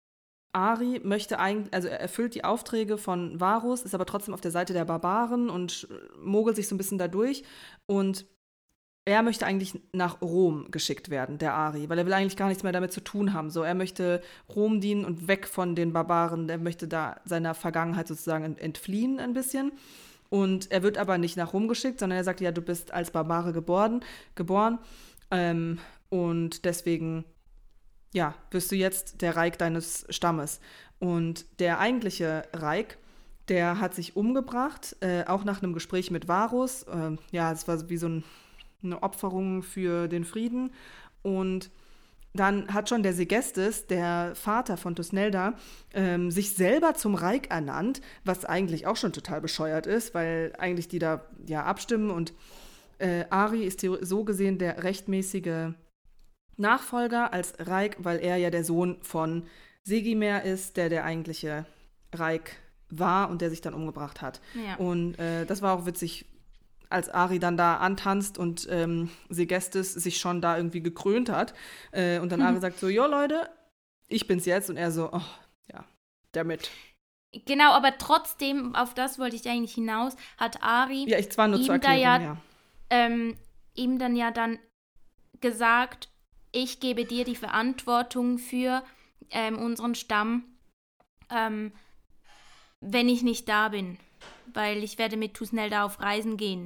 Ari möchte eigentlich, also er erfüllt die Aufträge von Varus, ist aber trotzdem auf der Seite der Barbaren und mogelt sich so ein bisschen dadurch. Und er möchte eigentlich nach Rom geschickt werden, der Ari, weil er will eigentlich gar nichts mehr damit zu tun haben. So, er möchte Rom dienen und weg von den Barbaren. Er möchte da seiner Vergangenheit sozusagen entfliehen ein bisschen. Und er wird aber nicht nach Rom geschickt, sondern er sagt, ja, du bist als Barbare geboren, geboren ähm, und deswegen, ja, wirst du jetzt der Reik deines Stammes. Und der eigentliche Reik, der hat sich umgebracht, äh, auch nach einem Gespräch mit Varus. Äh, ja, es war wie so ein eine Opferung für den Frieden. Und dann hat schon der Segestes, der Vater von Thusnelda, ähm, sich selber zum Reik ernannt, was eigentlich auch schon total bescheuert ist, weil eigentlich die da ja abstimmen und äh, Ari ist so gesehen der rechtmäßige Nachfolger als Reik, weil er ja der Sohn von Segimer ist, der der eigentliche Reik war und der sich dann umgebracht hat. Ja. Und äh, das war auch witzig, als Ari dann da antanzt und ähm, Segestes sich schon da irgendwie gekrönt hat. Äh, und dann hm. Ari sagt so, jo Leute, ich bin's jetzt. Und er so, oh, ja, damit. Genau, aber trotzdem, auf das wollte ich eigentlich hinaus, hat Ari ja, ich zwar nur ihm, zur Erklärung, da ja, ja. ähm, ihm dann ja dann gesagt, ich gebe dir die Verantwortung für ähm, unseren Stamm, ähm, wenn ich nicht da bin. Weil ich werde mit Thusnelda auf Reisen gehen.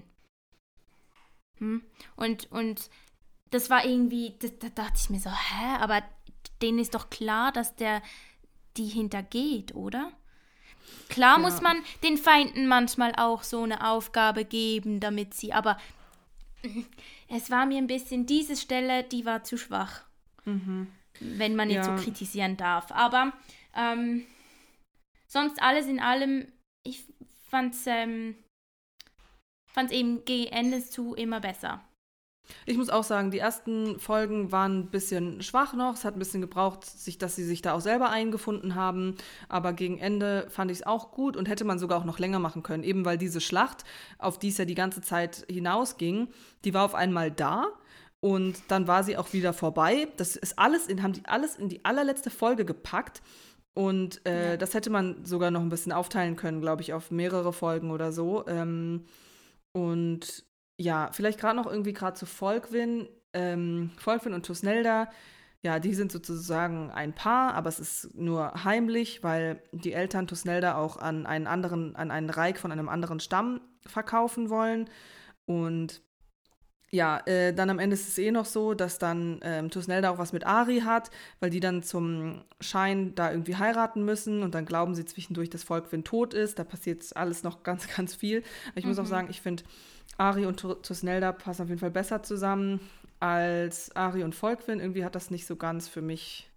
Hm? Und, und das war irgendwie, das, da dachte ich mir so, hä, aber denen ist doch klar, dass der die hintergeht, oder? Klar ja. muss man den Feinden manchmal auch so eine Aufgabe geben, damit sie, aber es war mir ein bisschen, diese Stelle, die war zu schwach. Mhm. Wenn man jetzt ja. so kritisieren darf. Aber ähm, sonst alles in allem, ich fand's, ähm, fand's eben gegen Ende zu immer besser. Ich muss auch sagen, die ersten Folgen waren ein bisschen schwach noch. Es hat ein bisschen gebraucht, sich, dass sie sich da auch selber eingefunden haben. Aber gegen Ende fand ich es auch gut und hätte man sogar auch noch länger machen können. Eben weil diese Schlacht, auf die es ja die ganze Zeit hinausging, die war auf einmal da. Und dann war sie auch wieder vorbei. Das ist alles in, haben die alles in die allerletzte Folge gepackt. Und äh, ja. das hätte man sogar noch ein bisschen aufteilen können, glaube ich, auf mehrere Folgen oder so. Ähm, und ja, vielleicht gerade noch irgendwie gerade zu Volkwin. Ähm, Volkwin und Thusnelda, ja, die sind sozusagen ein Paar, aber es ist nur heimlich, weil die Eltern Thusnelda auch an einen anderen, an einen Reich von einem anderen Stamm verkaufen wollen. Und ja, äh, dann am Ende ist es eh noch so, dass dann ähm, Thusnelda auch was mit Ari hat, weil die dann zum Schein da irgendwie heiraten müssen und dann glauben sie zwischendurch, dass Volkwin tot ist. Da passiert alles noch ganz, ganz viel. Aber ich mhm. muss auch sagen, ich finde, Ari und Thusnelda passen auf jeden Fall besser zusammen als Ari und Volkwin. Irgendwie hat das nicht so ganz für mich,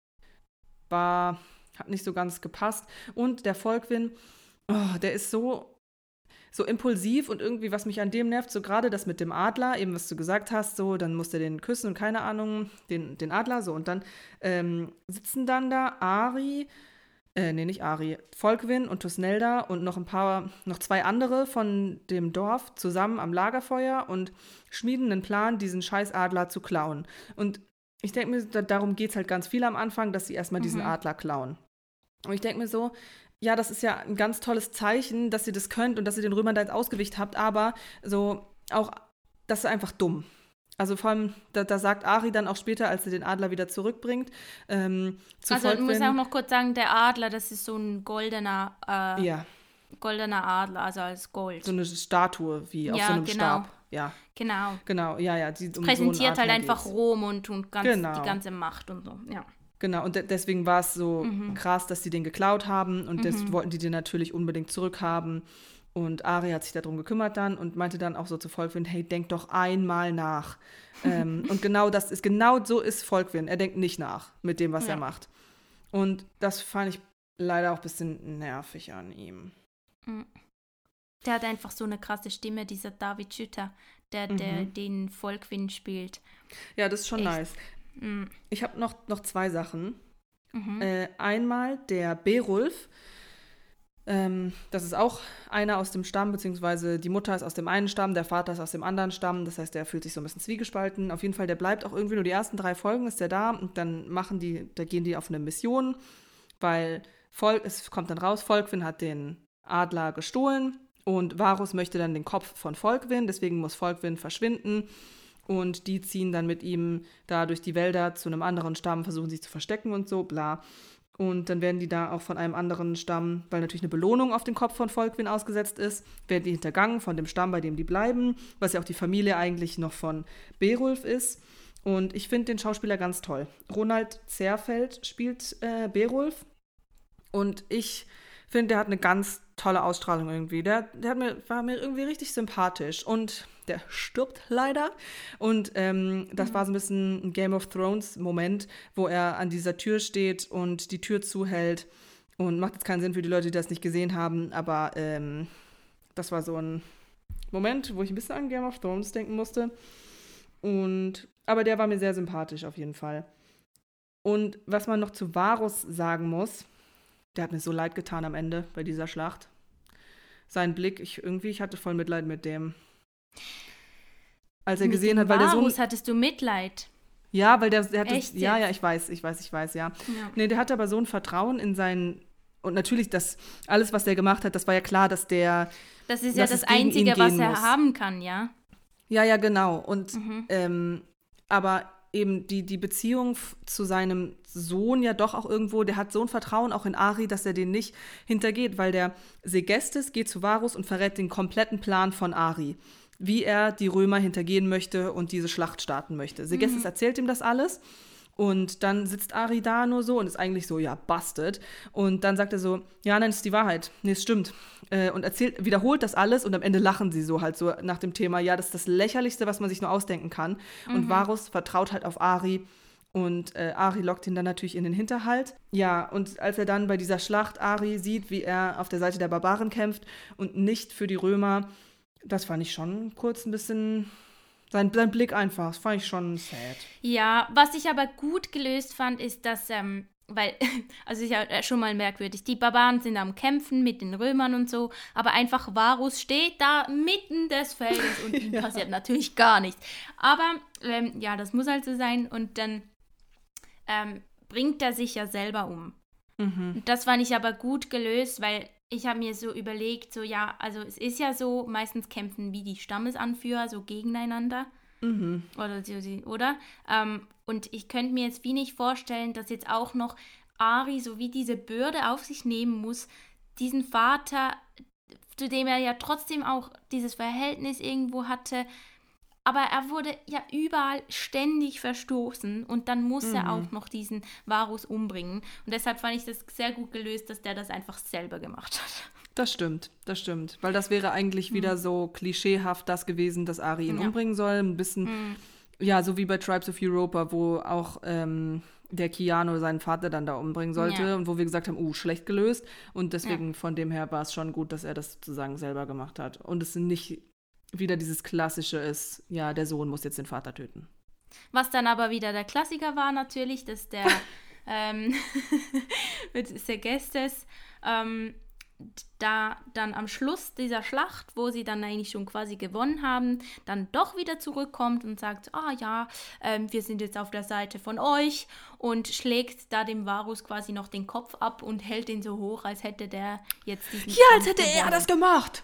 war, hat nicht so ganz gepasst. Und der Volkwin, oh, der ist so, so impulsiv und irgendwie, was mich an dem nervt, so gerade das mit dem Adler, eben was du gesagt hast, so, dann musste er den küssen und keine Ahnung, den, den Adler, so. Und dann ähm, sitzen dann da Ari, Äh, nee, nicht Ari, Volkwin und Thusnelda und noch ein paar, noch zwei andere von dem Dorf zusammen am Lagerfeuer und schmieden einen Plan, diesen scheiß Adler zu klauen. Und ich denke mir, da, darum geht es halt ganz viel am Anfang, dass sie erstmal mhm. diesen Adler klauen. Und ich denke mir so, ja, das ist ja ein ganz tolles Zeichen, dass ihr das könnt und dass ihr den Römern da ins Ausgewicht habt, aber so auch, das ist einfach dumm. Also vor allem, da, da sagt Ari dann auch später, als er den Adler wieder zurückbringt, ähm, zu Also Volkwin, ich muss auch noch kurz sagen, der Adler, das ist so ein goldener, äh, ja. goldener Adler, also als Gold. So eine Statue wie ja, auf so einem genau. Stab. Ja, genau. Genau, ja, ja. Die, um präsentiert so halt einfach geht's. Rom und, und ganz, genau. die ganze Macht und so, ja. Genau, und de- deswegen war es so Mhm. krass, dass die den geklaut haben und Mhm. das wollten die den natürlich unbedingt zurückhaben. Und Ari hat sich darum gekümmert dann und meinte dann auch so zu Volkwin, hey, denk doch einmal nach. ähm, und genau das ist, genau so ist Volkwin. Er denkt nicht nach mit dem, was Ja. er macht. Und das fand ich leider auch ein bisschen nervig an ihm. Mhm. Der hat einfach so eine krasse Stimme, dieser David Schütter, der, der Mhm. den Volkwin spielt. Ja, das ist schon Echt. nice. Mhm. Ich habe noch, noch zwei Sachen. Mhm. Äh, einmal der Berulf. Ähm, das ist auch einer aus dem Stamm, beziehungsweise die Mutter ist aus dem einen Stamm, der Vater ist aus dem anderen Stamm. Das heißt, der fühlt sich so ein bisschen zwiegespalten. Auf jeden Fall, der bleibt auch irgendwie nur die ersten drei Folgen ist der da und dann machen die, da gehen die auf eine Mission, weil Vol- es kommt dann raus, Volkwin hat den Adler gestohlen und Varus möchte dann den Kopf von Volkwin, deswegen muss Volkwin verschwinden. Und die ziehen dann mit ihm da durch die Wälder zu einem anderen Stamm, versuchen sich zu verstecken und so, bla. Und dann werden die da auch von einem anderen Stamm, weil natürlich eine Belohnung auf den Kopf von Volkwin ausgesetzt ist, werden die hintergangen von dem Stamm, bei dem die bleiben, was ja auch die Familie eigentlich noch von Berulf ist. Und ich finde den Schauspieler ganz toll. Ronald Zerfeld spielt äh, Berulf. Und ich finde, der hat eine ganz tolle Ausstrahlung irgendwie. Der, der hat mir, war mir irgendwie richtig sympathisch. Und der stirbt leider. Und ähm, das mhm. war so ein bisschen ein Game of Thrones-Moment, wo er an dieser Tür steht und die Tür zuhält. Und macht jetzt keinen Sinn für die Leute, die das nicht gesehen haben, aber ähm, das war so ein Moment, wo ich ein bisschen an Game of Thrones denken musste. Und, aber der war mir sehr sympathisch auf jeden Fall. Und was man noch zu Varus sagen muss, der hat mir so leid getan am Ende bei dieser Schlacht. Sein Blick, ich irgendwie, ich hatte voll Mitleid mit dem. Als er mit gesehen dem hat, weil der Varus so. hattest du Mitleid? Ja, weil der, der hatte. Echt Ja, jetzt? ja, ich weiß, ich weiß, ich weiß, ja. Ja. Nee, der hatte aber so ein Vertrauen in seinen. Und natürlich, das, alles, was der gemacht hat, das war ja klar, dass der. Das ist ja dass das es gegen ihn Einzige, was gehen er muss. haben kann, ja? Ja, ja, genau. Und Mhm. ähm, aber eben die, die Beziehung f- zu seinem Sohn ja doch auch irgendwo, der hat so ein Vertrauen auch in Ari, dass er den nicht hintergeht, weil der Segestes geht zu Varus und verrät den kompletten Plan von Ari, wie er die Römer hintergehen möchte und diese Schlacht starten möchte. Segestes Mhm. erzählt ihm das alles. Und dann sitzt Ari da nur so und ist eigentlich so, ja, busted. Und dann sagt er so, ja, nein, das ist die Wahrheit. Nee, es stimmt. Äh, und erzählt, wiederholt das alles und am Ende lachen sie so halt so nach dem Thema, ja, das ist das Lächerlichste, was man sich nur ausdenken kann. Mhm. Und Varus vertraut halt auf Ari und äh, Ari lockt ihn dann natürlich in den Hinterhalt. Ja, und als er dann bei dieser Schlacht Ari sieht, wie er auf der Seite der Barbaren kämpft und nicht für die Römer, das fand ich schon kurz ein bisschen, Sein, sein Blick einfach, das fand ich schon sad. Ja, was ich aber gut gelöst fand, ist, dass, ähm, weil, also ist ja schon mal merkwürdig, die Barbaren sind am Kämpfen mit den Römern und so, aber einfach Varus steht da mitten des Feldes und ihm ja. passiert natürlich gar nichts. Aber, ähm, ja, das muss halt so sein und dann ähm, bringt er sich ja selber um. Mhm. Und das fand ich aber gut gelöst, weil ich habe mir so überlegt, so ja, also es ist ja so, meistens kämpfen wie die Stammesanführer so gegeneinander. Mhm. Oder, oder? Ähm, und ich könnte mir jetzt wie nicht vorstellen, dass jetzt auch noch Ari so wie diese Bürde auf sich nehmen muss, diesen Vater, zu dem er ja trotzdem auch dieses Verhältnis irgendwo hatte, aber er wurde ja überall ständig verstoßen und dann muss mhm. er auch noch diesen Varus umbringen. Und deshalb fand ich das sehr gut gelöst, dass der das einfach selber gemacht hat. Das stimmt, das stimmt. Weil das wäre eigentlich mhm. wieder so klischeehaft das gewesen, dass Ari ihn ja. umbringen soll. Ein bisschen, mhm. ja, so wie bei Tribes of Europa, wo auch ähm, der Keanu seinen Vater dann da umbringen sollte ja. und wo wir gesagt haben, uh, schlecht gelöst. Und deswegen ja. von dem her war es schon gut, dass er das sozusagen selber gemacht hat. Und es nicht wieder dieses Klassische ist, ja, der Sohn muss jetzt den Vater töten. Was dann aber wieder der Klassiker war natürlich, dass der ähm, mit Sergestes ähm, da dann am Schluss dieser Schlacht, wo sie dann eigentlich schon quasi gewonnen haben, dann doch wieder zurückkommt und sagt, ah ja, ähm, wir sind jetzt auf der Seite von euch und schlägt da dem Varus quasi noch den Kopf ab und hält ihn so hoch, als hätte der jetzt diesen... Ja, als hätte er das gemacht!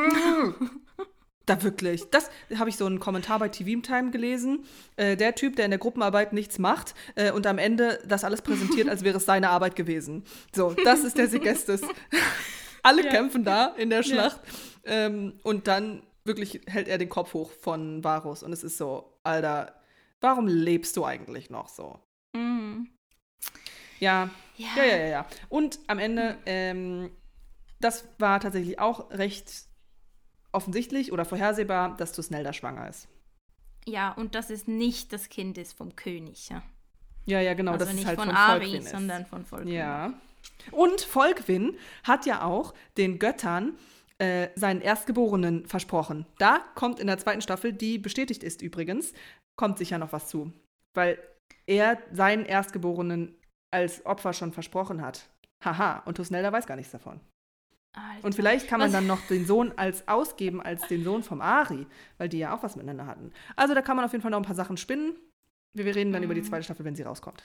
Da wirklich. Das habe ich so einen Kommentar bei T V Time gelesen. Äh, der Typ, der in der Gruppenarbeit nichts macht äh, und am Ende das alles präsentiert, als wäre es seine Arbeit gewesen. So, das ist der Segestes. Alle ja. kämpfen da in der Schlacht. Ja. Ähm, und dann wirklich hält er den Kopf hoch von Varus. Und es ist so, Alter, warum lebst du eigentlich noch so? Mhm. Ja. Ja. ja, ja, ja, ja. Und am Ende, ähm, das war tatsächlich auch recht offensichtlich oder vorhersehbar, dass Thusnelda schwanger ist. Ja, und dass es nicht das Kind ist vom König, ja. Ja, ja, genau. Also dass nicht es halt von, von Ari, sondern von Volkwin. Ja. Und Volkwin hat ja auch den Göttern äh, seinen Erstgeborenen versprochen. Da kommt in der zweiten Staffel, die bestätigt ist übrigens, kommt sicher noch was zu. Weil er seinen Erstgeborenen als Opfer schon versprochen hat. Haha, und Thusnelda weiß gar nichts davon. Alter. Und vielleicht kann man was? dann noch den Sohn als ausgeben als den Sohn vom Ari, weil die ja auch was miteinander hatten. Also da kann man auf jeden Fall noch ein paar Sachen spinnen. Wir, wir reden dann mm. über die zweite Staffel, wenn sie rauskommt.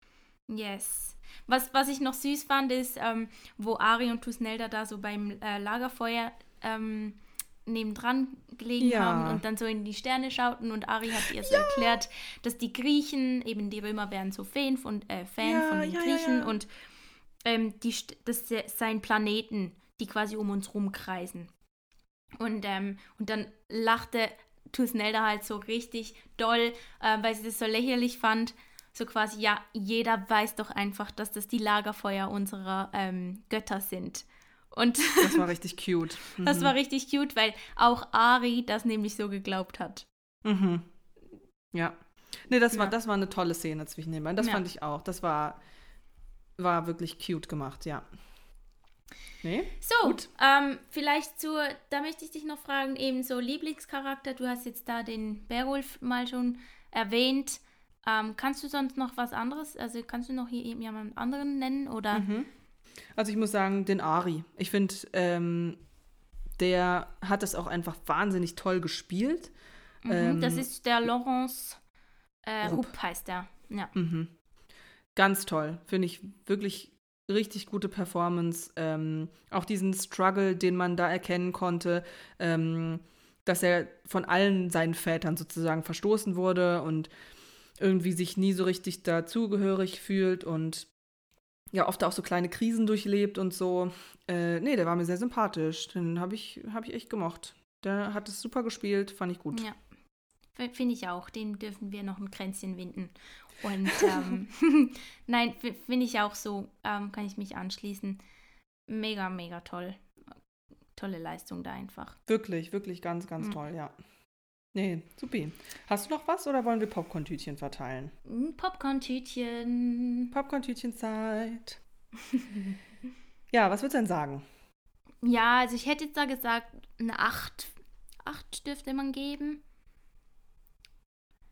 Yes. Was, was ich noch süß fand, ist, ähm, wo Ari und Thusnelda da so beim äh, Lagerfeuer ähm, nebendran gelegen ja. haben und dann so in die Sterne schauten und Ari hat ihr so ja. erklärt, dass die Griechen, eben die Römer wären so Fan von, äh, Fan ja, von den ja, Griechen ja, ja. und ähm, die, das sein Planeten, die quasi um uns rumkreisen. Und, ähm, und dann lachte Thusnelda halt so richtig doll, äh, weil sie das so lächerlich fand. So quasi, ja, jeder weiß doch einfach, dass das die Lagerfeuer unserer ähm, Götter sind. Und das war richtig cute. Mhm. Das war richtig cute, weil auch Ari das nämlich so geglaubt hat. Mhm. Ja. Nee, das, ja. war, das war eine tolle Szene zwischen den beiden. Das ja. fand ich auch. Das war, war wirklich cute gemacht, ja. Nee? So, ähm, vielleicht zu, da möchte ich dich noch fragen, eben so Lieblingscharakter, du hast jetzt da den Beowulf mal schon erwähnt. Ähm, kannst du sonst noch was anderes, also kannst du noch hier jemanden anderen nennen, oder? Mhm. Also ich muss sagen, den Ari. Ich finde, ähm, der hat das auch einfach wahnsinnig toll gespielt. Mhm, ähm, das ist der Laurence äh, Rupp heißt der. Ja. Mhm. Ganz toll, finde ich wirklich richtig gute Performance. Ähm, auch diesen Struggle, den man da erkennen konnte, ähm, dass er von allen seinen Vätern sozusagen verstoßen wurde und irgendwie sich nie so richtig dazugehörig fühlt und ja, oft auch so kleine Krisen durchlebt und so. Äh, nee, der war mir sehr sympathisch. Den habe ich, hab ich echt gemocht. Der hat es super gespielt, fand ich gut. Ja, finde ich auch. Den dürfen wir noch ein Kränzchen winden. Und ähm, nein, finde ich auch so, ähm, kann ich mich anschließen. Mega, mega toll. Tolle Leistung da einfach. Wirklich, wirklich ganz, ganz mhm. toll, ja. Nee, supi. Hast du noch was oder wollen wir Popcorn-Tütchen verteilen? Popcorn-Tütchen. Popcorn-Tütchen-Zeit. Ja, was würdest du denn sagen? Ja, also ich hätte jetzt da gesagt, eine acht. acht dürfte man geben.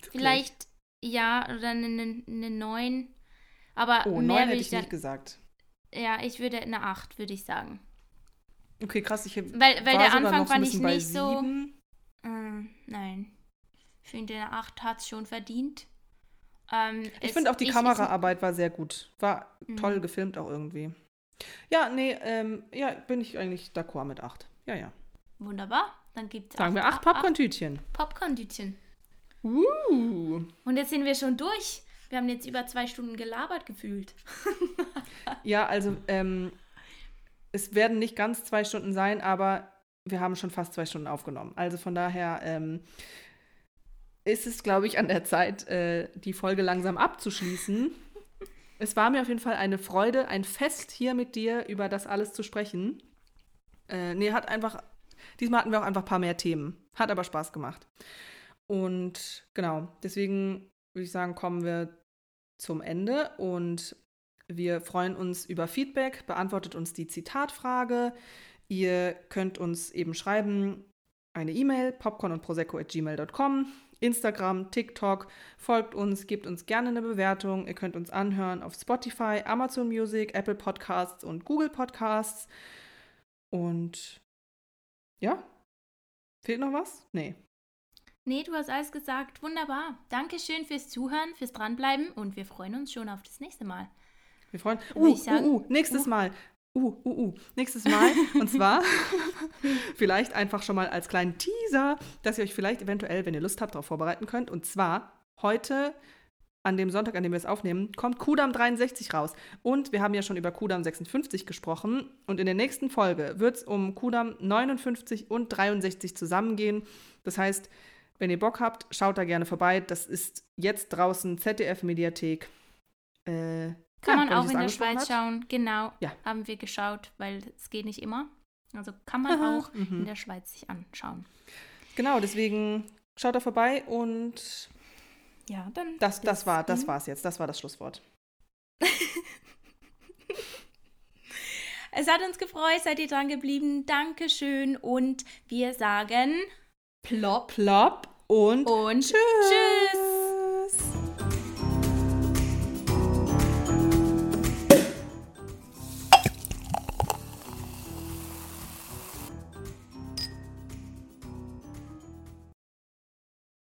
Vielleicht, ja, oder eine, eine neun. Aber Oh, mehr neun würde hätte ich ich dann, nicht gesagt. ja, ich würde eine acht, würde ich sagen. Okay, krass. Ich Weil, weil war der sogar Anfang noch so ein fand ich bisschen bei nicht so, sieben. äh, nein. Ich finde, eine acht hat es schon verdient. Ähm, Ich es, finde auch die ich, Kameraarbeit war sehr gut. War Mhm. toll gefilmt auch irgendwie. Ja, nee, ähm, ja, bin ich eigentlich d'accord mit acht. Ja, ja. Ist wunderbar. Dann gibt es Sagen wir acht Popcorn-Tütchen. Popcorn-Tütchen. Uh. Und jetzt sind wir schon durch. Wir haben jetzt über zwei Stunden gelabert gefühlt. Ja, also ähm, es werden nicht ganz zwei Stunden sein, aber wir haben schon fast zwei Stunden aufgenommen. Also von daher ähm, ist es, glaube ich, an der Zeit, äh, die Folge langsam abzuschließen. Es war mir auf jeden Fall eine Freude, ein Fest hier mit dir über das alles zu sprechen. Äh, nee, hat einfach, diesmal hatten wir auch einfach ein paar mehr Themen. Hat aber Spaß gemacht. Und genau, deswegen würde ich sagen, kommen wir zum Ende und wir freuen uns über Feedback. Beantwortet uns die Zitatfrage. Ihr könnt uns eben schreiben, eine E-Mail, popcorn und prosecco at gmail dot com, Instagram, TikTok, folgt uns, gebt uns gerne eine Bewertung. Ihr könnt uns anhören auf Spotify, Amazon Music, Apple Podcasts und Google Podcasts. Und ja, fehlt noch was? Nee. Nee, du hast alles gesagt. Wunderbar. Dankeschön fürs Zuhören, fürs Dranbleiben und wir freuen uns schon auf das nächste Mal. Wir freuen Dann würde Uh, ich sagen, uh, uh, nächstes uh. Mal. Uh, uh, uh, nächstes Mal. Und zwar vielleicht einfach schon mal als kleinen Teaser, dass ihr euch vielleicht eventuell, wenn ihr Lust habt, darauf vorbereiten könnt. Und zwar heute, an dem Sonntag, an dem wir es aufnehmen, kommt Kudamm dreiundsechzig raus. Und wir haben ja schon über Kudamm sechsundfünfzig gesprochen. Und in der nächsten Folge wird es um Kudamm neunundfünfzig und dreiundsechzig zusammengehen. Das heißt, wenn ihr Bock habt, schaut da gerne vorbei. Das ist jetzt draußen, Z D F-Mediathek. Äh, Kann ja, man weil auch ich in das der angesprochen Schweiz hat. schauen. Genau, Ja. haben wir geschaut, weil es geht nicht immer. Also kann man Aha, auch mhm. in der Schweiz sich anschauen. Genau, deswegen schaut da vorbei und Ja, dann. das, das bis war das in- war's jetzt. Das war das Schlusswort. Es hat uns gefreut, seid ihr dran geblieben. Dankeschön und wir sagen plopp Plopp und und tschüss. tschüss.